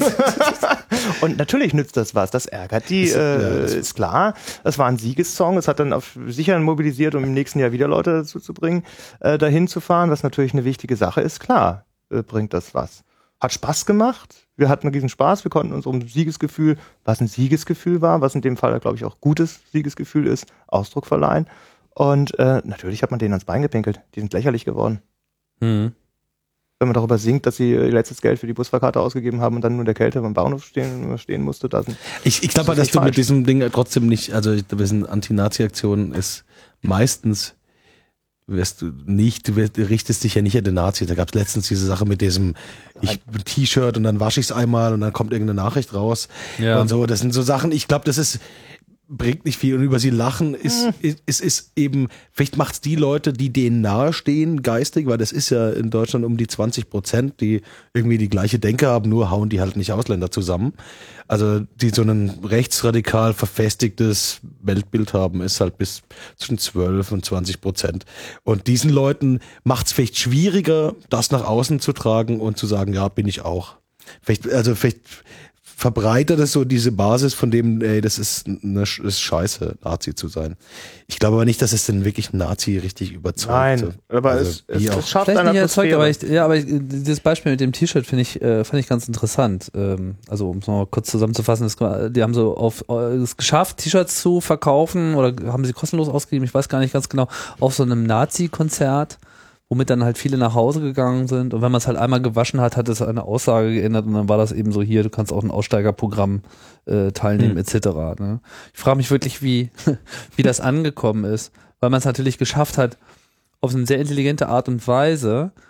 Und natürlich nützt das was, das ärgert die, ist, äh, ja, das ist klar. Es war ein Siegessong, es hat dann auf sicher mobilisiert, um im nächsten Jahr wieder Leute dazu zu bringen. Äh, dahin zu fahren, was natürlich eine wichtige Sache ist, klar, äh, bringt das was. Hat Spaß gemacht, wir hatten einen riesen Spaß, wir konnten unserem Siegesgefühl, was ein Siegesgefühl war, was in dem Fall, glaube ich, auch gutes Siegesgefühl ist, Ausdruck verleihen. Und äh, natürlich hat man denen ans Bein gepinkelt, die sind lächerlich geworden. Mhm. Wenn man darüber singt, dass sie ihr letztes Geld für die Busfahrkarte ausgegeben haben und dann nur in der Kälte beim Bahnhof stehen, stehen musste. Da sind, ich ich glaube, das dass du falsch. Mit diesem Ding trotzdem nicht, also wir sind Anti-Nazi-Aktionen ist meistens wirst du nicht, du wirst, richtest dich ja nicht an den Nazis. Da gab es letztens diese Sache mit diesem ich ein T-Shirt und dann wasche ich es einmal und dann kommt irgendeine Nachricht raus ja. und so. Das sind so Sachen, ich glaube, das ist bringt nicht viel und über sie lachen ist, mhm. ist, ist, ist eben, vielleicht macht's die Leute, die denen nahestehen, geistig, weil das ist ja in Deutschland um die zwanzig Prozent, die irgendwie die gleiche Denke haben, nur hauen die halt nicht Ausländer zusammen. Also die so ein rechtsradikal verfestigtes Weltbild haben, ist halt bis zwischen zwölf und zwanzig Prozent. Und diesen Leuten macht's vielleicht schwieriger, das nach außen zu tragen und zu sagen, ja, bin ich auch. Vielleicht, also vielleicht verbreitet es so diese Basis von dem, ey, das ist eine das ist scheiße, Nazi zu sein. Ich glaube aber nicht, dass es denn wirklich ein Nazi richtig überzeugt. Nein, so. aber also, es, es, es schafft eine Atmosphäre. Aber ich, ja, aber ich, dieses Beispiel mit dem T-Shirt finde ich, äh, fand ich ganz interessant. Ähm, also um es mal kurz zusammenzufassen, das, die haben so auf äh, es geschafft, T-Shirts zu verkaufen oder haben sie kostenlos ausgegeben, ich weiß gar nicht ganz genau, auf so einem Nazi-Konzert, womit dann halt viele nach Hause gegangen sind. Und wenn man es halt einmal gewaschen hat, hat es eine Aussage geändert und dann war das eben so, hier, du kannst auch ein Aussteigerprogramm äh, teilnehmen, mhm. et cetera. Ne? Ich frage mich wirklich, wie, wie das angekommen ist, weil man es natürlich geschafft hat, auf eine sehr intelligente Art und Weise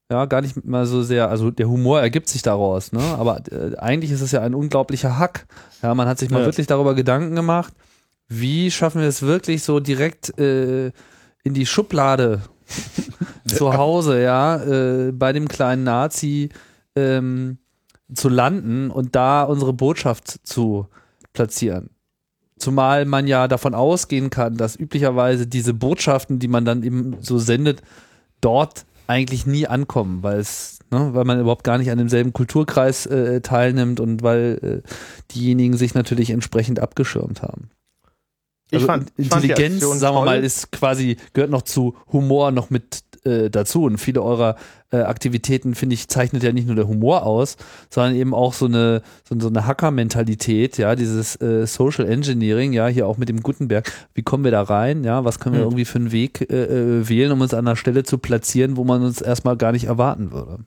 Ja, gar nicht mal so sehr, also der Humor ergibt sich daraus, ne? Aber äh, eigentlich ist es ja ein unglaublicher Hack. Ja, man hat sich mal Ja. wirklich darüber Gedanken gemacht, wie schaffen wir es wirklich so direkt äh, in die Schublade zu Hause, ja, äh, bei dem kleinen Nazi ähm, zu landen und da unsere Botschaft zu platzieren. Zumal man ja davon ausgehen kann, dass üblicherweise diese Botschaften, die man dann eben so sendet, dort eigentlich nie ankommen, weil es, ne, weil man überhaupt gar nicht an demselben Kulturkreis äh, teilnimmt und weil äh, diejenigen sich natürlich entsprechend abgeschirmt haben. Ich Also fand, ich fand die Intelligenz, Aktion sagen wir toll. mal, ist quasi, gehört noch zu Humor noch mit äh, dazu. Und viele eurer äh, Aktivitäten, finde ich, zeichnet ja nicht nur der Humor aus, sondern eben auch so eine, so, so eine Hacker-Mentalität, ja, dieses äh, Social Engineering, ja, hier auch mit dem Gutenberg. Wie kommen wir da rein? Ja, was können wir Hm. irgendwie für einen Weg äh, äh, wählen, um uns an einer Stelle zu platzieren, wo man uns erstmal gar nicht erwarten würde?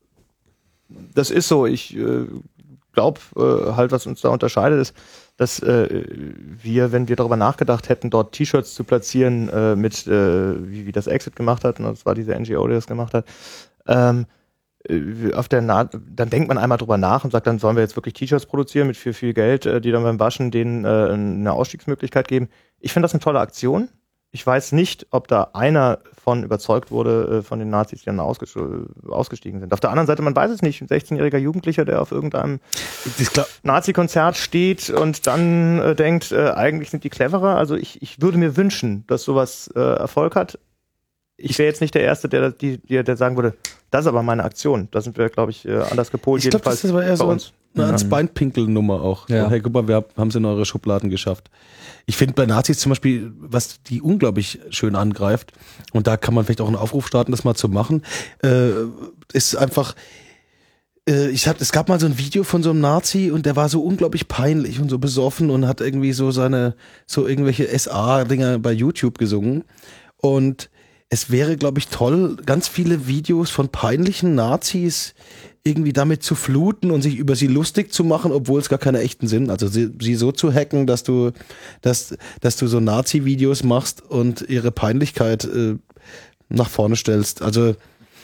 Das ist so. Ich äh, glaube äh, halt, was uns da unterscheidet, ist, dass äh, wir, wenn wir darüber nachgedacht hätten, dort T-Shirts zu platzieren, äh, mit, äh, wie, wie das Exit gemacht hat, und das war diese N G O, die das gemacht hat, ähm, äh, auf der Na- dann denkt man einmal drüber nach und sagt, dann sollen wir jetzt wirklich T-Shirts produzieren mit viel, viel Geld, äh, die dann beim Waschen denen äh, eine Ausstiegsmöglichkeit geben. Ich finde das eine tolle Aktion. Ich weiß nicht, ob da einer von überzeugt wurde, äh, von den Nazis, die dann ausges- ausgestiegen sind. Auf der anderen Seite, man weiß es nicht, ein sechzehnjähriger Jugendlicher, der auf irgendeinem Das klar. Nazi-Konzert steht und dann äh, denkt, äh, eigentlich sind die cleverer. Also ich, ich würde mir wünschen, dass sowas äh, Erfolg hat. Ich wäre jetzt nicht der Erste, der, die, der, der sagen würde, das ist aber meine Aktion. Da sind wir, glaube ich, äh, anders gepolt. Ich glaube, das ist aber eher bei so uns. eine ans Beinpinkeln-Nummer auch. Ja. So, hey, guck mal, wir haben es in eure Schubladen geschafft. Ich finde bei Nazis zum Beispiel, was die unglaublich schön angreift, und da kann man vielleicht auch einen Aufruf starten, das mal zu machen, äh, ist einfach, äh, ich hab, es gab mal so ein Video von so einem Nazi und der war so unglaublich peinlich und so besoffen und hat irgendwie so seine, so irgendwelche S A-Dinger bei YouTube gesungen. Und es wäre, glaube ich, toll, ganz viele Videos von peinlichen Nazis irgendwie damit zu fluten und sich über sie lustig zu machen, obwohl es gar keine echten sind. Also sie, sie so zu hacken, dass du, dass, dass du so Nazi-Videos machst und ihre Peinlichkeit äh, nach vorne stellst. Also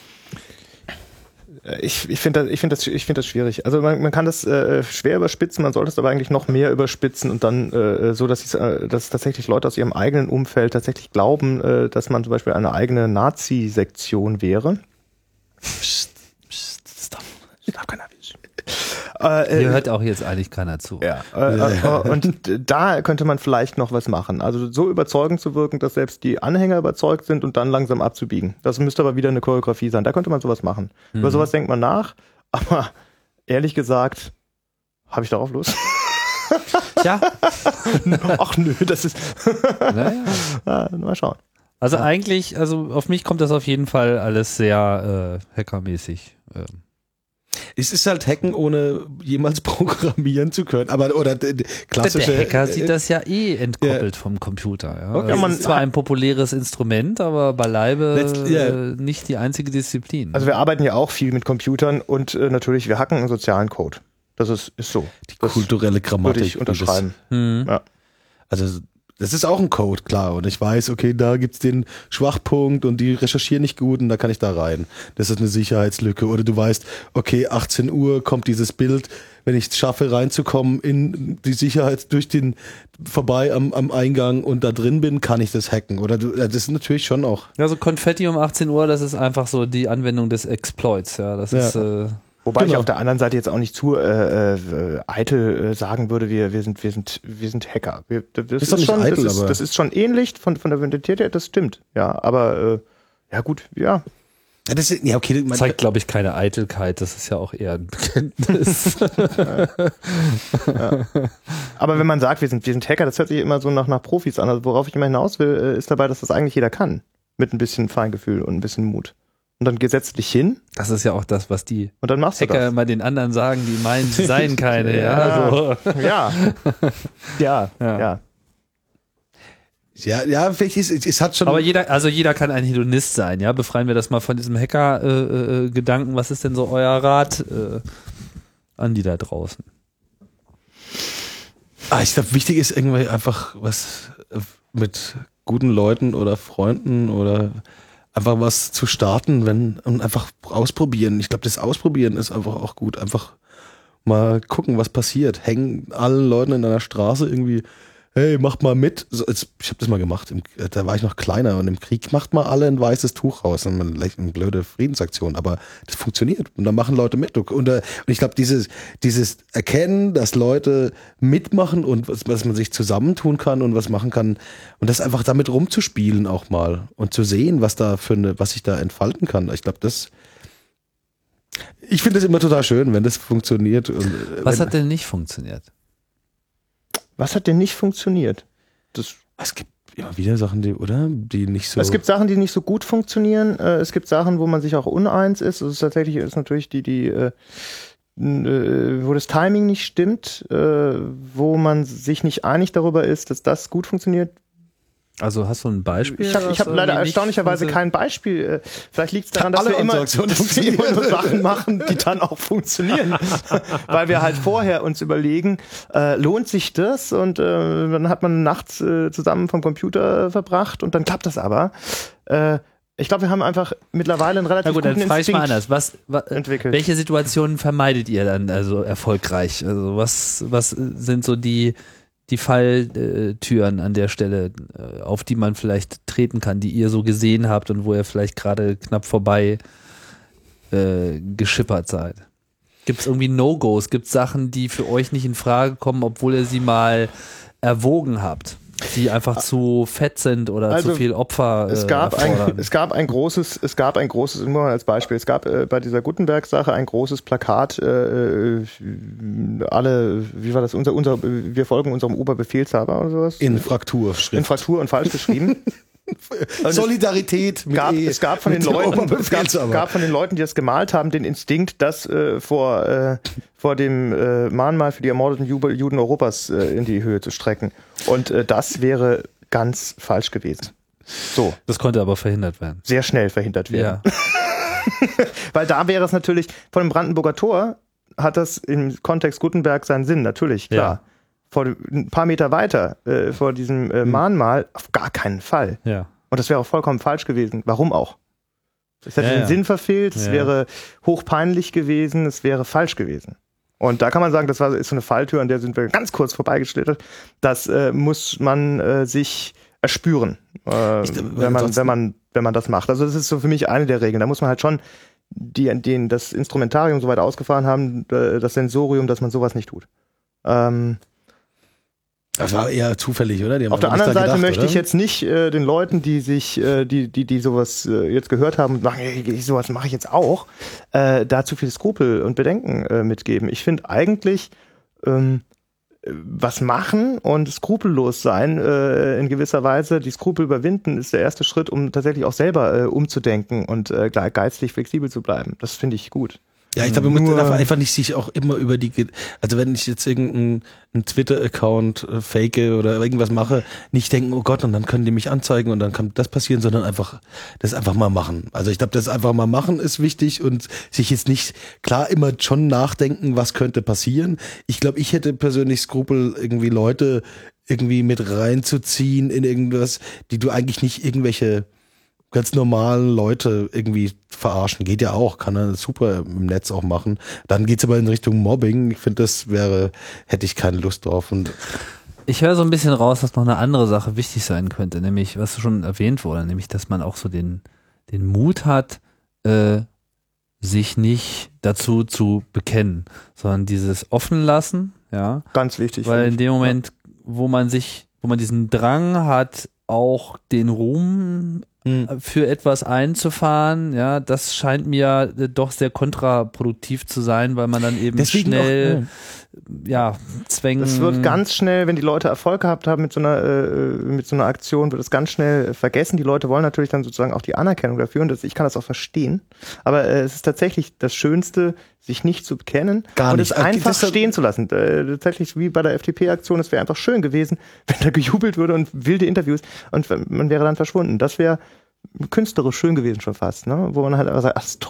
Ich, ich finde das, ich finde das, ich finde das schwierig. Also man, man kann das äh, schwer überspitzen, man sollte es aber eigentlich noch mehr überspitzen und dann äh, so, dass, äh, dass tatsächlich Leute aus ihrem eigenen Umfeld tatsächlich glauben, äh, dass man zum Beispiel eine eigene Nazi-Sektion wäre. pst, pst, stop. Das darf keiner wissen. Äh, Hier äh, hört auch jetzt eigentlich keiner zu. Ja, äh, äh, und da könnte man vielleicht noch was machen. Also so überzeugend zu wirken, dass selbst die Anhänger überzeugt sind und dann langsam abzubiegen. Das müsste aber wieder eine Choreografie sein. Da könnte man sowas machen. Mhm. Über sowas denkt man nach, aber ehrlich gesagt, habe ich darauf Lust? Ja, Ach nö, das ist... naja. ja, mal schauen. Also eigentlich, also auf mich kommt das auf jeden Fall alles sehr äh, hackermäßig. Ähm. es ist halt Hacken, ohne jemals programmieren zu können. Aber oder d- d- klassische. Der Hacker sieht äh, das ja eh entkoppelt vom Computer. Ja. Okay, Das man- ist zwar ein populäres Instrument, aber beileibe Letzt- ja. äh, nicht die einzige Disziplin. Also wir arbeiten ja auch viel mit Computern und äh, natürlich, wir hacken einen sozialen Code. Das ist, ist so. die Das kulturelle Grammatik. würde ich wie das- unterschreiben. hm. Ja. Also das ist auch ein Code, klar. Und ich weiß, okay, da gibt's den Schwachpunkt und die recherchieren nicht gut und da kann ich da rein. Das ist eine Sicherheitslücke. Oder du weißt, okay, achtzehn Uhr kommt dieses Bild, wenn ich es schaffe, reinzukommen in die Sicherheit durch den vorbei am, am Eingang und da drin bin, kann ich das hacken. Oder du, das ist natürlich schon auch. Also Konfetti um achtzehn Uhr, das ist einfach so die Anwendung des Exploits. Ja, das Ja. ist äh, Wobei ich Genau. auf der anderen Seite jetzt auch nicht zu äh, äh, eitel äh, sagen würde, wir, wir, sind, wir, sind, wir sind Hacker. Wir, das, Ist doch nicht schon, eitel, das, ist, aber- das ist schon ähnlich von, von der Mentalität her, das stimmt. Ja, aber äh, ja gut, ja. Ja, das ist, ja okay, man, zeigt, glaube ich, keine Eitelkeit. Das ist ja auch eher ein Bekenntnis. Aber wenn man sagt, wir sind, wir sind Hacker, das hört sich immer so nach, nach Profis an. Also worauf ich immer hinaus will, äh, ist dabei, dass das eigentlich jeder kann. Mit ein bisschen Feingefühl und ein bisschen Mut. Und dann setzt dich hin Das ist ja auch das, was die und dann machst du Hacker das. immer den anderen sagen, die meinen, sie seien keine. ja, so. Ja. Ja, Ja. ja. ja, ja, vielleicht ist, es hat schon. Aber jeder, also jeder kann ein Hedonist sein, ja. Befreien wir das mal von diesem Hacker-Gedanken. Was ist denn so euer Rat äh, an die da draußen? Ah, ich glaube, wichtig ist irgendwie einfach was äh, mit guten Leuten oder Freunden oder einfach was zu starten, wenn und einfach ausprobieren. Ich glaube, das Ausprobieren ist einfach auch gut. Einfach mal gucken, was passiert. Hängen allen Leuten in einer Straße irgendwie, hey, macht mal mit. So, jetzt, ich habe das mal gemacht, im, da war ich noch kleiner und im Krieg macht mal alle ein weißes Tuch raus. Und man, eine blöde Friedensaktion, aber das funktioniert und da machen Leute mit. Und, und ich glaube, dieses, dieses Erkennen, dass Leute mitmachen und was, was man sich zusammentun kann und was machen kann und das einfach damit rumzuspielen auch mal und zu sehen, was da für eine, was sich da entfalten kann. Ich glaube, das ich finde es immer total schön, wenn das funktioniert. Und, was wenn, hat denn nicht funktioniert? Was hat denn nicht funktioniert? Das es gibt immer wieder Sachen, die, oder? Die nicht so. Es gibt Sachen, die nicht so gut funktionieren. Äh, es gibt Sachen, wo man sich auch uneins ist. Also tatsächlich ist natürlich die, die, äh, äh, wo das Timing nicht stimmt, äh, wo man sich nicht einig darüber ist, dass das gut funktioniert. Also hast du ein Beispiel? Ich habe ich hab leider erstaunlicherweise kein Beispiel. Äh, Vielleicht liegt es daran, dass wir, immer, dass wir immer nur Sachen machen, die dann auch funktionieren. Weil wir halt vorher uns überlegen, äh, lohnt sich das? Und äh, dann hat man nachts äh, zusammen vom Computer verbracht und dann klappt das aber. Äh, ich glaube, wir haben einfach mittlerweile einen relativ Na gut, guten dann frage ich mal Instinkt anders. Was, was, entwickelt. Welche Situationen vermeidet ihr dann also erfolgreich? Also was, was sind so die die Falltüren an der Stelle, auf die man vielleicht treten kann, die ihr so gesehen habt und wo ihr vielleicht gerade knapp vorbei äh, geschippert seid? Gibt es irgendwie No-Gos? Gibt es Sachen, die für euch nicht in Frage kommen, obwohl ihr sie mal erwogen habt, die einfach zu fett sind oder Also, zu viel Opfer äh, es gab erfordern? ein, es gab ein großes, es gab ein großes, nur mal als Beispiel, es gab äh, bei dieser Gutenberg-Sache ein großes Plakat, äh, alle, wie war das, unser, unser, wir folgen unserem Oberbefehlshaber oder sowas? in Frakturschrift. In Fraktur und falsch geschrieben. Solidarität mit Gab, E. es gab von den mit dem Leuten, es gab, Oberbefehlshaber. gab von den Leuten, die das gemalt haben, den Instinkt, das äh, vor, äh, vor dem äh, Mahnmal für die ermordeten Ju- Juden Europas äh, in die Höhe zu strecken. Und äh, das wäre ganz falsch gewesen. So, Das konnte aber verhindert werden. sehr schnell verhindert werden. Ja. Weil da wäre es natürlich, von dem Brandenburger Tor hat das im Kontext Gutenberg seinen Sinn, natürlich, klar. Ja. Vor, ein paar Meter weiter, äh, vor diesem äh, Mahnmal, auf gar keinen Fall. Ja. Und das wäre auch vollkommen falsch gewesen. Warum auch? Es hätte Ja, den ja. Sinn verfehlt, es Ja. wäre hochpeinlich gewesen, es wäre falsch gewesen. Und da kann man sagen, das war, ist so eine Falltür, an der sind wir ganz kurz vorbeigeschlittert. Das äh, muss man äh, sich erspüren, äh, Ich, wenn, man, wenn, man, wenn man das macht. Also das ist so für mich eine der Regeln. Da muss man halt schon die, den, das Instrumentarium so weit ausgefahren haben, äh, das Sensorium, dass man sowas nicht tut. Ähm, Das war eher zufällig, oder? Die haben Auf der aber nicht anderen da Seite gedacht, möchte oder? ich jetzt nicht äh, den Leuten, die sich, äh, die, die, die sowas äh, jetzt gehört haben und machen, hey, sowas mache ich jetzt auch, äh, da zu viel Skrupel und Bedenken äh, mitgeben. Ich finde eigentlich ähm, was machen und skrupellos sein äh, in gewisser Weise, die Skrupel überwinden, ist der erste Schritt, um tatsächlich auch selber äh, umzudenken und äh, geistig flexibel zu bleiben. Das finde ich gut. Ja, ich glaube, man Nur- darf einfach nicht sich auch immer über die, Ge- also wenn ich jetzt irgendeinen einen Twitter-Account äh, fake oder irgendwas mache, nicht denken, oh Gott, und dann können die mich anzeigen und dann kann das passieren, sondern einfach, das einfach mal machen. Also ich glaube, das einfach mal machen ist wichtig und sich jetzt nicht, klar, immer schon nachdenken, was könnte passieren. Ich glaube, ich hätte persönlich Skrupel, irgendwie Leute irgendwie mit reinzuziehen in irgendwas, die du eigentlich nicht irgendwelche ganz normalen Leute irgendwie verarschen. Geht ja auch, kann er super im Netz auch machen. Dann geht's aber in Richtung Mobbing. Ich finde, das wäre, hätte ich keine Lust drauf. Und Ich höre so ein bisschen raus, dass noch eine andere Sache wichtig sein könnte, nämlich, was schon erwähnt wurde, nämlich, dass man auch so den, den Mut hat, äh, sich nicht dazu zu bekennen, sondern dieses offen lassen, ja, Ganz wichtig. weil finde in ich. dem Moment, wo man sich, wo man diesen Drang hat, auch den Ruhm für etwas einzufahren, ja, das scheint mir äh, doch sehr kontraproduktiv zu sein, weil man dann eben Deswegen schnell, ja, Zwängen. Das wird ganz schnell, wenn die Leute Erfolg gehabt haben mit so einer äh, mit so einer Aktion, wird es ganz schnell vergessen. Die Leute wollen natürlich dann sozusagen auch die Anerkennung dafür und das, ich kann das auch verstehen. Aber äh, es ist tatsächlich das Schönste, sich nicht zu bekennen Gar und nicht. es einfach Das ist- stehen zu lassen. Äh, tatsächlich wie bei der F D P-Aktion, es wäre einfach schön gewesen, wenn da gejubelt würde und wilde Interviews und man wäre dann verschwunden. Das wäre künstlerisch schön gewesen schon fast, ne? Wo man halt einfach sagt, ach, ist toll.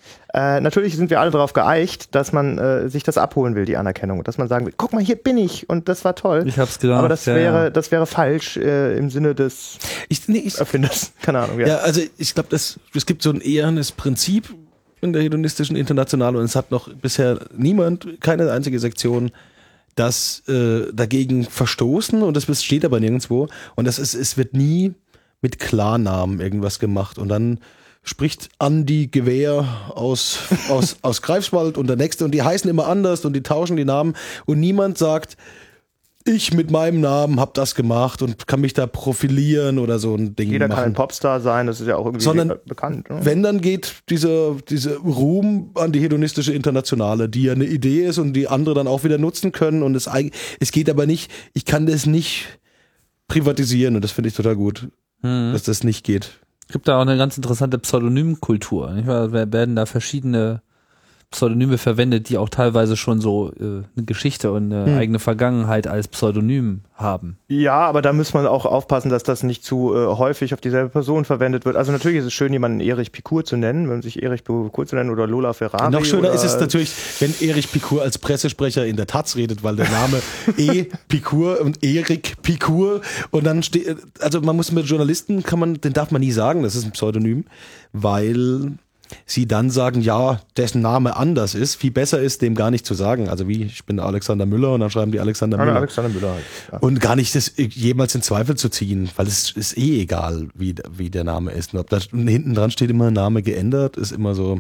Äh, natürlich sind wir alle darauf geeicht, dass man äh, sich das abholen will, die Anerkennung. Dass man sagen will, guck mal, hier bin ich und das war toll. Ich hab's gedacht. Aber das ja, wäre, ja. das wäre falsch äh, im Sinne des Ich, nee, ich, Erfinders. Keine Ahnung. Ja, ja also ich glaube, es gibt so ein ehernes Prinzip in der hedonistischen Internationale und es hat noch bisher niemand, keine einzige Sektion, das äh, dagegen verstoßen und das steht aber nirgendwo und das ist, es wird nie mit Klarnamen irgendwas gemacht und dann spricht Andi Gewehr aus, aus, aus Greifswald und der nächste und die heißen immer anders und die tauschen die Namen und niemand sagt, ich mit meinem Namen habe das gemacht und kann mich da profilieren oder so ein Ding jeder machen. kann ein Popstar sein, das ist ja auch irgendwie Sondern bekannt. Ne? Wenn, dann geht dieser, dieser Ruhm an die hedonistische Internationale, die ja eine Idee ist und die andere dann auch wieder nutzen können und es, es geht aber nicht, ich kann das nicht privatisieren und das finde ich total gut, Mhm. dass das nicht geht. Es gibt da auch eine ganz interessante Pseudonymkultur. Nicht wahr? Werden da verschiedene Pseudonyme verwendet, die auch teilweise schon so äh, eine Geschichte und eine Hm. eigene Vergangenheit als Pseudonym haben. Ja, aber da muss man auch aufpassen, dass das nicht zu äh, häufig auf dieselbe Person verwendet wird. Also natürlich ist es schön, jemanden Erich Picour zu nennen, wenn man sich Erich Picour zu nennen oder Lola Ferrari. Noch schöner oder ist es natürlich, wenn Erich Picour als Pressesprecher in der Taz redet, weil der Name E. Picour und Erik Picour und dann steht, also man muss mit Journalisten, kann man, den darf man nie sagen, das ist ein Pseudonym, weil sie dann sagen, ja, dessen Name anders ist, viel besser ist, dem gar nicht zu sagen. Also wie, ich bin Alexander Müller und dann schreiben die Alexander Ja, Müller. Alexander Müller halt. Ja. Und gar nicht das jemals in Zweifel zu ziehen, weil es ist eh egal, wie, wie der Name ist. Und ob da hinten dran steht immer Name geändert, ist immer so,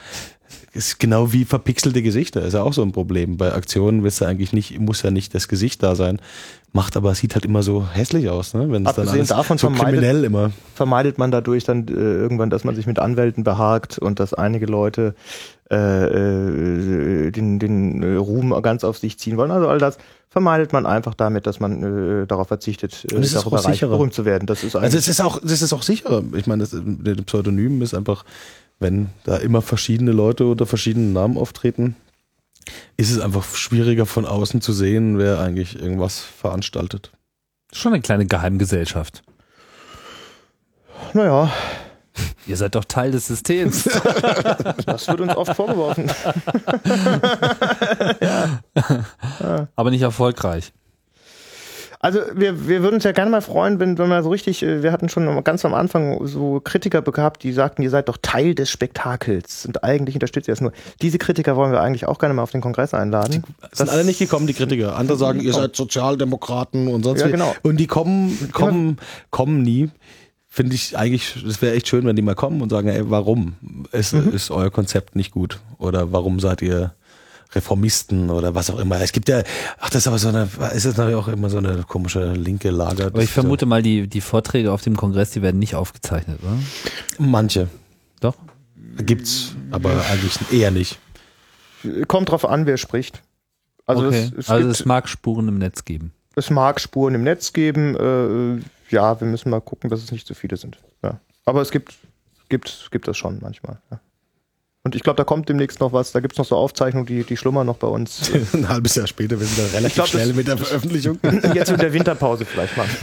ist genau wie verpixelte Gesichter, ist ja auch so ein Problem. Bei Aktionen willst du eigentlich nicht, muss ja nicht das Gesicht da sein, macht aber, sieht halt immer so hässlich aus, ne? Wenn es dann Abgesehen alles davon so vermeidet- kriminell immer. Vermeidet man dadurch dann äh, irgendwann, dass man sich mit Anwälten behagt und dass einige Leute äh, äh, den, den äh, Ruhm ganz auf sich ziehen wollen. Also all das vermeidet man einfach damit, dass man äh, darauf verzichtet, äh, Und es ist darüber auch reich sicherer. berühmt zu werden. Das ist Also eigentlich es ist auch, das ist auch sicherer. Ich meine, das, der Pseudonym ist einfach, wenn da immer verschiedene Leute unter verschiedenen Namen auftreten, ist es einfach schwieriger von außen zu sehen, wer eigentlich irgendwas veranstaltet. Schon eine kleine Geheimgesellschaft. naja, Ihr seid doch Teil des Systems. das wird uns oft vorgeworfen. Aber nicht erfolgreich. Also wir, wir würden uns ja gerne mal freuen, wenn, wenn man so richtig, äh, wir hatten schon ganz am Anfang so Kritiker gehabt, die sagten, ihr seid doch Teil des Spektakels und eigentlich unterstützt ihr das nur. Diese Kritiker wollen wir eigentlich auch gerne mal auf den Kongress einladen. Sind alle nicht gekommen, die Kritiker. Andere sagen, ihr seid Sozialdemokraten und sonst Ja, wie. genau. Und die kommen, kommen, kommen nie. Finde ich eigentlich, das wäre echt schön, wenn die mal kommen und sagen, ey, warum ist, Mhm. ist euer Konzept nicht gut? Oder warum seid ihr Reformisten oder was auch immer. Es gibt ja, ach, das ist aber so eine, ist das natürlich auch immer so eine komische linke Lager. Aber ich vermute mal, die, die Vorträge auf dem Kongress, die werden nicht aufgezeichnet, oder? Manche Doch? gibt's, aber eigentlich eher nicht. Kommt drauf an, wer spricht. Also, okay. es, es, also gibt, es mag Spuren im Netz geben. es mag Spuren im Netz geben. Äh, ja, wir müssen mal gucken, dass es nicht zu viele sind. Ja. Aber es gibt, gibt, gibt das schon manchmal. Ja. Und ich glaube, da kommt demnächst noch was. Da gibt es noch so Aufzeichnungen, die, die schlummern noch bei uns. Ein halbes Jahr später, wir sind da relativ glaub, schnell das- mit der Veröffentlichung. Jetzt mit der Winterpause vielleicht mal.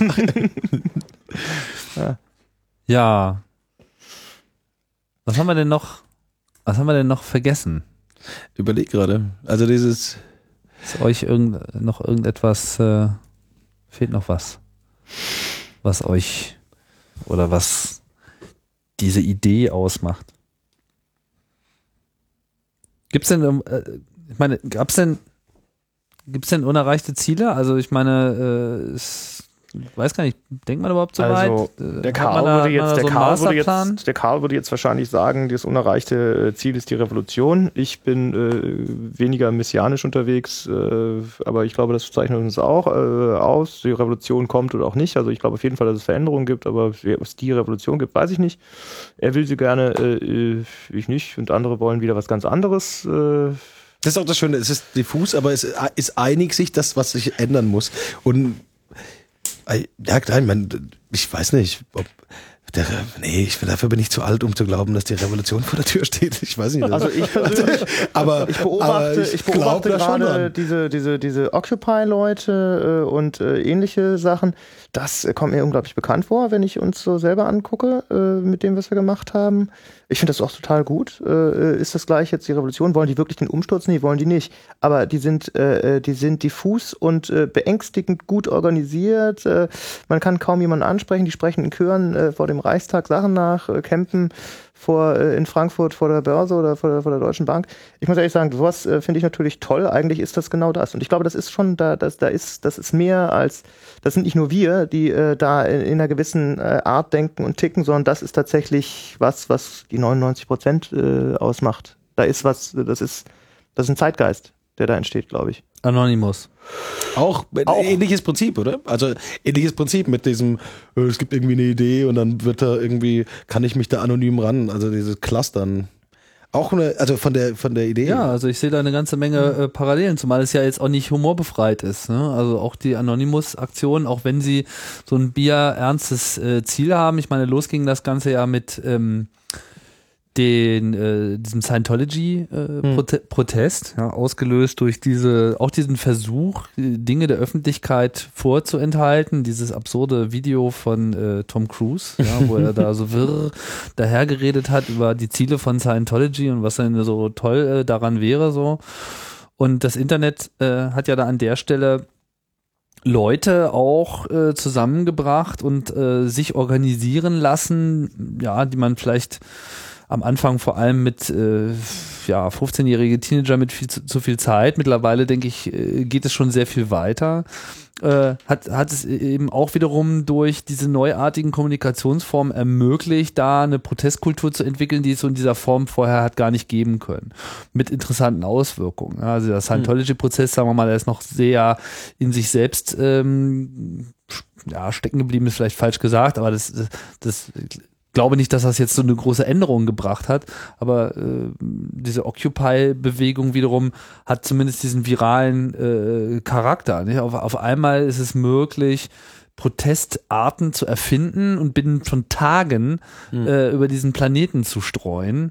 Ja. Was haben wir denn noch? Was haben wir denn noch vergessen? Überleg gerade. Also dieses, Ist euch irgend, noch irgendetwas, äh, fehlt noch was? Was euch oder was diese Idee ausmacht? Gibt's denn, ähm, äh, ich meine, gab's denn, gibt's denn unerreichte Ziele? Also ich meine, äh, es, ich weiß gar nicht, denkt man überhaupt so Also, weit? Äh, Der hat Karl, man da- würde hat man jetzt, da der, so einen Karl würde Masterplan? jetzt, der Karl würde jetzt wahrscheinlich sagen, das unerreichte Ziel ist die Revolution. Ich bin äh, weniger messianisch unterwegs, äh, aber ich glaube, das zeichnet uns auch äh, aus. Die Revolution kommt oder auch nicht. Also ich glaube auf jeden Fall, dass es Veränderungen gibt, aber ob es die Revolution gibt, weiß ich nicht. Er will sie gerne, äh, ich nicht. Und andere wollen wieder was ganz anderes. Äh, das ist auch das Schöne, es ist diffus, aber es ist einig sich das, was sich ändern muss. Und ja, klar, ich, mein, ich weiß nicht, ob der, nee, ich, dafür bin ich zu alt, um zu glauben, dass die Revolution vor der Tür steht. Ich weiß nicht. Also ich persönlich, aber ich beobachte, aber ich ich beobachte glaub da schon gerade dran. diese, diese, diese Occupy-Leute äh, und äh, ähnliche Sachen. Das äh, kommt mir unglaublich bekannt vor, wenn ich uns so selber angucke, äh, mit dem, was wir gemacht haben. Ich finde das auch total gut. Äh, ist das gleich jetzt die Revolution? Wollen die wirklich den Umsturz? Nee, wollen die nicht. Aber die sind, äh, die sind diffus und äh, beängstigend gut organisiert. Äh, man kann kaum jemanden ansprechen. Die sprechen in Chören äh, vor dem Reichstag Sachen nach, äh, campen vor, äh, in Frankfurt vor der Börse oder vor der, vor der Deutschen Bank. Ich muss ehrlich sagen, sowas äh, finde ich natürlich toll. Eigentlich ist das genau das. Und ich glaube, das ist schon, da, das, da ist, das ist mehr als, das sind nicht nur wir, die äh, da in, in einer gewissen äh, Art denken und ticken, sondern das ist tatsächlich was, was die neunundneunzig Prozent äh, ausmacht. Da ist was, das ist, das ist ein Zeitgeist, der da entsteht, glaube ich. Anonymous. Auch, Auch. ähnliches Prinzip, oder? Also ähnliches Prinzip mit diesem, äh, es gibt irgendwie eine Idee und dann wird da irgendwie, kann ich mich da anonym ran, also dieses Clustern. Auch eine, also von der von der Idee. Ja, also ich sehe da eine ganze Menge äh, Parallelen, zumal es ja jetzt auch nicht humorbefreit ist. Ne? Also auch die Anonymous-Aktion, auch wenn sie so ein bierernstes äh, Ziel haben. Ich meine, los ging das Ganze ja mit ähm, den äh, diesem Scientology-Protest, äh, hm. ja, ausgelöst durch diese auch diesen Versuch, Dinge der Öffentlichkeit vorzuenthalten. Dieses absurde Video von äh, Tom Cruise, ja, wo er da so wirr dahergeredet hat über die Ziele von Scientology und was denn so toll äh, daran wäre so. Und das Internet äh, hat ja da an der Stelle Leute auch äh, zusammengebracht und äh, sich organisieren lassen, ja, die man vielleicht am Anfang vor allem mit äh, ja, fünfzehnjährige Teenager mit viel zu, zu viel Zeit. Mittlerweile, denke ich, äh, geht es schon sehr viel weiter. Äh, hat, hat es eben auch wiederum durch diese neuartigen Kommunikationsformen ermöglicht, da eine Protestkultur zu entwickeln, die es so in dieser Form vorher hat gar nicht geben können. Mit interessanten Auswirkungen. Also der Scientology-Prozess, sagen wir mal, der ist noch sehr in sich selbst ähm, ja, stecken geblieben, ist vielleicht falsch gesagt, aber das, das, das glaube nicht, dass das jetzt so eine große Änderung gebracht hat, aber äh, diese Occupy-Bewegung wiederum hat zumindest diesen viralen äh, Charakter. Nicht? Auf, auf einmal ist es möglich, Protestarten zu erfinden und binnen von Tagen mhm. äh, über diesen Planeten zu streuen,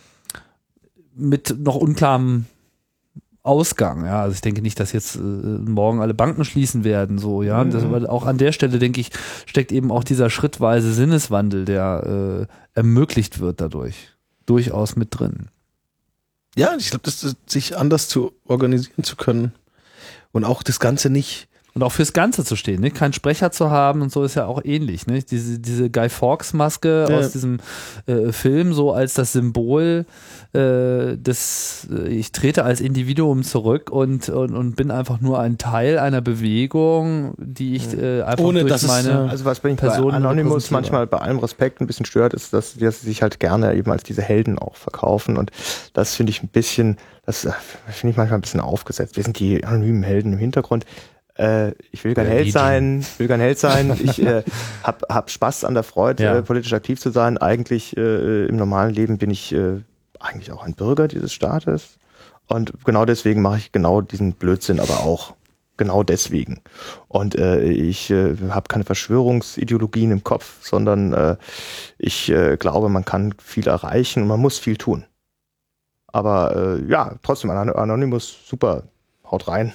mit noch unklarem Ausgang, ja, also ich denke nicht, dass jetzt äh, morgen alle Banken schließen werden, so, ja, mhm. das, aber auch an der Stelle, denke ich, steckt eben auch dieser schrittweise Sinneswandel, der äh, ermöglicht wird dadurch, durchaus mit drin. Ja, ich glaube, das sich anders zu organisieren zu können und auch das Ganze nicht und auch fürs Ganze zu stehen, ne? Keinen Sprecher zu haben und so ist ja auch ähnlich, ne? Diese, diese Guy Fawkes-Maske ja. aus diesem äh, Film, so als das Symbol äh, des, äh, ich trete als Individuum zurück und, und, und bin einfach nur ein Teil einer Bewegung, die ich äh, einfach Ohne, durch dass meine es, also was mich bei Anonymous manchmal bei allem Respekt ein bisschen stört, ist, dass, dass sie sich halt gerne eben als diese Helden auch verkaufen und das finde ich ein bisschen, das finde ich manchmal ein bisschen aufgesetzt. Wir sind die anonymen Helden im Hintergrund. Äh, ich will kein Held sein, will kein Held sein. Ich äh, hab, hab Spaß an der Freude, ja. äh, politisch aktiv zu sein. Eigentlich äh, im normalen Leben bin ich äh, eigentlich auch ein Bürger dieses Staates. Und genau deswegen mache ich genau diesen Blödsinn, aber auch genau deswegen. Und äh, ich äh, habe keine Verschwörungsideologien im Kopf, sondern äh, ich äh, glaube, man kann viel erreichen und man muss viel tun. Aber äh, ja, trotzdem, Anonymous, super, haut rein.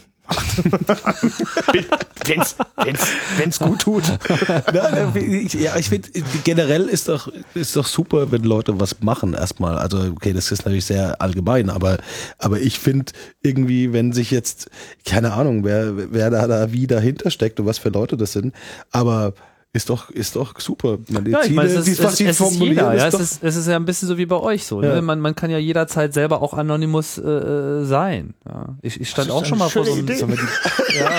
wenn's, wenn's, wenn's gut tut. Ja, ja, ich finde, generell ist doch, ist doch super, wenn Leute was machen erstmal. Also, okay, das ist natürlich sehr allgemein, aber, aber ich finde irgendwie, wenn sich jetzt, keine Ahnung, wer, wer da, da wie dahinter steckt und was für Leute das sind, aber ist doch, ist doch super. Man, die ja, ich Ziele, meine, es ist, es, es ist jeder, ja, ist es ist, es ist ja ein bisschen so wie bei euch so. Ja. Ne? Man, man kann ja jederzeit selber auch Anonymous äh, sein. Ja. Ich, ich stand auch schon mal vor so einem... Ja.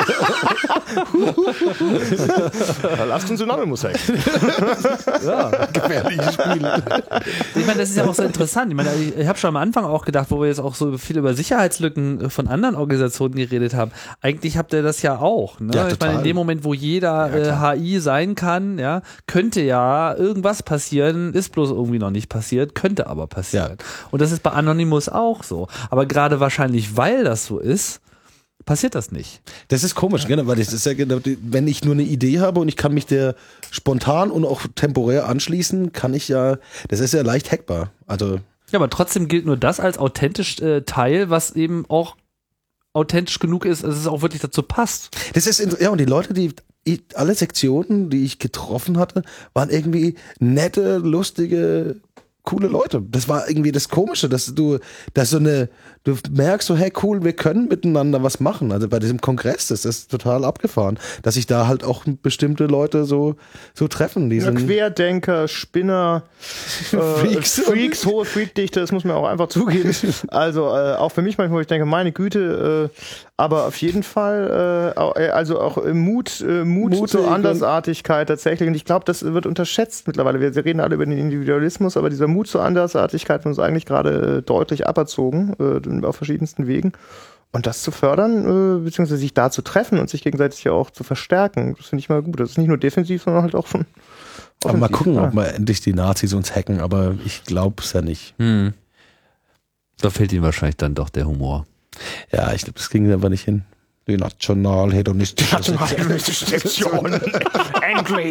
Lasst uns Anonymous sein. Ja. Gefährliche Spiele. Ich meine, das ist ja auch so interessant. Ich meine, ich, ich habe schon am Anfang auch gedacht, wo wir jetzt auch so viel über Sicherheitslücken von anderen Organisationen geredet haben. Eigentlich habt ihr das ja auch. Ne? Ja, ich meine, in dem Moment, wo jeder ja, äh, H I sein kann, ja, könnte ja irgendwas passieren, ist bloß irgendwie noch nicht passiert, könnte aber passieren. Ja. Und das ist bei Anonymous auch so. Aber gerade wahrscheinlich, weil das so ist, passiert das nicht. Das ist komisch, genau, weil das ist ja genau, die- wenn ich nur eine Idee habe und ich kann mich der spontan und auch temporär anschließen, kann ich ja, das ist ja leicht hackbar. Also Ja, aber trotzdem gilt nur das als authentisch äh, Teil, was eben auch authentisch genug ist, dass es auch wirklich dazu passt. das ist inter- ja, und die Leute, die ich, alle Sektionen, die ich getroffen hatte, waren irgendwie nette, lustige, coole Leute. Das war irgendwie das Komische, dass du, dass so eine, du merkst so, hey cool, wir können miteinander was machen. Also bei diesem Kongress, das ist total abgefahren, dass sich da halt auch bestimmte Leute so, so treffen. Die Ja, sind, Querdenker, Spinner, äh, Freaks. Freaks, hohe Freakdichte, das muss man auch einfach zugeben. Also äh, auch für mich manchmal, wo ich denke, meine Güte, äh, aber auf jeden Fall, äh, au- äh, also auch äh, Mut, äh, Mut Mutig zur und- Andersartigkeit tatsächlich. Und ich glaube, das wird unterschätzt mittlerweile. Wir, wir reden alle über den Individualismus, aber dieser Mut zur Andersartigkeit wird uns eigentlich gerade äh, deutlich aberzogen, äh, auf verschiedensten Wegen. Und das zu fördern, äh, beziehungsweise sich da zu treffen und sich gegenseitig ja auch zu verstärken, das finde ich mal gut. Das ist nicht nur defensiv, sondern halt auch schon aber mal offensiv. gucken, Ja. ob mal endlich die Nazis uns hacken, aber ich glaube es ja nicht. Hm. Da fehlt ihnen wahrscheinlich dann doch der Humor. Ja, ich glaube, das ging einfach nicht hin. Die nationalhedonistische Sektion. Endlich!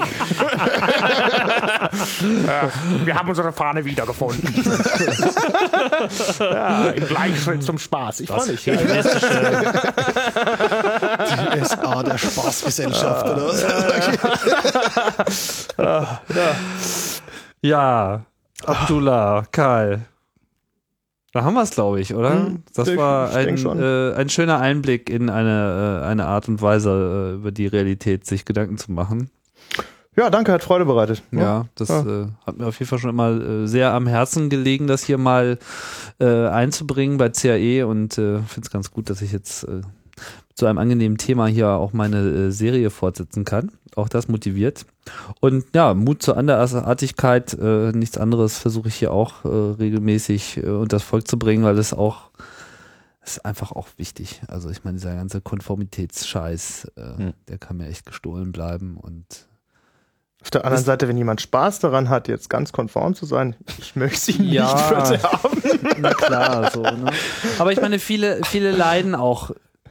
ja, wir haben unsere Fahne wiedergefunden. ja, im Gleichschritt zum Spaß. Ich freue mich. die S A der Spaßgesellschaft oder was? Ja, Abdullah, Karl. Da haben wir es, glaube ich, oder? Hm, das ich- war ich denk ein, schon. äh, ein schöner Einblick in eine, äh, eine Art und Weise, äh, über die Realität sich Gedanken zu machen. Ja, danke, hat Freude bereitet. Ja, das Ja. Äh, hat mir auf jeden Fall schon immer äh, sehr am Herzen gelegen, das hier mal äh, einzubringen bei C A E und äh, finde es ganz gut, dass ich jetzt äh, zu einem angenehmen Thema hier auch meine äh, Serie fortsetzen kann. Auch das motiviert. Und ja, Mut zur Andersartigkeit, äh, nichts anderes versuche ich hier auch äh, regelmäßig äh, unter das Volk zu bringen, weil das auch das ist einfach auch wichtig. Also ich meine, dieser ganze Konformitätsscheiß, äh, Hm. der kann mir echt gestohlen bleiben und Auf der anderen Das- Seite, wenn jemand Spaß daran hat, jetzt ganz konform zu sein, ich möchte ihn Ja. nicht verderben. na klar, so, ne? Aber ich meine, viele, viele leiden auch.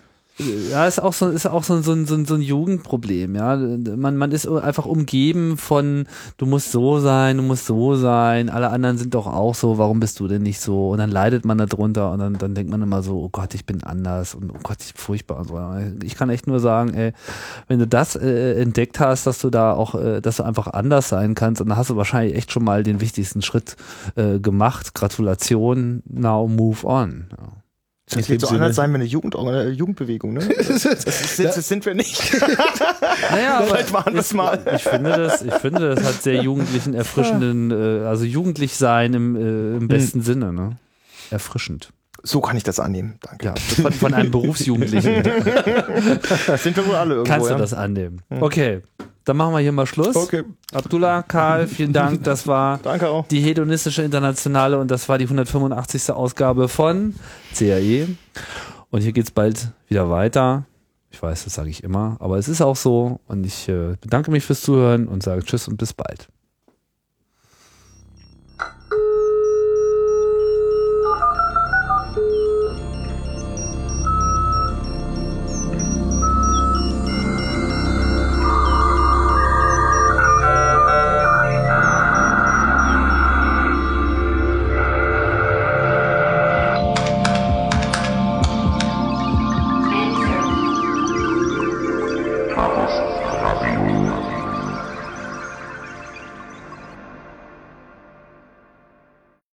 Ja, ist auch so, ist auch so, so, ein- so, ein- so ein Jugendproblem, ja. Man, man ist einfach umgeben von, du musst so sein, du musst so sein, alle anderen sind doch auch so, warum bist du denn nicht so? Und dann leidet man darunter und dann, dann denkt man immer so, oh Gott, ich bin anders und oh Gott, ich bin furchtbar und so. Ich kann echt nur sagen, ey, wenn du das äh, entdeckt hast, dass du da auch, äh, dass du einfach anders sein kannst, und dann hast du wahrscheinlich echt schon mal den wichtigsten Schritt äh, gemacht. Gratulation, now move on. Ja. Das wird so Sinne- anders sein wie eine Jugend, äh, Jugendbewegung, ne? Das, ist, das sind wir nicht. Naja, aber Vielleicht machen wir es mal. ich finde das, ich finde, das hat sehr jugendlichen, erfrischenden, äh, also jugendlich sein im, äh, im besten Sinne, ne? Erfrischend. So kann ich das annehmen. Danke. Ja, von, von einem Berufsjugendlichen Das sind wir wohl alle irgendwo. kannst du ja? das annehmen. Okay, dann machen wir hier mal Schluss. Okay. Abdullah, Karl, vielen Dank. Das war Danke auch. die Hedonistische Internationale und das war die hundertfünfundachtzigste Ausgabe von C A E. Und hier geht's bald wieder weiter. Ich weiß, das sage ich immer, aber es ist auch so. Und ich äh, bedanke mich fürs Zuhören und sage Tschüss und bis bald.